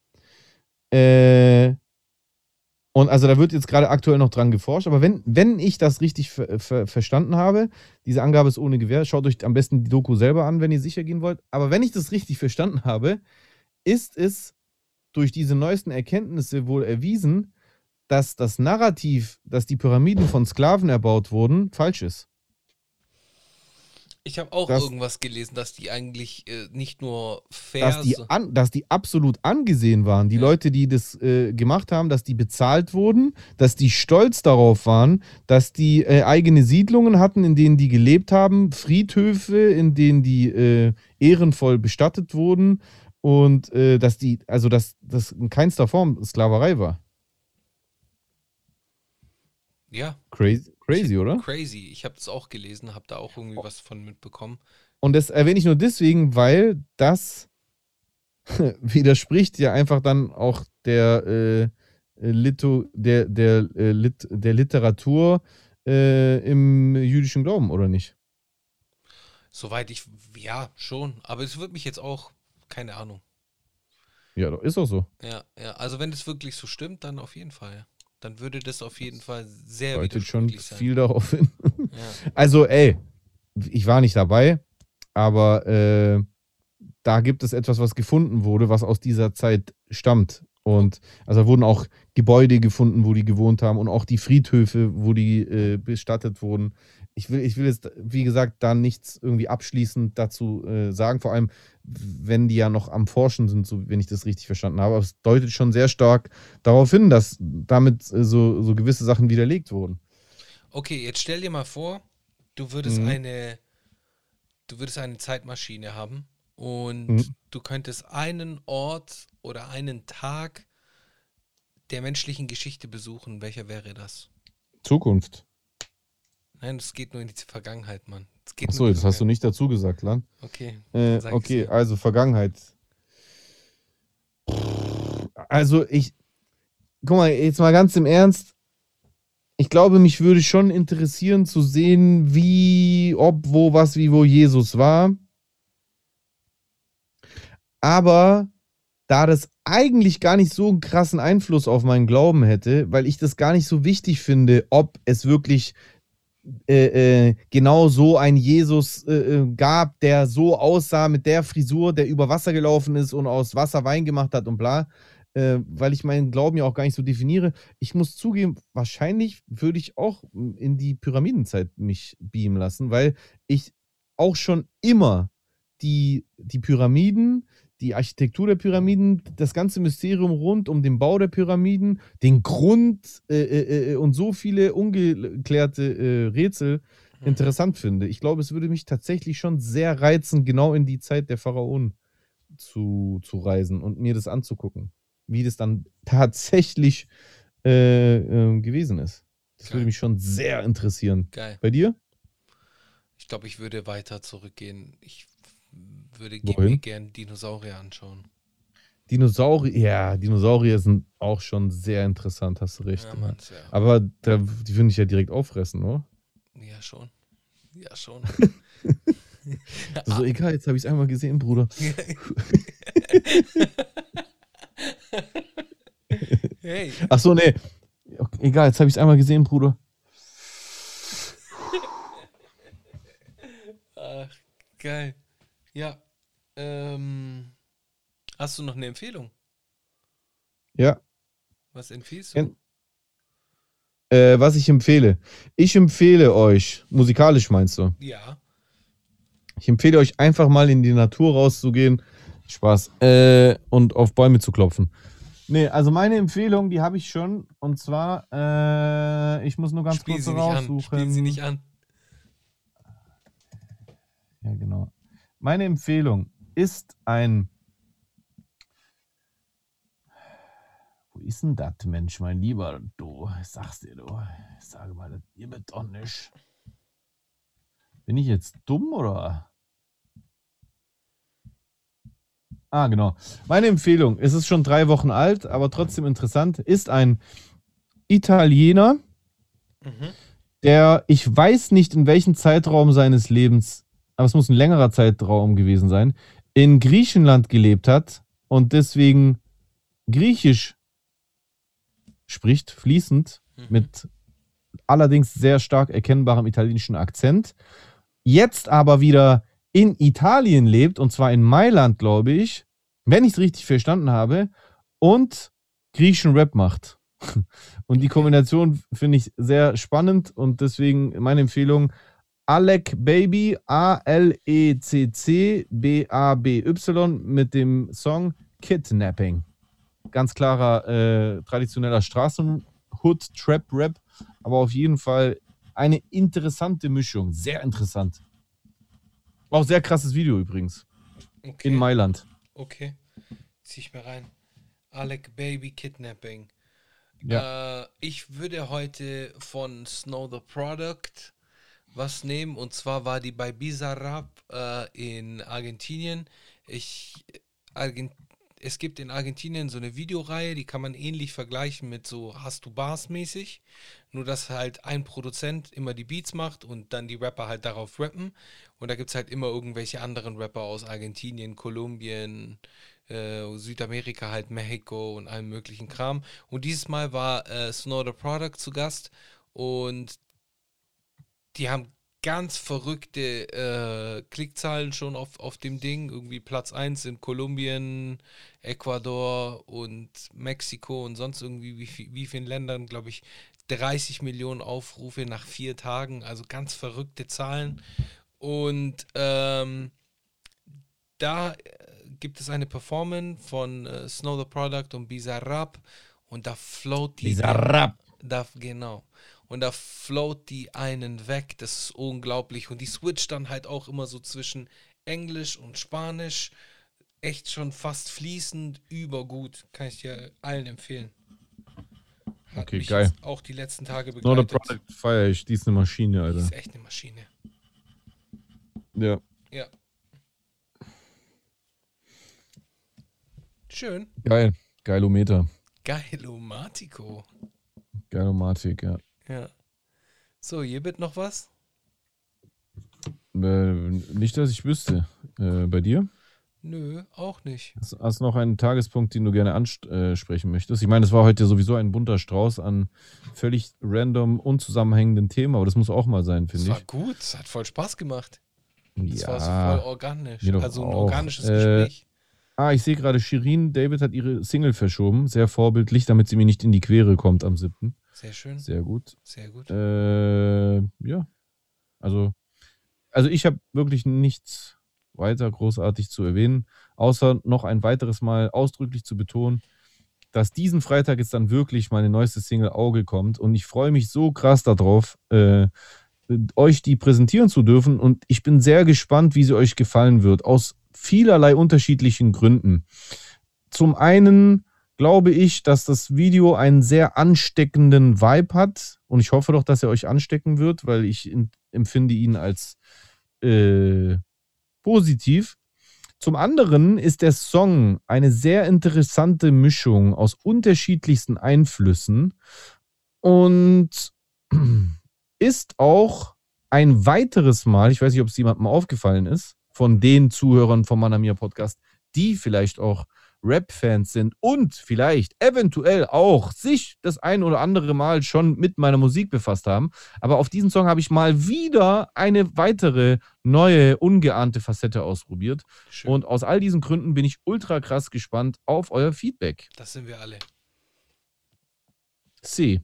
C: Und also da wird jetzt gerade aktuell noch dran geforscht, aber wenn ich das richtig verstanden habe, diese Angabe ist ohne Gewähr, schaut euch am besten die Doku selber an, wenn ihr sicher gehen wollt, aber wenn ich das richtig verstanden habe, ist es durch diese neuesten Erkenntnisse wohl erwiesen, dass das Narrativ, dass die Pyramiden von Sklaven erbaut wurden, falsch ist.
B: Ich habe auch irgendwas gelesen, dass die eigentlich nicht nur fair
C: dass die absolut angesehen waren. Die Leute, die das gemacht haben, dass die bezahlt wurden, dass die stolz darauf waren, dass die eigene Siedlungen hatten, in denen die gelebt haben, Friedhöfe, in denen die ehrenvoll bestattet wurden und dass das in keinster Form Sklaverei war.
B: Ja.
C: Crazy, oder?
B: Crazy. Ich habe das auch gelesen, habe da auch irgendwie was von mitbekommen.
C: Und das erwähne ich nur deswegen, weil das widerspricht ja einfach dann auch der Literatur im jüdischen Glauben, oder nicht?
B: Soweit ja, schon. Aber es wird mich jetzt auch, keine Ahnung.
C: Ja, doch, ist auch so.
B: Ja, also wenn das wirklich so stimmt, dann auf jeden Fall. Dann würde das auf jeden Fall sehr
C: deutet schon
B: sein.
C: viel darauf hin.
B: Ja.
C: Also, ich war nicht dabei, aber da gibt es etwas, was gefunden wurde, was aus dieser Zeit stammt. Und also da wurden auch Gebäude gefunden, wo die gewohnt haben und auch die Friedhöfe, wo die bestattet wurden. Ich will jetzt, wie gesagt, da nichts irgendwie abschließend dazu sagen, vor allem, wenn die ja noch am Forschen sind, so, wenn ich das richtig verstanden habe. Aber es deutet schon sehr stark darauf hin, dass damit so gewisse Sachen widerlegt wurden.
B: Okay, jetzt stell dir mal vor, du würdest eine Zeitmaschine haben und du könntest einen Ort oder einen Tag der menschlichen Geschichte besuchen. Welcher wäre das?
C: Zukunft.
B: Nein, es geht nur in die Vergangenheit, Mann.
C: Achso, das hast du nicht dazu gesagt, Lan.
B: Okay.
C: Okay, also Vergangenheit. Also guck mal, jetzt mal ganz im Ernst. Ich glaube, mich würde schon interessieren zu sehen, wie, ob, wo, was, wie, wo Jesus war. Aber da das eigentlich gar nicht so einen krassen Einfluss auf meinen Glauben hätte, weil ich das gar nicht so wichtig finde, ob es wirklich genau so ein Jesus gab, der so aussah mit der Frisur, der über Wasser gelaufen ist und aus Wasser Wein gemacht hat und bla, weil ich meinen Glauben ja auch gar nicht so definiere. Ich muss zugeben, wahrscheinlich würde ich auch in die Pyramidenzeit mich beamen lassen, weil ich auch schon immer die Pyramiden, die Architektur der Pyramiden, das ganze Mysterium rund um den Bau der Pyramiden, den Grund und so viele ungeklärte Rätsel interessant finde. Ich glaube, es würde mich tatsächlich schon sehr reizen, genau in die Zeit der Pharaonen zu reisen und mir das anzugucken, wie das dann tatsächlich gewesen ist. Das würde mich schon sehr interessieren.
B: Geil.
C: Bei dir?
B: Ich glaube, ich würde weiter zurückgehen. Ich würde mir gerne Dinosaurier anschauen.
C: Dinosaurier sind auch schon sehr interessant, hast du recht.
B: Ja, Mann, ja.
C: Aber die würde ich ja direkt auffressen, oder?
B: Ja, schon.
C: So, egal, jetzt habe ich es einmal gesehen, Bruder.
B: Hey.
C: Ach so, nee. Okay, egal, jetzt habe ich es einmal gesehen, Bruder.
B: Ach, geil. Ja. Hast du noch eine Empfehlung?
C: Ja.
B: Was empfiehlst du?
C: Was ich empfehle. Ich empfehle euch, musikalisch meinst du?
B: Ja.
C: Ich empfehle euch einfach mal in die Natur rauszugehen. Spaß. Und auf Bäume zu klopfen. Nee, also meine Empfehlung, die habe ich schon. Und zwar, ich muss nur ganz kurz raussuchen.
B: Spiel sie nicht an.
C: Ja, genau. Meine Empfehlung ist ein... Wo ist denn das, Mensch, mein Lieber? Du, ich sag's dir, du. Ich sage mal, das ihr doch nicht. Bin ich jetzt dumm, oder? Ah, genau. Meine Empfehlung, es ist schon 3 Wochen alt, aber trotzdem interessant, ist ein Italiener, der, ich weiß nicht in welchem Zeitraum seines Lebens, aber es muss ein längerer Zeitraum gewesen sein, in Griechenland gelebt hat und deswegen Griechisch spricht, fließend, mit allerdings sehr stark erkennbarem italienischen Akzent, jetzt aber wieder in Italien lebt, und zwar in Mailand, glaube ich, wenn ich es richtig verstanden habe, und griechischen Rap macht. Und die Kombination finde ich sehr spannend und deswegen meine Empfehlung, Alec Baby, A-L-E-C-C-B-A-B-Y mit dem Song Kidnapping. Ganz klarer, traditioneller Straßenhood-Trap-Rap, aber auf jeden Fall eine interessante Mischung, sehr interessant. Auch sehr krasses Video übrigens. Okay. In Mailand.
B: Okay. Zieh ich mir rein. Alec Baby Kidnapping.
C: Ja.
B: Ich würde heute von Snow the Product was nehmen. Und zwar war die bei Bizarrap in Argentinien. Es gibt in Argentinien so eine Videoreihe, die kann man ähnlich vergleichen mit so Hast du Bars mäßig. Nur, dass halt ein Produzent immer die Beats macht und dann die Rapper halt darauf rappen. Und da gibt es halt immer irgendwelche anderen Rapper aus Argentinien, Kolumbien, Südamerika, halt Mexiko und allem möglichen Kram. Und dieses Mal war Snow the Product zu Gast und die haben ganz verrückte Klickzahlen schon auf dem Ding. Irgendwie Platz 1 in Kolumbien, Ecuador und Mexiko und sonst irgendwie wie vielen Ländern, glaube ich, 30 Millionen Aufrufe nach 4 Tagen. Also ganz verrückte Zahlen. Und da gibt es eine Performance von Snow the Product und Bizarrap und da float die...
C: Bizarrap!
B: Genau. Und da float die einen weg. Das ist unglaublich. Und die switcht dann halt auch immer so zwischen Englisch und Spanisch. Echt schon fast fließend, übergut. Kann ich dir allen empfehlen. Hat
C: okay,
B: mich
C: geil.
B: Auch die letzten Tage begleitet.
C: Snow the Product feier ich. Die ist eine Maschine, Alter.
B: Die ist echt eine Maschine.
C: Ja.
B: Ja. Schön.
C: Geil. Geilometer.
B: Geilomatico.
C: Geilomatik, ja.
B: Ja. So, hier wird noch was?
C: Nicht, dass ich wüsste. Bei dir?
B: Nö, auch nicht.
C: Hast du noch einen Tagespunkt, den du gerne ansprechen möchtest? Ich meine, es war heute sowieso ein bunter Strauß an völlig random, unzusammenhängenden Themen, aber das muss auch mal sein, finde ich.
B: Das war gut, es hat voll Spaß gemacht. Das
C: ja,
B: war so voll organisch. Also ein
C: auch.
B: organisches Gespräch.
C: Ich sehe gerade, Shirin David hat ihre Single verschoben. Sehr vorbildlich, damit sie mir nicht in die Quere kommt am 7.
B: Sehr schön.
C: Sehr gut.
B: Sehr gut.
C: Ja. Also ich habe wirklich nichts weiter großartig zu erwähnen, außer noch ein weiteres Mal ausdrücklich zu betonen, dass diesen Freitag jetzt dann wirklich meine neueste Single Auge kommt und ich freue mich so krass darauf, euch die präsentieren zu dürfen und ich bin sehr gespannt, wie sie euch gefallen wird, aus vielerlei unterschiedlichen Gründen. Zum einen glaube ich, dass das Video einen sehr ansteckenden Vibe hat und ich hoffe doch, dass er euch anstecken wird, weil ich empfinde ihn als positiv. Zum anderen ist der Song eine sehr interessante Mischung aus unterschiedlichsten Einflüssen und ist auch ein weiteres Mal, ich weiß nicht, ob es jemandem aufgefallen ist, von den Zuhörern vom Mann Mia Podcast, die vielleicht auch Rap-Fans sind und vielleicht eventuell auch sich das ein oder andere Mal schon mit meiner Musik befasst haben. Aber auf diesen Song habe ich mal wieder eine weitere neue, ungeahnte Facette ausprobiert.
B: Schön.
C: Und aus all diesen Gründen bin ich ultra krass gespannt auf euer Feedback.
B: Das sind wir alle.
C: C.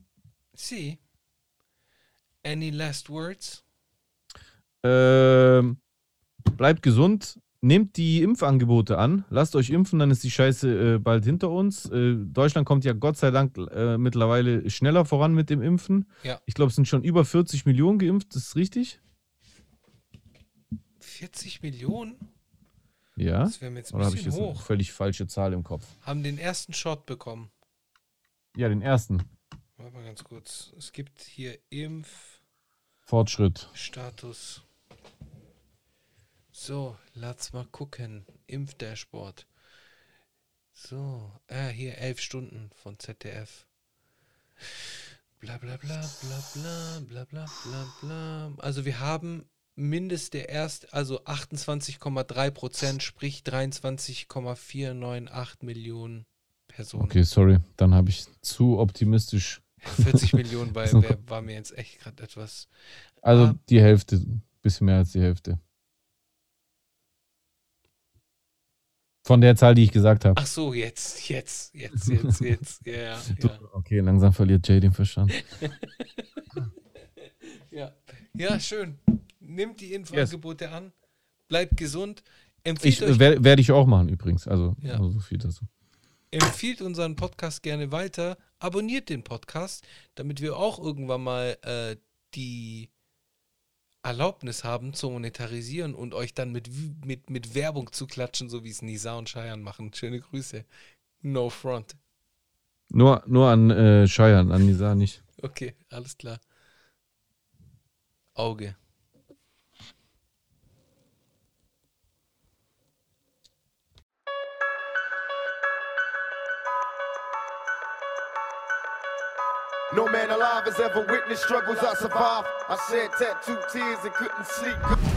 B: Any last words?
C: Bleibt gesund. Nehmt die Impfangebote an, lasst euch impfen, dann ist die Scheiße bald hinter uns. Deutschland kommt ja Gott sei Dank mittlerweile schneller voran mit dem Impfen.
B: Ja.
C: Ich glaube, es sind schon über 40 Millionen geimpft, das ist richtig?
B: 40 Millionen?
C: Ja?
B: Das wäre mir jetzt ein
C: Oder habe ich
B: bisschen
C: jetzt eine
B: hoch.
C: völlig falsche Zahl im Kopf?
B: Haben den ersten Shot bekommen.
C: Ja, den ersten.
B: Warte mal ganz kurz. Es gibt hier
C: Fortschritt.
B: Impfstatus. So, lass mal gucken. Impfdashboard. So, hier 11 Stunden von ZDF. Bla bla bla bla bla bla bla bla bla. Also wir haben also 28,3%, sprich 23,498 Millionen Personen.
C: Okay, sorry. Dann habe ich zu optimistisch.
B: 40 Millionen war mir jetzt echt gerade etwas.
C: Also die Hälfte, ein bisschen mehr als die Hälfte. Von der Zahl, die ich gesagt habe.
B: Ach so, jetzt. Ja.
C: Okay, langsam verliert Jay den Verstand.
B: Ja, schön. Nimmt die Impfangebote an. Bleibt gesund.
C: Werde ich auch machen übrigens. Also so viel dazu.
B: Empfiehlt unseren Podcast gerne weiter. Abonniert den Podcast, damit wir auch irgendwann mal die Erlaubnis haben zu monetarisieren und euch dann mit Werbung zu klatschen, so wie es Nisa und Cheyenne machen. Schöne Grüße. No front.
C: Nur an Cheyenne, an Nisa nicht.
B: Okay, alles klar. Auge.
A: No man alive has ever witnessed struggles I survived. I shed tattooed tears and couldn't sleep.